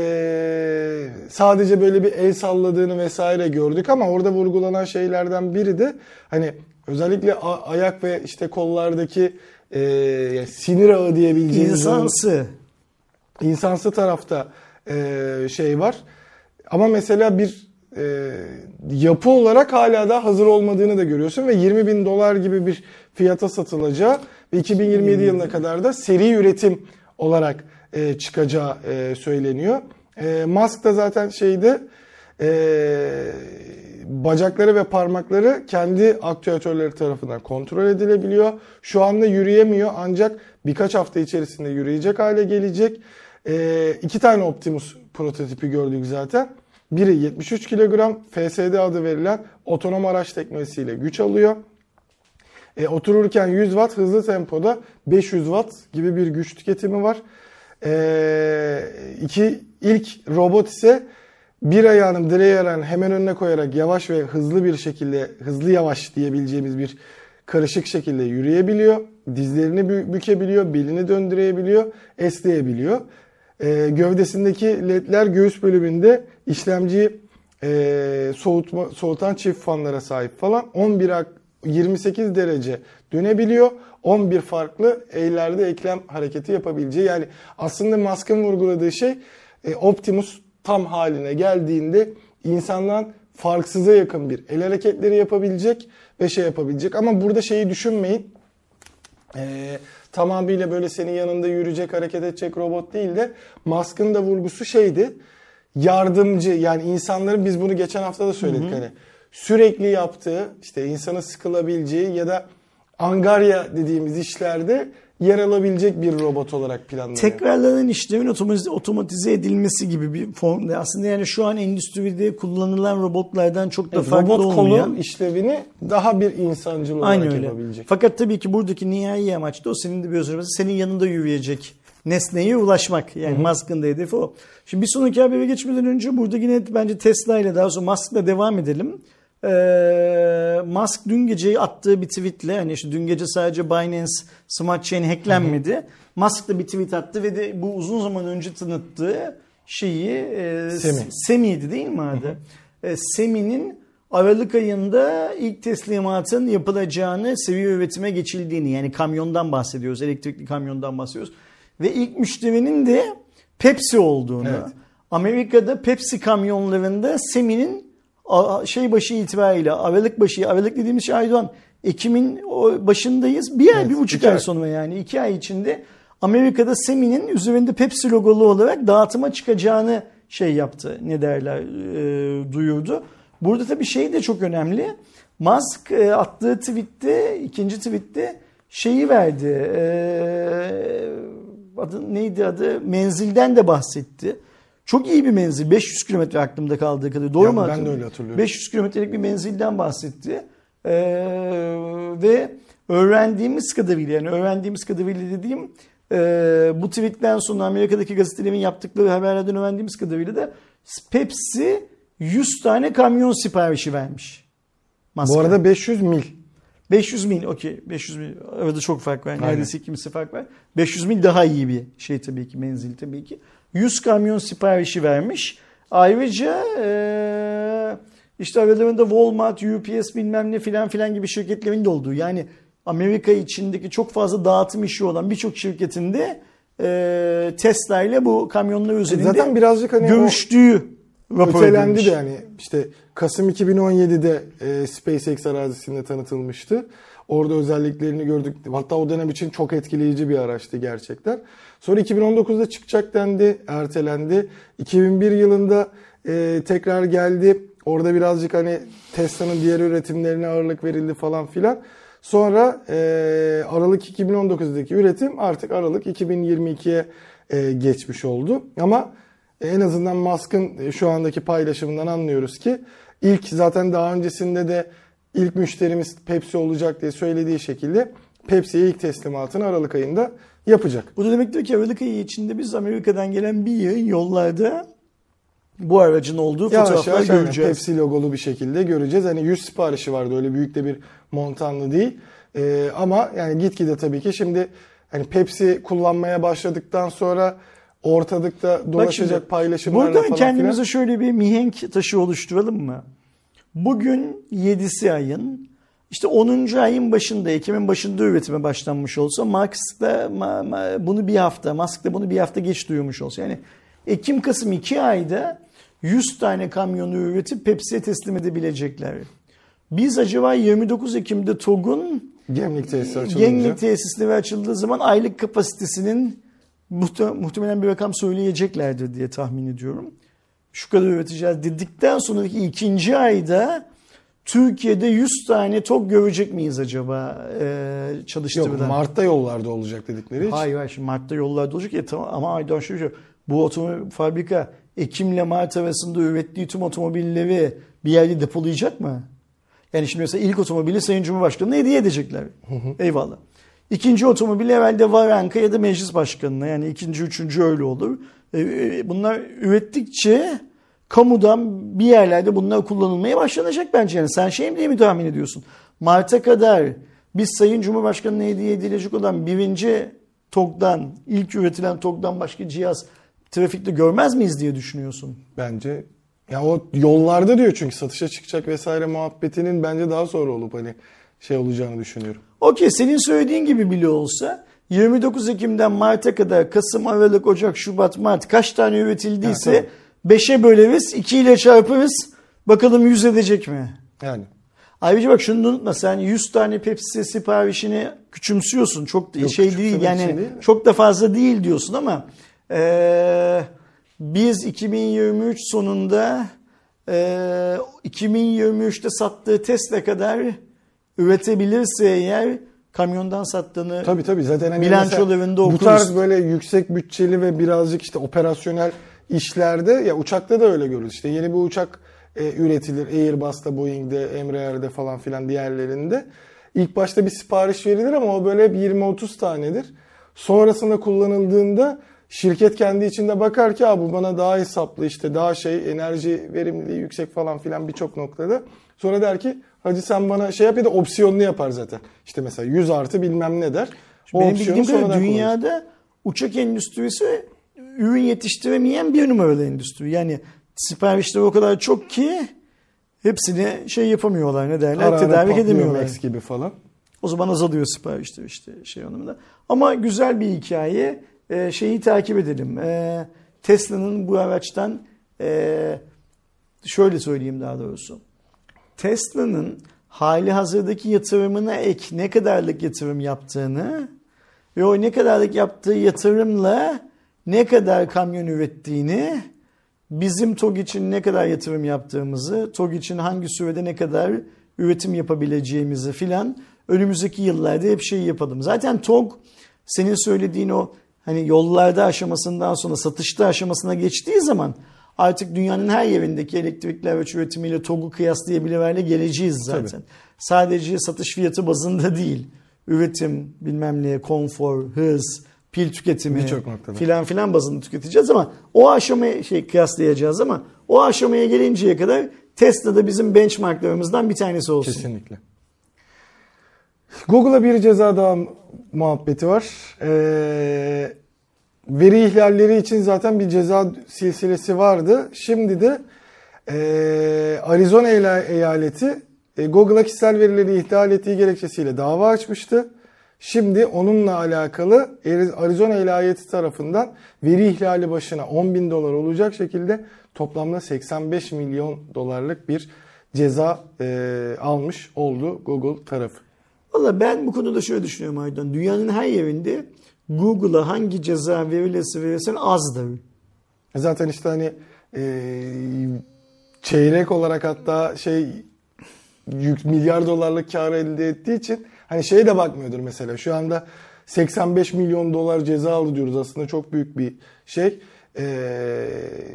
ee, sadece böyle bir el salladığını vesaire gördük ama orada vurgulanan şeylerden biri de hani özellikle a- ayak ve işte kollardaki ee, yani sinir ağı diyebileceğimiz insansı insansı tarafta ee, şey var. Ama mesela bir e, yapı olarak hala da hazır olmadığını da görüyorsun ve yirmi bin dolar gibi bir fiyata satılacağı ve iki bin yirmi yedi yılına kadar da seri üretim olarak e, çıkacağı e, söyleniyor. E, Musk da zaten şeyde e, bacakları ve parmakları kendi aktüatörleri tarafından kontrol edilebiliyor. Şu anda yürüyemiyor ancak birkaç hafta içerisinde yürüyecek hale gelecek. E, iki tane Optimus prototipi gördük zaten. Biri yetmiş üç kilogram F S D adı verilen otonom araç teknolojisiyle güç alıyor. E, otururken yüz watt, hızlı tempoda beş yüz watt gibi bir güç tüketimi var. E, iki, ilk robot ise bir ayağını direğe yaran hemen önüne koyarak yavaş ve hızlı bir şekilde, hızlı yavaş diyebileceğimiz bir karışık şekilde yürüyebiliyor. Dizlerini bükebiliyor, belini döndürebiliyor, esneyebiliyor. E, gövdesindeki ledler göğüs bölümünde işlemciyi e, soğutma, soğutan çift fanlara sahip falan. on bir yirmi sekiz derece dönebiliyor. on bir farklı eğlerde eklem hareketi yapabileceği. Yani aslında Musk'ın vurguladığı şey e, Optimus tam haline geldiğinde insandan farksıza yakın bir el hareketleri yapabilecek ve şey yapabilecek. Ama burada şeyi düşünmeyin. Eee tamamıyla böyle senin yanında yürüyecek, hareket edecek robot değil de Musk'ın da vurgusu şeydi. Yardımcı yani insanların biz bunu geçen hafta da söyledik. Hı hı. Hani sürekli yaptığı işte insanın sıkılabileceği ya da angarya dediğimiz işlerde yer alabilecek bir robot olarak planlanıyor. Tekrarlanan işlemin otomatize, otomatize edilmesi gibi bir form. Aslında yani şu an endüstride kullanılan robotlardan çok da evet, farklı robot olmayan. Robot kolu işlevini daha bir insancıl olarak Aynen öyle yapabilecek. Fakat tabii ki buradaki nihai amaç da o senin de bir özürmesi. Senin yanında yürüyecek nesneye ulaşmak. Yani Musk'ın da hedefi o. Şimdi bir sonraki habere geçmeden önce burada yine bence Tesla ile daha sonra Musk'la devam edelim. Ee, Musk dün gece attığı bir tweetle hani işte dün gece sadece Binance Smart Chain hacklenmedi. Hı hı. Musk da bir tweet attı ve de bu uzun zaman önce tanıttığı şeyi e, Semi. Semi'ydi değil mi adı? Hı hı. E, Semi'nin Aralık ayında ilk teslimatın yapılacağını, seviye üretime geçildiğini yani kamyondan bahsediyoruz, elektrikli kamyondan bahsediyoruz. Ve ilk müşterinin de Pepsi olduğunu. Evet. Amerika'da Pepsi kamyonlarında Semi'nin şey başı itibariyle Aralık başı, Aralık dediğimiz şey Aydoğan, Ekim'in başındayız. Bir ay, evet, bir buçuk ay, ay sonra yani iki ay içinde Amerika'da Semi'nin üzerinde Pepsi logolu olarak dağıtıma çıkacağını şey yaptı, ne derler, e, duyurdu. Burada tabii şey de çok önemli. Musk e, attığı tweette, ikinci tweette şeyi verdi. E, adı neydi adı? Menzilden de bahsetti. Çok iyi bir menzil. beş yüz kilometre aklımda kaldığı kadar. Doğru ya mu? Ben de öyle hatırlıyorum. beş yüz kilometrelik bir menzilden bahsetti. Ee, ve öğrendiğimiz kadarıyla yani öğrendiğimiz kadarıyla dediğim e, bu tweetten sonra Amerika'daki gazetelerin yaptıkları haberlerden öğrendiğimiz kadarıyla da Pepsi yüz tane kamyon siparişi vermiş. Musk'a. Bu arada beş yüz mil. beş yüz mil okey. beş yüz mil arada çok fark var. Aynen. Neredeyse iki misli fark var. beş yüz mil daha iyi bir şey tabii ki, menzil tabii ki. yüz kamyon siparişi vermiş. Ayrıca ee, işte aralarında Walmart, U P S bilmem ne filan filan gibi şirketlerin de olduğu, yani Amerika içindeki çok fazla dağıtım işi olan birçok şirketinde e, Tesla ile bu kamyonlar üzerinde zaten birazcık hani görüştüğü rapor ötelendi edilmiş. de, yani işte Kasım iki bin on yedide e, SpaceX arazisinde tanıtılmıştı. Orada özelliklerini gördük. Hatta o dönem için çok etkileyici bir araçtı gerçekten. Sonra iki bin on dokuzda çıkacak dendi, ertelendi. iki bin bir yılında e, tekrar geldi. Orada birazcık hani Tesla'nın diğer üretimlerine ağırlık verildi falan filan. Sonra e, Aralık iki bin on dokuzdaki üretim artık Aralık iki bin yirmi ikiye e, geçmiş oldu. Ama en azından Musk'ın şu andaki paylaşımından anlıyoruz ki ilk, zaten daha öncesinde de ilk müşterimiz Pepsi olacak diye söylediği şekilde Pepsi'ye ilk teslimatını Aralık ayında yapacak. Bu da demektir ki Aralık ayı içinde biz Amerika'dan gelen bir yığın yollarda bu aracın olduğu Yavaş fotoğraflar yavaş göreceğiz. Pepsi logolu bir şekilde göreceğiz. Hani yüz siparişi vardı, öyle büyük de bir montanlı değil. Ee, ama yani gitgide tabii ki şimdi hani Pepsi kullanmaya başladıktan sonra ortalıkta dolaşacak şimdi, paylaşımlarla buradan falan kendimize filan. şöyle bir mihenk taşı oluşturalım mı? Bugün yedisi ayın, işte onuncu ayın başında, Ekim'in başında üretime başlanmış olsa, Musk da bunu bir hafta, Musk da bunu bir hafta geç duyurmuş olsa, yani Ekim, Kasım iki ayda yüz tane kamyonu üretip Pepsi'ye teslim edebilecekler. Biz acaba yirmi dokuz Ekim'de TOG'un Gemlik tesisi açılınca, Gemlik tesisleri açıldığı zaman aylık kapasitesinin muhtemelen bir rakam söyleyeceklerdir diye tahmin ediyorum. Şu kadar üreteceğiz dedikten sonraki ikinci ayda Türkiye'de yüz tane TOG görecek miyiz acaba e, çalıştırılan? Yok, Mart'ta yollarda olacak dedikleri için. Hayır hayır, şimdi Mart'ta yollarda olacak ya, tamam, ama Aydan şöyle şey, bu otomobil fabrika Ekim ile Mart arasında ürettiği tüm otomobilleri bir yerde depolayacak mı? Yani şimdi mesela ilk otomobili Sayın Cumhurbaşkanı'na hediye edecekler. Hı hı. Eyvallah. İkinci otomobili evvelde Varanka ya da Meclis Başkanı'na, yani ikinci, üçüncü öyle olur. Bunlar ürettikçe kamudan bir yerlerde bunlar kullanılmaya başlanacak bence. Yani sen şey mi diye mi tahmin ediyorsun? Mart'a kadar biz Sayın Cumhurbaşkanı'na hediye edilecek olan birinci TOG'dan, ilk üretilen TOG'dan başka cihaz trafikte görmez miyiz diye düşünüyorsun? Bence ya o yollarda diyor, çünkü satışa çıkacak vesaire muhabbetinin bence daha sonra olup hani şey olacağını düşünüyorum. Okey, senin söylediğin gibi bile olsa yirmi dokuz Ekim'den Mart'a kadar, Kasım, Aralık, Ocak, Şubat, Mart kaç tane üretildiyse yani, beşe böleriz, iki ile çarparız, bakalım yüz edecek mi? Yani. Ayrıca bak şunu unutma, sen yüz tane Pepsi siparişini küçümsüyorsun. Çok Yok, şey değil yani şey değil çok da fazla değil diyorsun ama ee, biz iki bin yirmi üç sonunda ee, iki bin yirmi üçte sattığı Tesla kadar üretebilirse eğer kamyondan sattığını tabii, tabii. Zaten hani bilançolarında okuruz. Bu tarz böyle yüksek bütçeli ve birazcık işte operasyonel işlerde, ya uçakta da öyle görürüz. İşte yeni bir uçak e, üretilir. Airbus'ta, Boeing'de, Embraer'de falan filan diğerlerinde. İlk başta bir sipariş verilir ama o böyle yirmi otuz tanedir. Sonrasında kullanıldığında şirket kendi içinde bakar ki bu bana daha hesaplı, işte daha şey, enerji verimliliği yüksek falan filan birçok noktada. Sonra der ki hacı sen bana şey yap, ya da opsiyonlu yapar zaten. İşte mesela yüz artı bilmem ne der. O benim bildiğim kadarıyla dünyada kullanır. Uçak endüstrisi ürün yetiştiremeyen bir numaralı endüstri. Yani siparişler o kadar çok ki hepsini şey yapamıyorlar, ne derler, ara tedarik ara edemiyorlar. Max gibi falan. O zaman azalıyor siparişler işte şey anlamında. Ama güzel bir hikaye. Ee, şeyi takip edelim. Ee, Tesla'nın bu araçtan e, şöyle söyleyeyim daha doğrusu. Tesla'nın hali hazırdaki yatırımına ek ne kadarlık yatırım yaptığını ve o ne kadarlık yaptığı yatırımla ne kadar kamyon ürettiğini, bizim TOG için ne kadar yatırım yaptığımızı, TOG için hangi sürede ne kadar üretim yapabileceğimizi filan önümüzdeki yıllarda hep şey yapalım. Zaten TOG senin söylediğin o hani yollarda aşamasından sonra satışta aşamasına geçtiği zaman artık dünyanın her yerindeki elektrikli araç üretimiyle TOG'u kıyaslayabilir hale geleceğiz zaten. Tabii. Sadece satış fiyatı bazında değil. Üretim, bilmem ne, konfor, hız, pil tüketimi filan filan bazında tüketeceğiz ama o aşamaya şey kıyaslayacağız ama o aşamaya gelinceye kadar Tesla da bizim benchmarklarımızdan bir tanesi olsun. Kesinlikle. Google'a bir ceza daha muhabbeti var. Ee, veri ihlalleri için zaten bir ceza silsilesi vardı. Şimdi de e, Arizona eyaleti e, Google'a kişisel verileri ihlal ettiği gerekçesiyle dava açmıştı. Şimdi onunla alakalı Arizona eyaleti tarafından veri ihlali başına on bin dolar olacak şekilde toplamda seksen beş milyon dolarlık bir ceza e, almış oldu Google tarafı. Valla ben bu konuda şöyle düşünüyorum Aydan. Dünyanın her yerinde Google'a hangi ceza verilirse verilsin azdır. Zaten işte hani e, çeyrek olarak hatta şey milyar dolarlık kar elde ettiği için hani şeye de bakmıyordur mesela. Şu anda seksen beş milyon dolar ceza aldı diyoruz. Aslında çok büyük bir şey. Ee,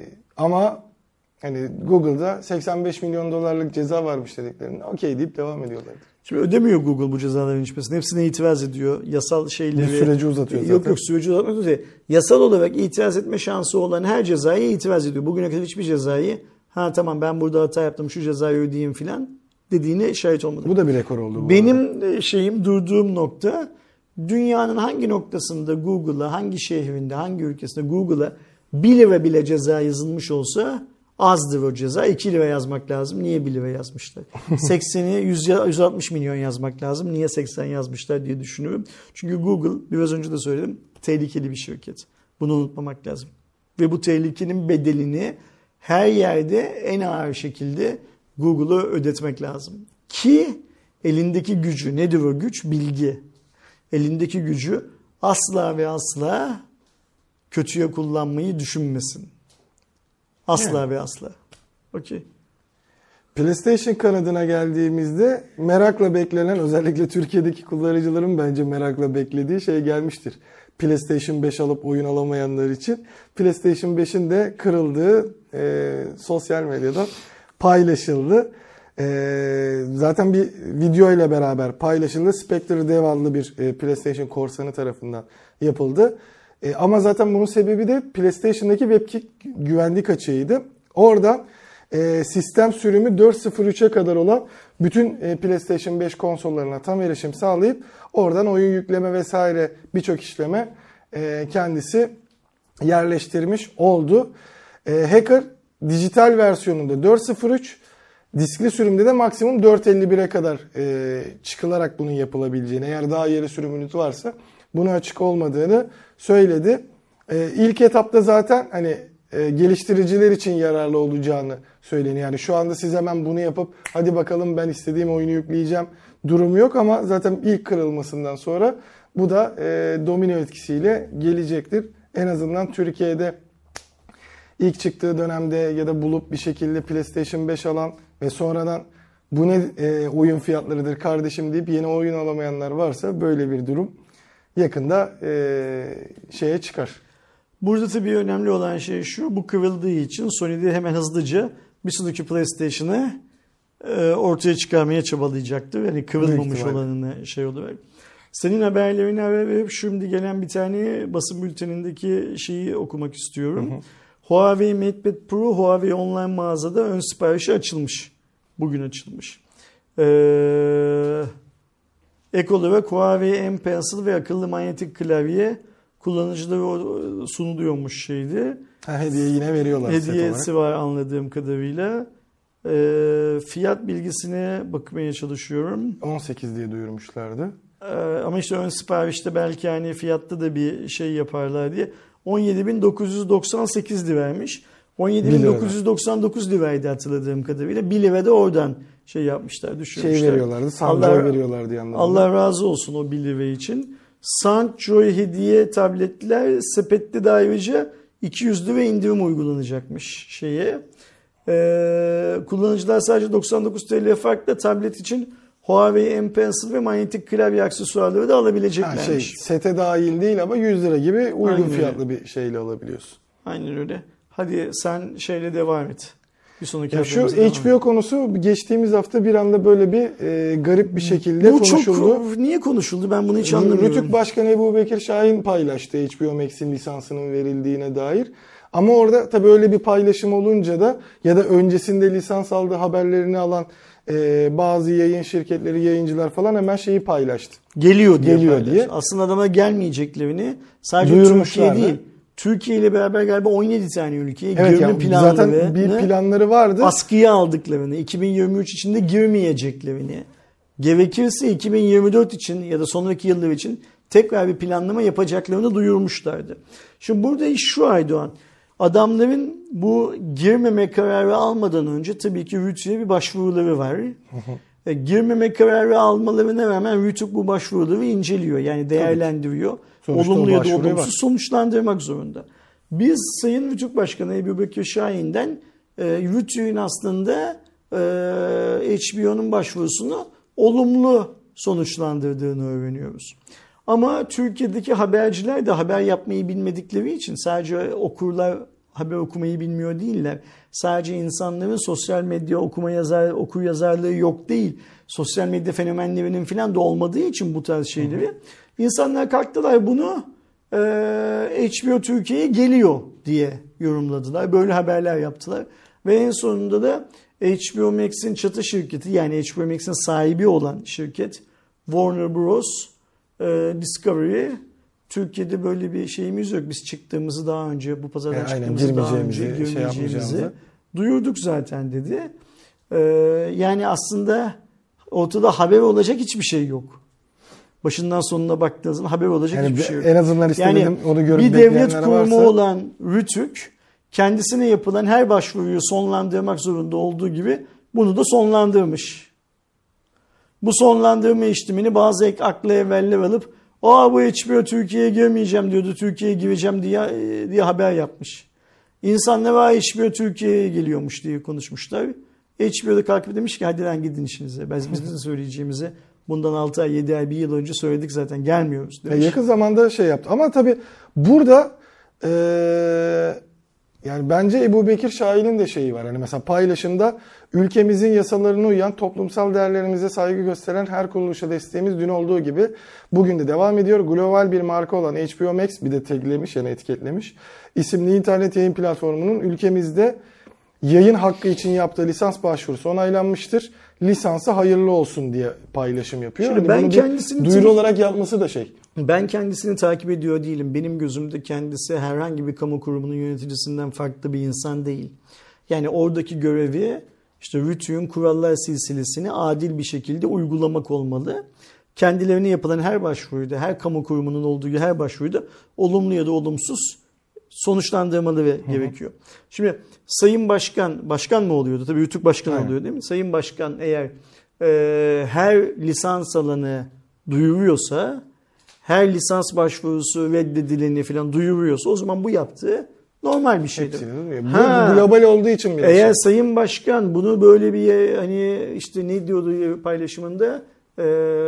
ama hani Google'da seksen beş milyon dolarlık ceza varmış dediklerinde okey deyip devam ediyorlar. Şimdi ödemiyor Google bu cezaların hiçbirisini. Hepsine itiraz ediyor. Yasal şeyleri... Bu süreci uzatıyor zaten. Yok yok süreci uzatmıyor. Yasal olarak itiraz etme şansı olan her cezaya itiraz ediyor. Bugüne kadar hiçbir cezayı ha tamam ben burada hata yaptım şu cezayı ödeyeyim filan dediğine şahit olmadım. Bu da bir rekor oldu. Bu Benim arada. şeyim durduğum nokta dünyanın hangi noktasında Google'a, hangi şehrinde, hangi ülkesinde Google'a bir lira bile ceza yazılmış olsa azdır o ceza. iki lira yazmak lazım. Niye bir lira yazmışlar? sekseni yüz altmış milyon yazmak lazım. Niye seksen yazmışlar diye düşünüyorum. Çünkü Google biraz önce de söyledim tehlikeli bir şirket. Bunu unutmamak lazım. Ve bu tehlikenin bedelini her yerde en ağır şekilde Google'a ödetmek lazım. Ki elindeki gücü, nedir o güç? Bilgi. Elindeki gücü asla ve asla kötüye kullanmayı düşünmesin. Asla yani. Ve asla. Okey. PlayStation kanadına geldiğimizde merakla beklenen, özellikle Türkiye'deki kullanıcıların bence merakla beklediği şey gelmiştir. PlayStation beş alıp oyun alamayanlar için PlayStation beşin de kırıldığı e, sosyal medyadan paylaşıldı. E, zaten bir video ile beraber paylaşıldı. Spectre Dev adlı bir e, PlayStation korsanı tarafından yapıldı. E, ama zaten bunun sebebi de PlayStation'daki WebKit güvenlik açığıydı. Oradan e, sistem sürümü dört nokta sıfır üçe kadar olan bütün e, PlayStation beş konsollarına tam erişim sağlayıp oradan oyun yükleme vesaire birçok işleme e, kendisi yerleştirmiş oldu. E, hacker dijital versiyonunda dört nokta sıfır üç, diskli sürümde de maksimum dört nokta elli bire kadar e, çıkılarak bunun yapılabileceğini, eğer daha ileri sürüm ünitü varsa buna açık olmadığını söyledi. E, ilk etapta zaten hani e, geliştiriciler için yararlı olacağını söyleniyor. Yani şu anda siz hemen bunu yapıp hadi bakalım ben istediğim oyunu yükleyeceğim durumu yok ama zaten ilk kırılmasından sonra bu da e, domino etkisiyle gelecektir. En azından Türkiye'de ilk çıktığı dönemde ya da bulup bir şekilde PlayStation beş alan ve sonradan bu ne e, oyun fiyatlarıdır kardeşim deyip yeni oyun alamayanlar varsa böyle bir durum yakında e, şeye çıkar. Burada tabii önemli olan şey şu, bu kırıldığı için Sony de hemen hızlıca bir sonraki PlayStation'ı e, ortaya çıkarmaya çabalayacaktır. Yani kırılmamış olanını şey olarak. Senin haberlerine verip şimdi gelen bir tane basın bültenindeki şeyi okumak istiyorum. Hı hı. Huawei MatePad Pro Huawei online mağazada ön siparişi açılmış. Bugün açılmış. Ee, ek olarak Huawei M Pencil ve akıllı manyetik klavye kullanıcılara sunuluyormuş şeydi. Ha, hediye yine veriyorlar. Hediyesi var anladığım kadarıyla. Ee, fiyat bilgisine bakmaya çalışıyorum. on sekiz diye duyurmuşlardı. Ee, ama işte ön siparişte belki hani fiyatta da bir şey yaparlar diye. on yedi bin dokuz yüz doksan sekiz liraymış. on yedi bin dokuz yüz doksan dokuz liraydı hatırladığım kadarıyla. bir lira da oradan şey yapmışlar, düşürmüşler. Şey veriyorlardı, Soundjoy veriyorlardı yanlarında. Allah razı olsun o bir lira için. Soundjoy hediye tabletler sepette de ayrıca iki yüz lira indirim uygulanacakmış şeye. Ee, kullanıcılar sadece doksan dokuz TL farkla tablet için Huawei M Pencil ve manyetik klavye aksesuarları da alabileceklermiş. Ha, şey, sete dahil değil ama yüz lira gibi uygun Aynen fiyatlı öyle. Bir şeyle alabiliyorsun. Aynen öyle. Hadi sen şeyle devam et. Bir sonraki ya şu H B O konusu geçtiğimiz hafta bir anda böyle bir e, garip bir şekilde Bu konuşuldu. Çok, niye konuşuldu? Ben bunu hiç anlamıyorum. Rütük Başkanı Ebu Bekir Şahin paylaştı H B O Max'in lisansının verildiğine dair. Ama orada tabii öyle bir paylaşım olunca da ya da öncesinde lisans aldığı haberlerini alan e, bazı yayın şirketleri, yayıncılar falan hemen şeyi paylaştı. Geliyor diye. Geliyor diye. Aslında adama gelmeyeceklerini sadece duyurmuşlar Türkiye değil. Türkiye ile beraber galiba on yedi tane ülkeye evet, girme yani planları zaten bir planları vardı. Askıya aldıklarını, iki bin yirmi üç içinde girmeyeceklerini, gerekirse iki bin yirmi dört için ya da sonraki yıllar için tekrar bir planlama yapacaklarını duyurmuşlardı. Şimdi burada iş şu Aydoğan. Adamların bu girmeme kararı almadan önce tabii ki Rütü'ye bir başvuruları var. E, girmeme kararı almalarına rağmen Rütü bu başvuruları inceliyor. Yani değerlendiriyor. Olumlu ya da olumsuz var. Sonuçlandırmak zorunda. Biz Sayın Rütük Başkanı Ebu Bekir Şahin'den e, Rütü'nün aslında e, H B O'nun başvurusunu olumlu sonuçlandırdığını öğreniyoruz. Ama Türkiye'deki haberciler de haber yapmayı bilmedikleri için sadece okurlar haber okumayı bilmiyor değiller. Sadece insanların sosyal medya okuma yazar, okur yazarlığı yok değil. Sosyal medya fenomenlerinin falan da olmadığı için bu tarz şeyleri. Hı hı. İnsanlar kalktılar bunu e, H B O Türkiye'ye geliyor diye yorumladılar. Böyle haberler yaptılar. Ve en sonunda da H B O Max'in çatı şirketi yani H B O Max'in sahibi olan şirket Warner Bros. E, Discovery Türkiye'de böyle bir şeyimiz yok. Biz çıktığımızı daha önce bu pazardan yani çıktığımızı daha önce girmeyeceğimizi şey duyurduk zaten dedi. Ee, yani aslında ortada haber olacak hiçbir şey yok. Başından sonuna baktığınız zaman haber olacak yani hiçbir şey yok. En azından istedim yani onu görüp bir devlet kurumu varsa... olan Rütük kendisine yapılan her başvuruyu sonlandırmak zorunda olduğu gibi bunu da sonlandırmış. Bu sonlandırma işlemini bazı ek akla evveller alıp Aa bu H B O Türkiye'ye girmeyeceğim diyordu. Türkiye'ye gireceğim diye diye haber yapmış. İnsanlar var H B O Türkiye'ye geliyormuş diye konuşmuşlar. H B O'da kalkıp demiş ki hadi lan gidin işinize. Biz bizim söyleyeceğimizi bundan altı ay, yedi ay, bir yıl önce söyledik zaten gelmiyoruz demiş. Yakın zamanda şey yaptı. Ama tabii burada ee, yani bence Ebu Bekir Şahin'in de şeyi var. Hani mesela paylaşımda ülkemizin yasalarına uyan, toplumsal değerlerimize saygı gösteren her kuruluşa desteğimiz dün olduğu gibi bugün de devam ediyor. Global bir marka olan H B O Max bir de taglemiş yani etiketlemiş. İsimli internet yayın platformunun ülkemizde yayın hakkı için yaptığı lisans başvurusu onaylanmıştır. Lisansı hayırlı olsun diye paylaşım yapıyor. Şimdi hani ben kendisini duyuru olarak yapması da şey. Ben kendisini takip ediyor değilim. Benim gözümde kendisi herhangi bir kamu kurumunun yöneticisinden farklı bir insan değil. Yani oradaki görevi işte Rütük'ün kurallar silsilesini adil bir şekilde uygulamak olmalı. Kendilerine yapılan her başvuruda, her kamu kurumunun olduğu her başvuruda olumlu ya da olumsuz sonuçlandırmaları hı hı. gerekiyor. Şimdi Sayın Başkan, başkan mı oluyordu? Tabii Rütük Başkan evet. oluyor değil mi? Sayın Başkan eğer e, her lisans alanı duyuruyorsa, her lisans başvurusu reddedileni falan duyuruyorsa o zaman bu yaptığı normal bir şeydir. Bu ha, global olduğu için biraz. Eğer Sayın Başkan bunu böyle bir hani işte ne diyordu paylaşımında e,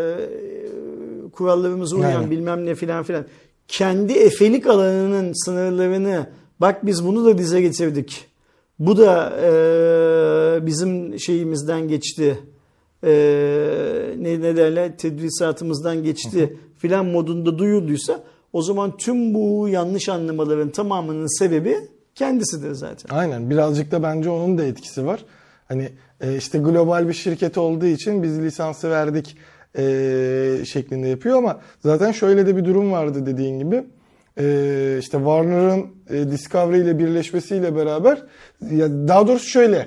kurallarımıza uyan yani. bilmem ne filan filan kendi efelik alanının sınırlarını bak biz bunu da dize getirdik. Bu da e, bizim şeyimizden geçti. E, ne, ne derler tedrisatımızdan geçti filan modunda duyulduysa o zaman tüm bu yanlış anlamaların tamamının sebebi kendisidir zaten. Aynen birazcık da bence onun da etkisi var. Hani e, işte global bir şirket olduğu için biz lisansı verdik e, şeklinde yapıyor ama zaten şöyle de bir durum vardı dediğin gibi. E, işte Warner'ın e, Discovery ile birleşmesiyle beraber ya daha doğrusu şöyle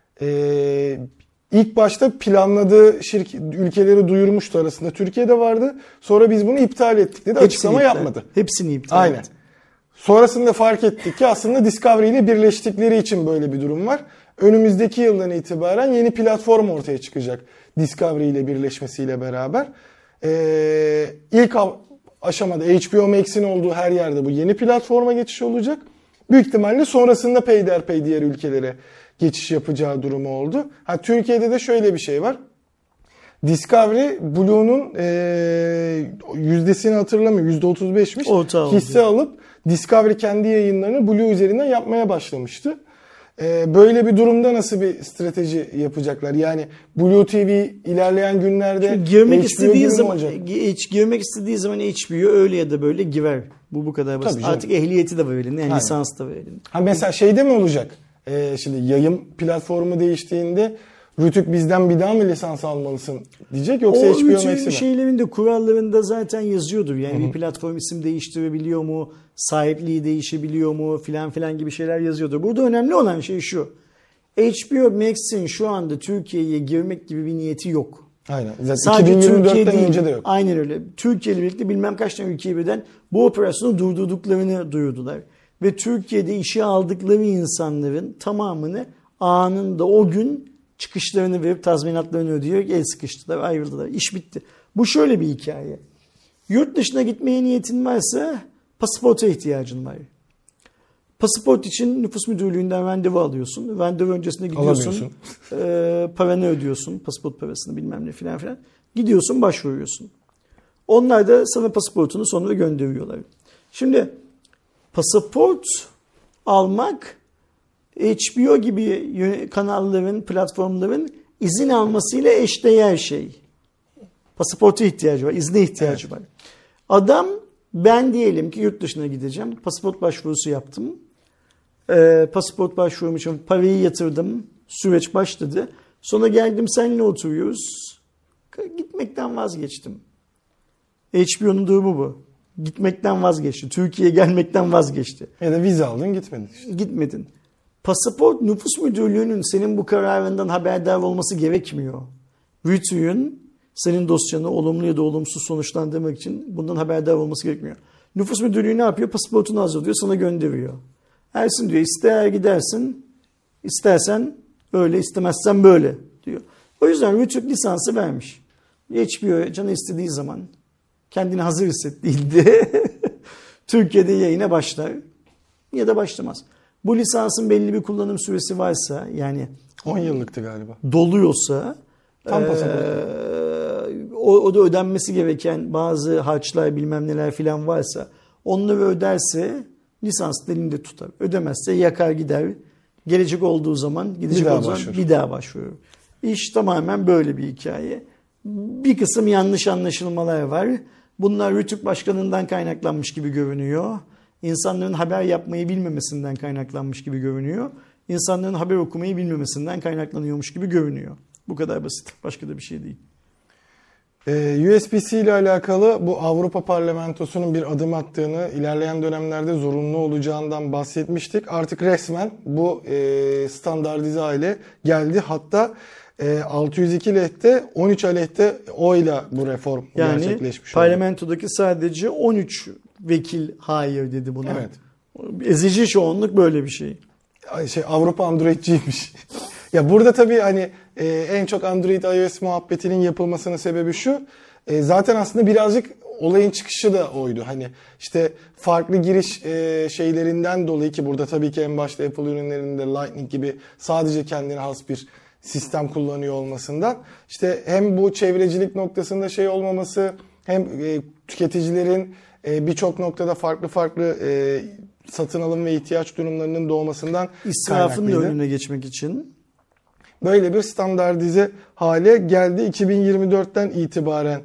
e, ilk başta planladığı şirket, ülkeleri duyurmuştu arasında. Türkiye'de vardı. Sonra biz bunu iptal ettik dedi. Hepsini açıklama iptal. yapmadı. Hepsini iptal Aynen. etti. Sonrasında fark ettik ki aslında Discovery ile birleştikleri için böyle bir durum var. Önümüzdeki yıldan itibaren yeni platform ortaya çıkacak. Discovery ile birleşmesiyle beraber. Ee, ilk aşamada H B O Max'in olduğu her yerde bu yeni platforma geçiş olacak. Büyük ihtimalle sonrasında peyderpey diğer ülkelere geçiş yapacağı durumu oldu. Ha, Türkiye'de de şöyle bir şey var. Discovery Blue'nun e, yüzdesini hatırlamıyorum. yüzde otuz beşmiş. Hisse alıp Discovery kendi yayınlarını Blue üzerinden yapmaya başlamıştı. E, böyle bir durumda nasıl bir strateji yapacaklar? Yani Blue T V ilerleyen günlerde Şimdi girmek istediği zaman hiç girmek istediği zaman H B O öyle ya da böyle girer. Bu bu kadar basit. Artık ehliyeti de verelim, yani lisans da verelim. Ha mesela şeyde mi olacak? Ee, şimdi yayın platformu değiştiğinde Rütük bizden bir daha mı lisans almalısın diyecek yoksa o H B O Max'i Rütük'ün mi? şeylerinde, kurallarında zaten yazıyordur. Yani Hı hı. bir platform isim değiştirebiliyor mu? Sahipliği değişebiliyor mu? Filan filan gibi şeyler yazıyordur. Burada önemli olan şey şu. H B O Max'in şu anda Türkiye'ye girmek gibi bir niyeti yok. Aynen. Zaten Sadece iki bin yirmi dörtten Türkiye değil. önce de yok. Aynen öyle. Türkiye ile birlikte bilmem kaç tane ülkeye birden bu operasyonu durdurduklarını duyurdular. Ve Türkiye'de işe aldıkları insanların tamamını anında o gün çıkışlarını verip tazminatlarını ödeyerek el sıkıştılar, ayrıldılar. İş bitti. Bu şöyle bir hikaye. Yurt dışına gitmeye niyetin varsa pasaporta ihtiyacın var. Pasaport için nüfus müdürlüğünden randevu alıyorsun. Randevu öncesinde gidiyorsun. E, paranı ödüyorsun. Pasaport parasını bilmem ne filan filan. Gidiyorsun, başvuruyorsun. Onlar da sana pasaportunu sonra gönderiyorlar. Şimdi pasaport almak H B O gibi kanalların, platformların izin almasıyla eşdeğer şey. Pasaporta ihtiyacı var, izne ihtiyacı evet. var. Adam, ben diyelim ki yurt dışına gideceğim. Pasaport başvurusu yaptım. Ee, pasaport başvurum için parayı yatırdım. Süreç başladı. Sonra geldim, seninle oturuyoruz. Gitmekten vazgeçtim. H B O'nun durumu bu. Gitmekten vazgeçti. Türkiye'ye gelmekten vazgeçti. Ya da vize aldın, gitmedin işte. Gitmedin. Pasaport nüfus müdürlüğünün senin bu kararından haberdar olması gerekmiyor. Rütük'ün senin dosyanı olumlu ya da olumsuz sonuçlandırmak için bundan haberdar olması gerekmiyor. Nüfus müdürlüğü ne yapıyor? Pasaportunu hazırlıyor, sana gönderiyor. Ersin diyor, ister gidersin, istersen öyle, istemezsen böyle diyor. O yüzden Rütük lisansı vermiş. H B O canı istediği zaman, kendini hazır hissettiğinde Türkiye'de yayına başlar ya da başlamaz. Bu lisansın belli bir kullanım süresi varsa, yani on yıllıktı galiba. Doluyorsa, tam e, o, o da ödenmesi gereken bazı harçlar bilmem neler filan varsa onları öderse lisans elinde tutar. Ödemezse yakar gider. Gelecek olduğu zaman, gidecek bir olduğu zaman bir daha başvurur. İş tamamen böyle bir hikaye. Bir kısım yanlış anlaşılmalar var. Bunlar Rütük Başkanı'ndan kaynaklanmış gibi görünüyor. İnsanların haber yapmayı bilmemesinden kaynaklanmış gibi görünüyor. İnsanların haber okumayı bilmemesinden kaynaklanıyormuş gibi görünüyor. Bu kadar basit. Başka da bir şey değil. Ee, U S B C ile alakalı bu Avrupa Parlamentosu'nun bir adım attığını, ilerleyen dönemlerde zorunlu olacağından bahsetmiştik. Artık resmen bu e, standartize hale geldi. Hatta e, altı yüz iki lehte, on üç aleyhte oyla bu reform yani, gerçekleşmiş oldu. Parlamentodaki sadece on üç vekil hayır dedi buna. Evet. Ezici çoğunluk böyle bir şey. Şey, Avrupa Android'ciymiş. Ya burada tabii hani e, en çok Android iOS muhabbetinin yapılmasının sebebi şu. E, zaten aslında birazcık olayın çıkışı da oydu. Hani işte farklı giriş e, şeylerinden dolayı, ki burada tabii ki en başta Apple ürünlerinde Lightning gibi sadece kendine has bir sistem kullanıyor olmasından, işte hem bu çevrecilik noktasında şey olmaması, hem e, tüketicilerin e, birçok noktada farklı farklı e, satın alım ve ihtiyaç durumlarının doğmasından İsrafın kaynaklıydı. önüne geçmek için Böyle bir standartize hale geldi. iki bin yirmi dörtten itibaren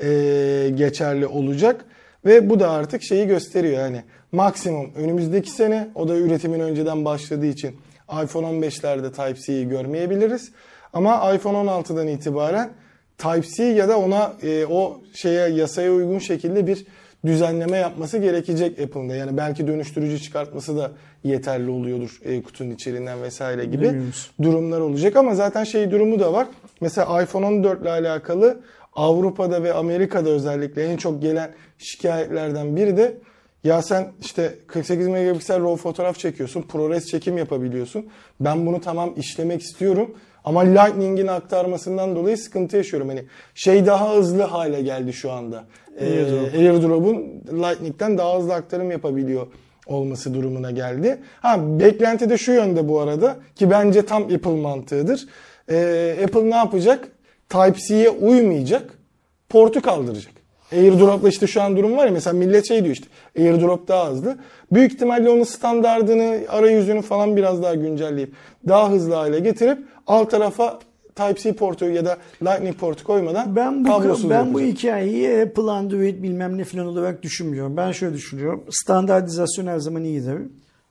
e, geçerli olacak. Ve bu da artık şeyi gösteriyor, yani maksimum önümüzdeki sene, o da üretimin önceden başladığı için iPhone on beşlerde Type-C'yi görmeyebiliriz. Ama iPhone on altıdan itibaren Type-C ya da ona e, o şeye, yasaya uygun şekilde bir düzenleme yapması gerekecek Apple'ın da. Yani belki dönüştürücü çıkartması da yeterli oluyordur e, kutunun içeriğinden vesaire gibi Bilmiyoruz. durumlar olacak. Ama zaten şey durumu da var. Mesela iPhone on dört ile alakalı Avrupa'da ve Amerika'da özellikle en çok gelen şikayetlerden biri de, ya sen işte kırk sekiz megapiksel RAW fotoğraf çekiyorsun, ProRes çekim yapabiliyorsun. Ben bunu tamam işlemek istiyorum ama Lightning'in aktarmasından dolayı sıkıntı yaşıyorum. Hani şey daha hızlı hale geldi şu anda. AirDrop. Ee, AirDrop'un Lightning'den daha hızlı aktarım yapabiliyor olması durumuna geldi. Ha, beklenti de şu yönde bu arada, ki bence tam Apple mantığıdır. Ee, Apple ne yapacak? Type-C'ye uymayacak, portu kaldıracak. AirDrop'la işte şu an durum var ya, mesela millet şey diyor, işte AirDrop daha hızlı. Büyük ihtimalle onun standardını, arayüzünü falan biraz daha güncelleyip daha hızlı hale getirip alt tarafa Type-C portu ya da Lightning portu koymadan ben bu kablosuz ben yapacak. bu hikayeyi Apple Android bilmem ne falan olarak düşünmüyorum. Ben şöyle düşünüyorum. Standartizasyon her zaman iyidir.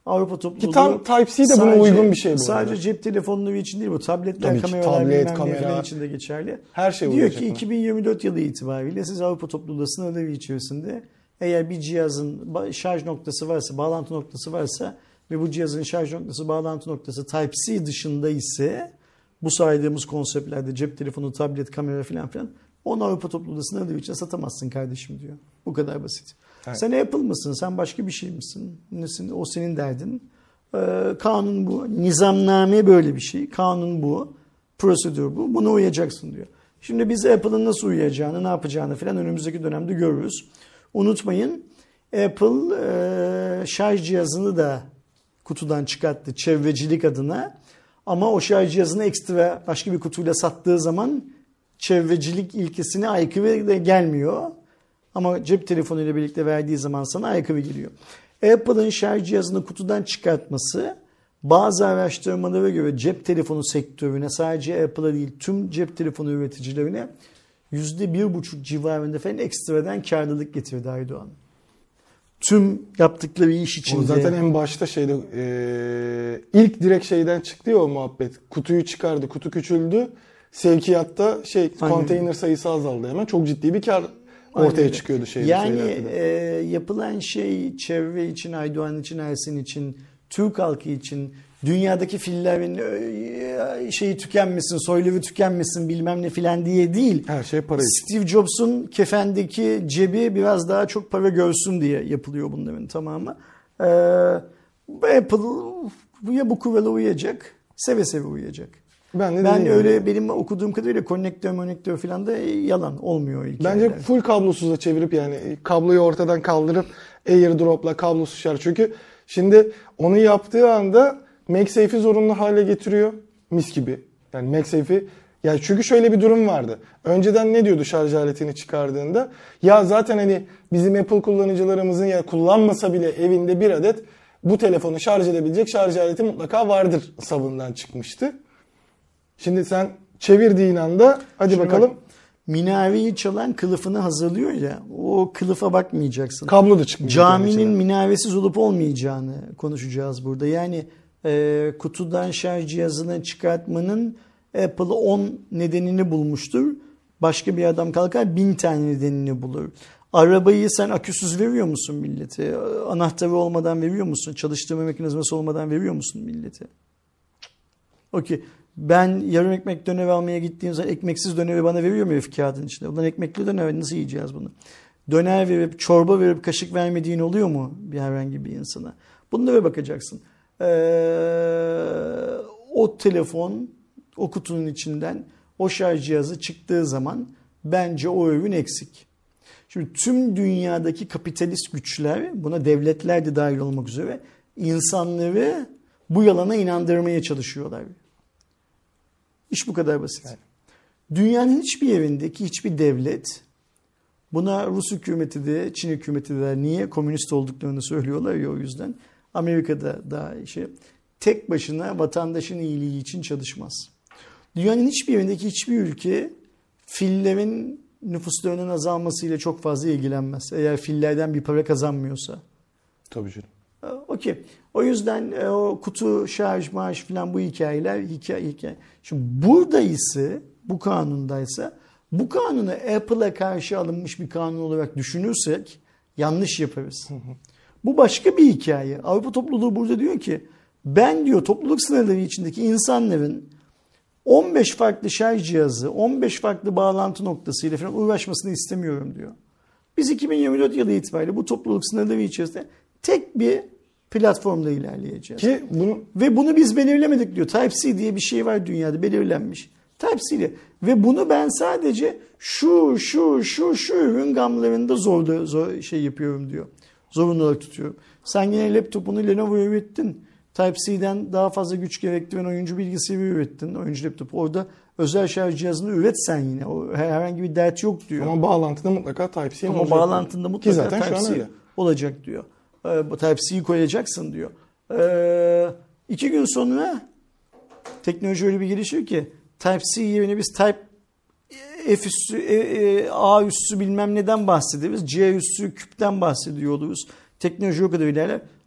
Avrupa topluluğu... Ki tam Type-C de buna uygun bir şey bu Sadece arada. cep telefonları için değil bu. Tabletler, Tabii ki, kameralar, tablet, bilmem kamera, ne falan için de geçerli. Her şey diyor olacak ki mı? iki bin yirmi dört yılı itibariyle siz Avrupa topluluğu sınırları içerisinde eğer bir cihazın şarj noktası varsa, bağlantı noktası varsa ve bu cihazın şarj noktası, bağlantı noktası Type-C dışında ise bu saydığımız konseptlerde cep telefonu, tablet, kamera falan filan onu Avrupa topluluğu sınırları için satamazsın kardeşim diyor. Bu kadar basit. Evet. Sen Apple mısın? Sen başka bir şey misin? Nesin? O senin derdin. Ee, kanun bu. Nizamname böyle bir şey. Kanun bu. Prosedür bu. Buna uyacaksın diyor. Şimdi biz Apple'ın nasıl uyacağını, ne yapacağını falan önümüzdeki dönemde görürüz. Unutmayın Apple e, şarj cihazını da kutudan çıkarttı çevrecilik adına. Ama o şarj cihazını ekstra başka bir kutuyla sattığı zaman çevrecilik ilkesine aykırı gelmiyor. Ama cep telefonu ile birlikte verdiği zaman sana aykırı geliyor. Apple'ın şarj cihazını kutudan çıkartması bazı araştırmalara göre cep telefonu sektörüne sadece Apple'a değil tüm cep telefonu üreticilerine yüzde bir buçuk civarında falan ekstradan karlılık getirdi Aydoğan. Tüm yaptıkları iş içinde. O zaten en başta şeyde e, ilk direkt şeyden çıktı ya o muhabbet. Kutuyu çıkardı, kutu küçüldü. Sevkiyatta şey Aynen. Konteyner sayısı azaldı hemen. Çok ciddi bir kar ortaya Aynen. çıkıyordu şeyde. Yani e, yapılan şey çevre için, Aydoğan için, Ersin için, Türk halkı için, dünyadaki fillerin e, şeyi tükenmesin, soyları tükenmesin bilmem ne filan diye değil. Her şey para için. Steve Jobs'un kefendeki cebi biraz daha çok para görsün diye yapılıyor bunların tamamı. Ee, Apple ya bu kurala uyacak, seve seve uyacak. Ben, de ben öyle gibi. Benim okuduğum kadarıyla konnektör monnektör falan da yalan olmuyor. Bence full kablosuza çevirip yani kabloyu ortadan kaldırıp AirDrop'la kablosuz şarj. Çünkü şimdi onu yaptığı anda MagSafe'i zorunlu hale getiriyor. Mis gibi. Yani MagSafe'i yani çünkü şöyle bir durum vardı. Önceden ne diyordu şarj aletini çıkardığında? Ya zaten hani bizim Apple kullanıcılarımızın ya kullanmasa bile evinde bir adet bu telefonu şarj edebilecek şarj aleti mutlaka vardır savından çıkmıştı. Şimdi sen çevirdiğin anda hadi Şimdi bakalım. Bak, minareyi çalan kılıfını hazırlıyor ya. O kılıfa bakmayacaksın. Kablo da çıkmayacak. Caminin minaresiz olup olmayacağını konuşacağız burada. Yani e, kutudan şarj cihazını çıkartmanın Apple on nedenini bulmuştur. Başka bir adam kalkar bin tane nedenini bulur. Arabayı sen aküsüz veriyor musun millete? Anahtarı olmadan veriyor musun? Çalıştırma mekanizması olmadan veriyor musun millete? Okey. Ben yarım ekmek döner almaya gittiğim zaman ekmeksiz döneri bana veriyor mu herif kağıdın içinde? Ulan ekmekli döner nasıl yiyeceğiz bunu? Döner verip, çorba verip kaşık vermediğin oluyor mu bir herhangi bir insana? Bunlara bakacaksın. Ee, o telefon, o kutunun içinden o şarj cihazı çıktığı zaman bence o ürün eksik. Şimdi tüm dünyadaki kapitalist güçler, buna devletler de dahil olmak üzere insanları bu yalana inandırmaya çalışıyorlar. İş bu kadar basit. Evet. Dünyanın hiçbir yerindeki hiçbir devlet, buna Rus hükümeti de Çin hükümeti de niye komünist olduklarını söylüyorlar ya o yüzden. Amerika'da da şey, tek başına vatandaşın iyiliği için çalışmaz. Dünyanın hiçbir yerindeki hiçbir ülke fillerin nüfuslarının azalmasıyla çok fazla ilgilenmez. Eğer fillerden bir para kazanmıyorsa. Tabii canım. Okey. O yüzden o kutu, şarj, maaş falan bu hikayeler hikaye hikaye. Şimdi burada ise bu kanundaysa bu kanunu Apple'a karşı alınmış bir kanun olarak düşünürsek yanlış yaparız. Hı hı. Bu başka bir hikaye. Avrupa topluluğu burada diyor ki ben diyor topluluk sınırları içindeki insanların on beş farklı şarj cihazı, on beş farklı bağlantı noktasıyla falan uğraşmasını istemiyorum diyor. Biz iki bin yirmi dört yılı itibariyle bu topluluk sınırları içerisinde tek bir platformda ilerleyeceğiz. Ki bunu... Ve bunu biz belirlemedik diyor. Type-C diye bir şey var dünyada belirlenmiş. Type-C ile. Ve bunu ben sadece şu şu şu şu ürün gamlarında zor, zor şey yapıyorum diyor. Zorunlu olarak tutuyorum. Sen yine laptopunu Lenovo'ya ürettin. Type-C'den daha fazla güç gerektiren oyuncu bilgisayarı ürettin. Oyuncu laptopu. Orada özel şarj cihazını üret sen yine. O herhangi bir dert yok diyor. Ama bağlantıda mutlaka Type-C olacak. Ama bağlantında mutlaka Type-C olacak diyor. Bu Type-C'yi koyacaksın diyor. Ee, iki gün sonra teknoloji öyle bir gelişiyor ki Type-C yerine biz Type F üssü, e, e, A üssü bilmem neden bahsediyoruz. C üssü küpten bahsediyor oluruz. Teknoloji o kadar ilerler.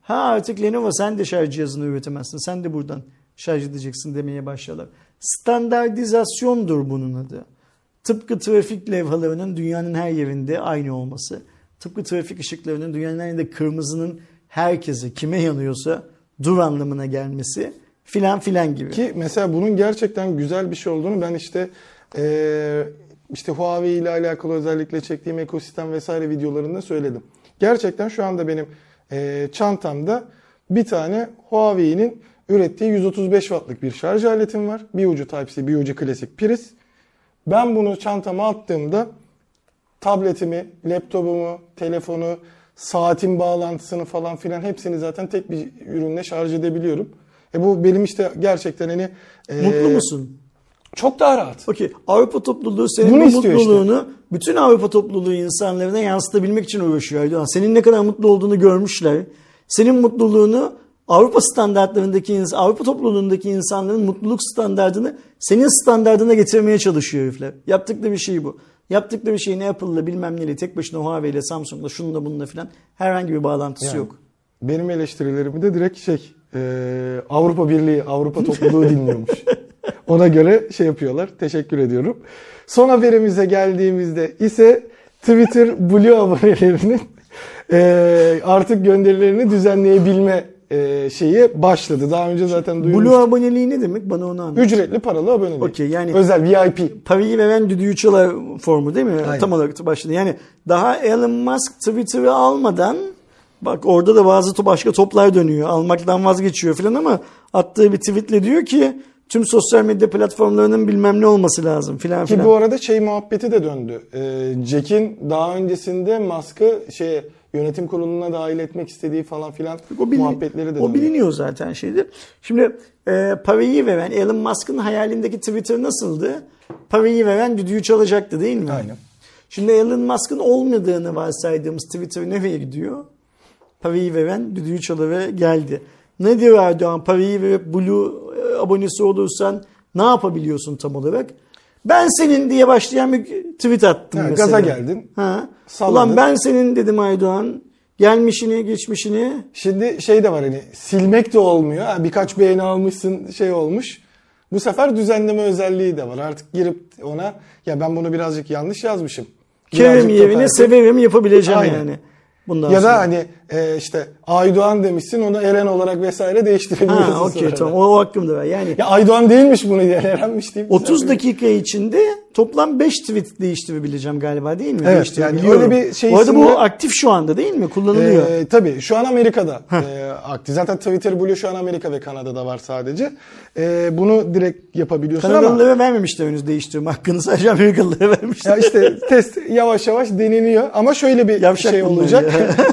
Ha artık Lenovo sen de şarj cihazını üretemezsin. Sen de buradan şarj edeceksin demeye başladılar. Standartizasyondur bunun adı. Tıpkı trafik levhalarının dünyanın her yerinde aynı olması. Tıpkı trafik ışıklarının dünyanın her yerinde kırmızının herkese kime yanıyorsa dur anlamına gelmesi filan filan gibi. Ki mesela bunun gerçekten güzel bir şey olduğunu ben işte ee, işte Huawei ile alakalı özellikle çektiğim ekosistem vesaire videolarında söyledim. Gerçekten şu anda benim ee, çantamda bir tane Huawei'nin ürettiği yüz otuz beş wattlık bir şarj aletim var. Bir ucu Type-C, bir ucu klasik priz. Ben bunu çantama attığımda tabletimi, laptopumu, telefonu, saatin bağlantısını falan filan hepsini zaten tek bir ürünle şarj edebiliyorum. E bu benim işte gerçekten hani... E, Mutlu musun? Çok daha rahat. Okey. Avrupa topluluğu senin Bunu bu istiyor mutluluğunu işte. bütün Avrupa topluluğu insanlarına yansıtabilmek için uğraşıyor Aydoğan. Senin ne kadar mutlu olduğunu görmüşler. Senin mutluluğunu Avrupa standartlarındaki, Avrupa topluluğundaki insanların mutluluk standartını senin standartına getirmeye çalışıyor herifler. Yaptıkları bir şey bu. Yaptıkları şeyin Apple'la bilmem neyle tek başına Huawei ile Samsung'la şununla bununla filan herhangi bir bağlantısı yani, yok. Benim eleştirilerimi de direkt şey e, Avrupa Birliği, Avrupa topluluğu dinliyormuş. Ona göre şey yapıyorlar. Teşekkür ediyorum. Son haberimize geldiğimizde ise Twitter Blue abonelerinin e, artık gönderilerini düzenleyebilme e, şeyi başladı. Daha önce zaten duyulmuştuk. Blue aboneliği ne demek? Bana onu anlat. Ücretli paralı abonelik. Okay, yani özel V I P. Parayı veren düdüğü çalar formu değil mi? Aynen. Tam olarak başladı. Yani daha Elon Musk Twitter'ı almadan bak orada da bazı başka toplar dönüyor. Almaktan vazgeçiyor falan ama attığı bir tweetle diyor ki tüm sosyal medya platformlarının bilmem ne olması lazım filan filan. Ki bu arada şey muhabbeti de döndü. Ee, Jack'in daha öncesinde Musk'ı şey yönetim kuruluna dahil etmek istediği falan filan o bilin, muhabbetleri de döndü. O biliniyor zaten şeydir. Şimdi e, parayı veren Elon Musk'ın hayalindeki Twitter nasıldı? Parayı veren düdüğü çalacaktı değil mi? Aynen. Şimdi Elon Musk'ın olmadığını varsaydığımız Twitter nereye gidiyor? Parayı veren düdüğü çalıver geldi. Ne diyor Erdoğan? Parayı verip Blue abonesi olursan ne yapabiliyorsun tam olarak? Ben senin diye başlayan bir tweet attım ha, mesela. Gaza geldin. Ha. Ulan ben senin dedim Aydoğan. Gelmişini geçmişini. Şimdi şey de var hani silmek de olmuyor. Ha, birkaç beğeni almışsın şey olmuş. Bu sefer düzenleme özelliği de var. Artık girip ona ya ben bunu birazcık yanlış yazmışım. Kerem yerine severim yapabileceğim aynen. Yani. Bundan ya sonra. da hani e, işte Aydoğan demişsin onu Eren olarak vesaire değiştirebiliyorsun. Ha okey tamam o, o hakkımda var. Yani ya Aydoğan değilmiş bunu diye Eren'miş deyip. otuz dakika içinde toplam beş tweet değiştirebileceğim galiba değil mi? Evet yani öyle bir şey. Bu arada bu aktif şu anda değil mi? Kullanılıyor. E, tabii şu an Amerika'da e, aktif. Zaten Twitter Blue şu an Amerika ve Kanada'da var sadece. E, bunu direkt yapabiliyorsun ama. Kanadalılara vermemişler henüz değiştirme hakkını sadece Amerikalılara vermişler. Ya işte test yavaş yavaş deneniyor ama şöyle bir Yavşak şey olacak.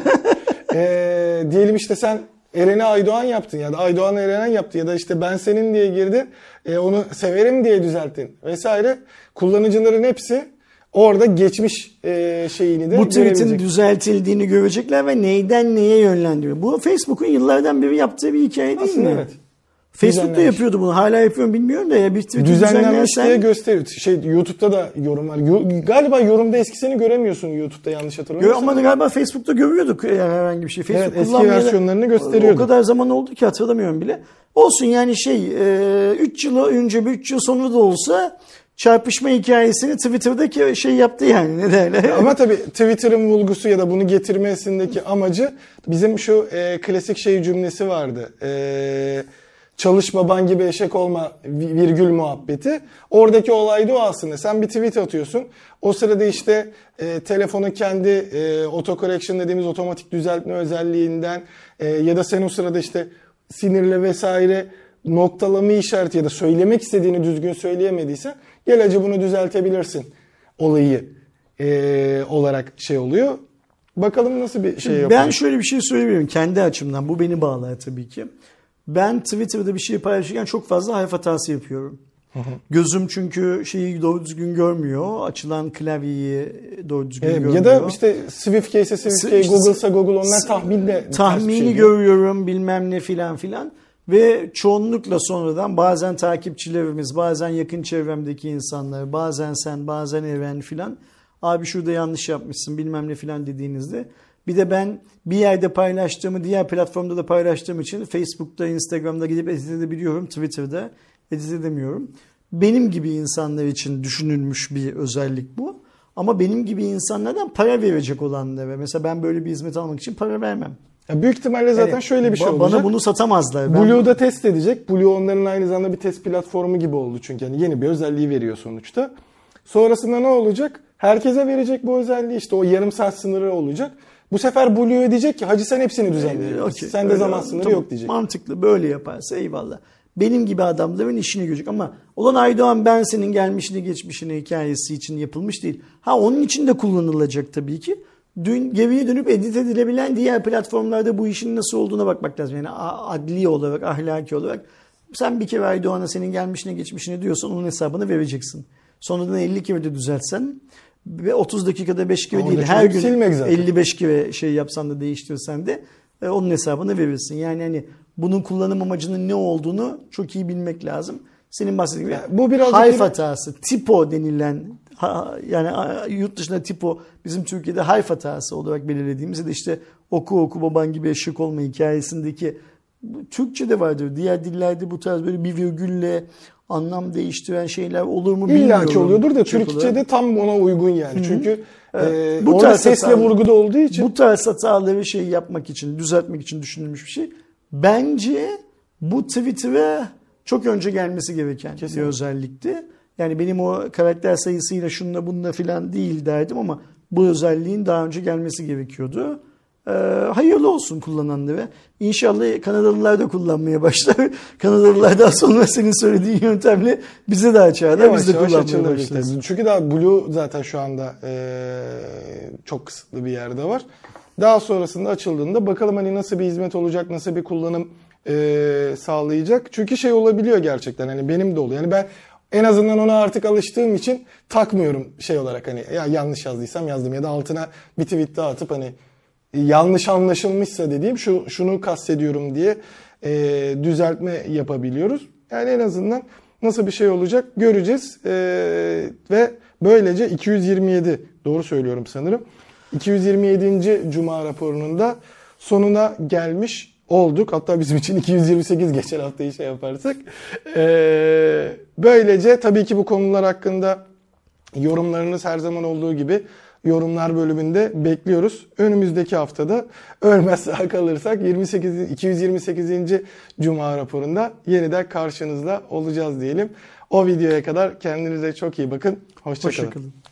e, diyelim işte sen Eren'e Aydoğan yaptın ya da Aydoğan'ı Eren'e yaptı ya da işte ben senin diye girdin e, onu severim diye düzelttin vesaire. Kullanıcıların hepsi orada geçmiş e, şeyini de bu tweet'in düzeltildiğini görecekler ve neyden neye yönlendiriyor. Bu Facebook'un yıllardan beri yaptığı bir hikaye değil aslında mi? Evet. Facebook'ta yapıyordu bunu. Hala yapıyor mu bilmiyorum da ya bir tweet düzenlenmiş diye gösteriyor. Şey YouTube'da da yorum var. Yo, galiba yorumda eskisini göremiyorsun YouTube'da yanlış hatırlamıyorsam. Ama galiba Facebook'ta görüyorduk yani herhangi bir şey. Facebook evet, eski versiyonlarını gösteriyordu. O kadar zaman oldu ki hatırlamıyorum bile. Olsun yani şey üç yıl önce üç yıl sonra da olsa çarpışma hikayesini Twitter'daki şey yaptı yani ne derler. Ama tabii Twitter'ın vurgusu ya da bunu getirmesindeki amacı bizim şu e, klasik şey cümlesi vardı. Eee Çalış baban gibi eşek olma virgül muhabbeti. Oradaki olay da o aslında. Sen bir tweet atıyorsun. O sırada işte e, telefonun kendi e, autocorrection dediğimiz otomatik düzeltme özelliğinden e, ya da sen o sırada işte sinirle vesaire noktalama işareti ya da söylemek istediğini düzgün söyleyemediysen gel acı bunu düzeltebilirsin olayı e, olarak şey oluyor. Bakalım nasıl bir şey yapıyor. Ben şöyle bir şey söyleyeyim kendi açımdan. Bu beni bağlar tabii ki. Ben Twitter'da bir şey paylaşırken çok fazla harf hatası yapıyorum. Hı hı. Gözüm çünkü şeyi doğru düzgün görmüyor. Açılan klavyeyi doğru düzgün evet, görmüyor. Ya da işte Swift ise Swift, S- Google'sa Google onlar tahminle tahmini şey görüyorum bilmem ne filan filan. Ve çoğunlukla sonradan bazen takipçilerimiz, bazen yakın çevremdeki insanlar, bazen sen, bazen Eren filan. Abi şurada yanlış yapmışsın bilmem ne filan dediğinizde Bir de ben bir yerde paylaştığımı diğer platformda da paylaştığım için Facebook'ta, Instagram'da gidip edit edebiliyorum. Twitter'da edit edemiyorum. Benim gibi insanlar için düşünülmüş bir özellik bu. Ama benim gibi insanlardan para verecek olanlara. Mesela ben böyle bir hizmet almak için para vermem. Ya büyük ihtimalle zaten yani, şöyle bir şey ba- olacak. Bana bunu satamazlar. Blue'da test edecek. Blue onların aynı zamanda bir test platformu gibi oldu çünkü. Yani yeni bir özelliği veriyor sonuçta. Sonrasında ne olacak? Herkese verecek bu özelliği. İşte o yarım saat sınırı olacak. Bu sefer Blue diyecek ki hacı sen hepsini düzenle. E, okay. Sende zaman sınırı tamam, yok diyecek. Mantıklı, böyle yaparsa eyvallah. Benim gibi adamların işini görecek ama olan Aydoğan ben senin gelmişini geçmişini hikayesi için yapılmış değil. Ha onun için de kullanılacak tabii ki. Dün geriye dönüp edit edilebilen diğer platformlarda bu işin nasıl olduğuna bakmak lazım. Yani adli olarak, ahlaki olarak sen bir kere Aydoğan'a senin gelmişine geçmişine diyorsan onun hesabını vereceksin. Sonradan elli kere de düzeltsen ve otuz dakikada beş kere değil her gün elli beş kere şey yapsan da değiştirsen de e, onun hesabını verirsin. Yani hani bunun kullanım amacının ne olduğunu çok iyi bilmek lazım. Senin bahsettiğin gibi yani bu biraz harf hatası, tipo denilen ha, yani yurt dışında tipo bizim Türkiye'de harf hatası olarak belirlediğimiz de işte oku oku baban gibi eşek olma hikayesindeki Türkçe'de vardır. Diğer dillerde bu tarz böyle bir virgülle anlam değiştiren şeyler olur mu bilmiyorum. İlla ki oluyordur da Türkçe'de tam ona uygun yani. Hı-hı. Çünkü evet. e, bu tarz sesle hatalı, vurguda olduğu için. Bu tarz hataları şey yapmak için, düzeltmek için düşünülmüş bir şey. Bence bu Twitter'a çok önce gelmesi gereken Kesinlikle. bir özellikti. Yani benim o karakter sayısıyla şununla bununla filan değil derdim ama bu özelliğin daha önce gelmesi gerekiyordu. Ee, hayırlı olsun kullananlara. İnşallah Kanadalılar da kullanmaya başlar. Kanadalılar daha sonra senin söylediğin yöntemle bize de açarlar. Yavaş, biz de kullanmaya başlarız. Çünkü daha Blue zaten şu anda e, çok kısıtlı bir yerde var. Daha sonrasında açıldığında bakalım hani nasıl bir hizmet olacak, nasıl bir kullanım e, sağlayacak. Çünkü şey olabiliyor gerçekten hani benim de oluyor. Yani ben en azından ona artık alıştığım için takmıyorum şey olarak hani ya yanlış yazdıysam yazdım ya da altına bir tweet daha atıp hani yanlış anlaşılmışsa dediğim şu şunu kastediyorum diye e, düzeltme yapabiliyoruz. Yani en azından nasıl bir şey olacak göreceğiz e, ve böylece iki yüz yirmi yedi doğru söylüyorum sanırım. iki yüz yirmi yedinci Cuma raporunun da sonuna gelmiş olduk. Hatta bizim için iki yüz yirmi sekiz geçen haftayı şey yaparsak. Ee, böylece tabii ki bu konular hakkında yorumlarınız her zaman olduğu gibi yorumlar bölümünde bekliyoruz. Önümüzdeki haftada ölmez sağ kalırsak yirmi sekiz, iki yüz yirmi sekizinci Cuma raporunda yeniden karşınızda olacağız diyelim. O videoya kadar kendinize çok iyi bakın. Hoşça kalın. Hoşça kalın.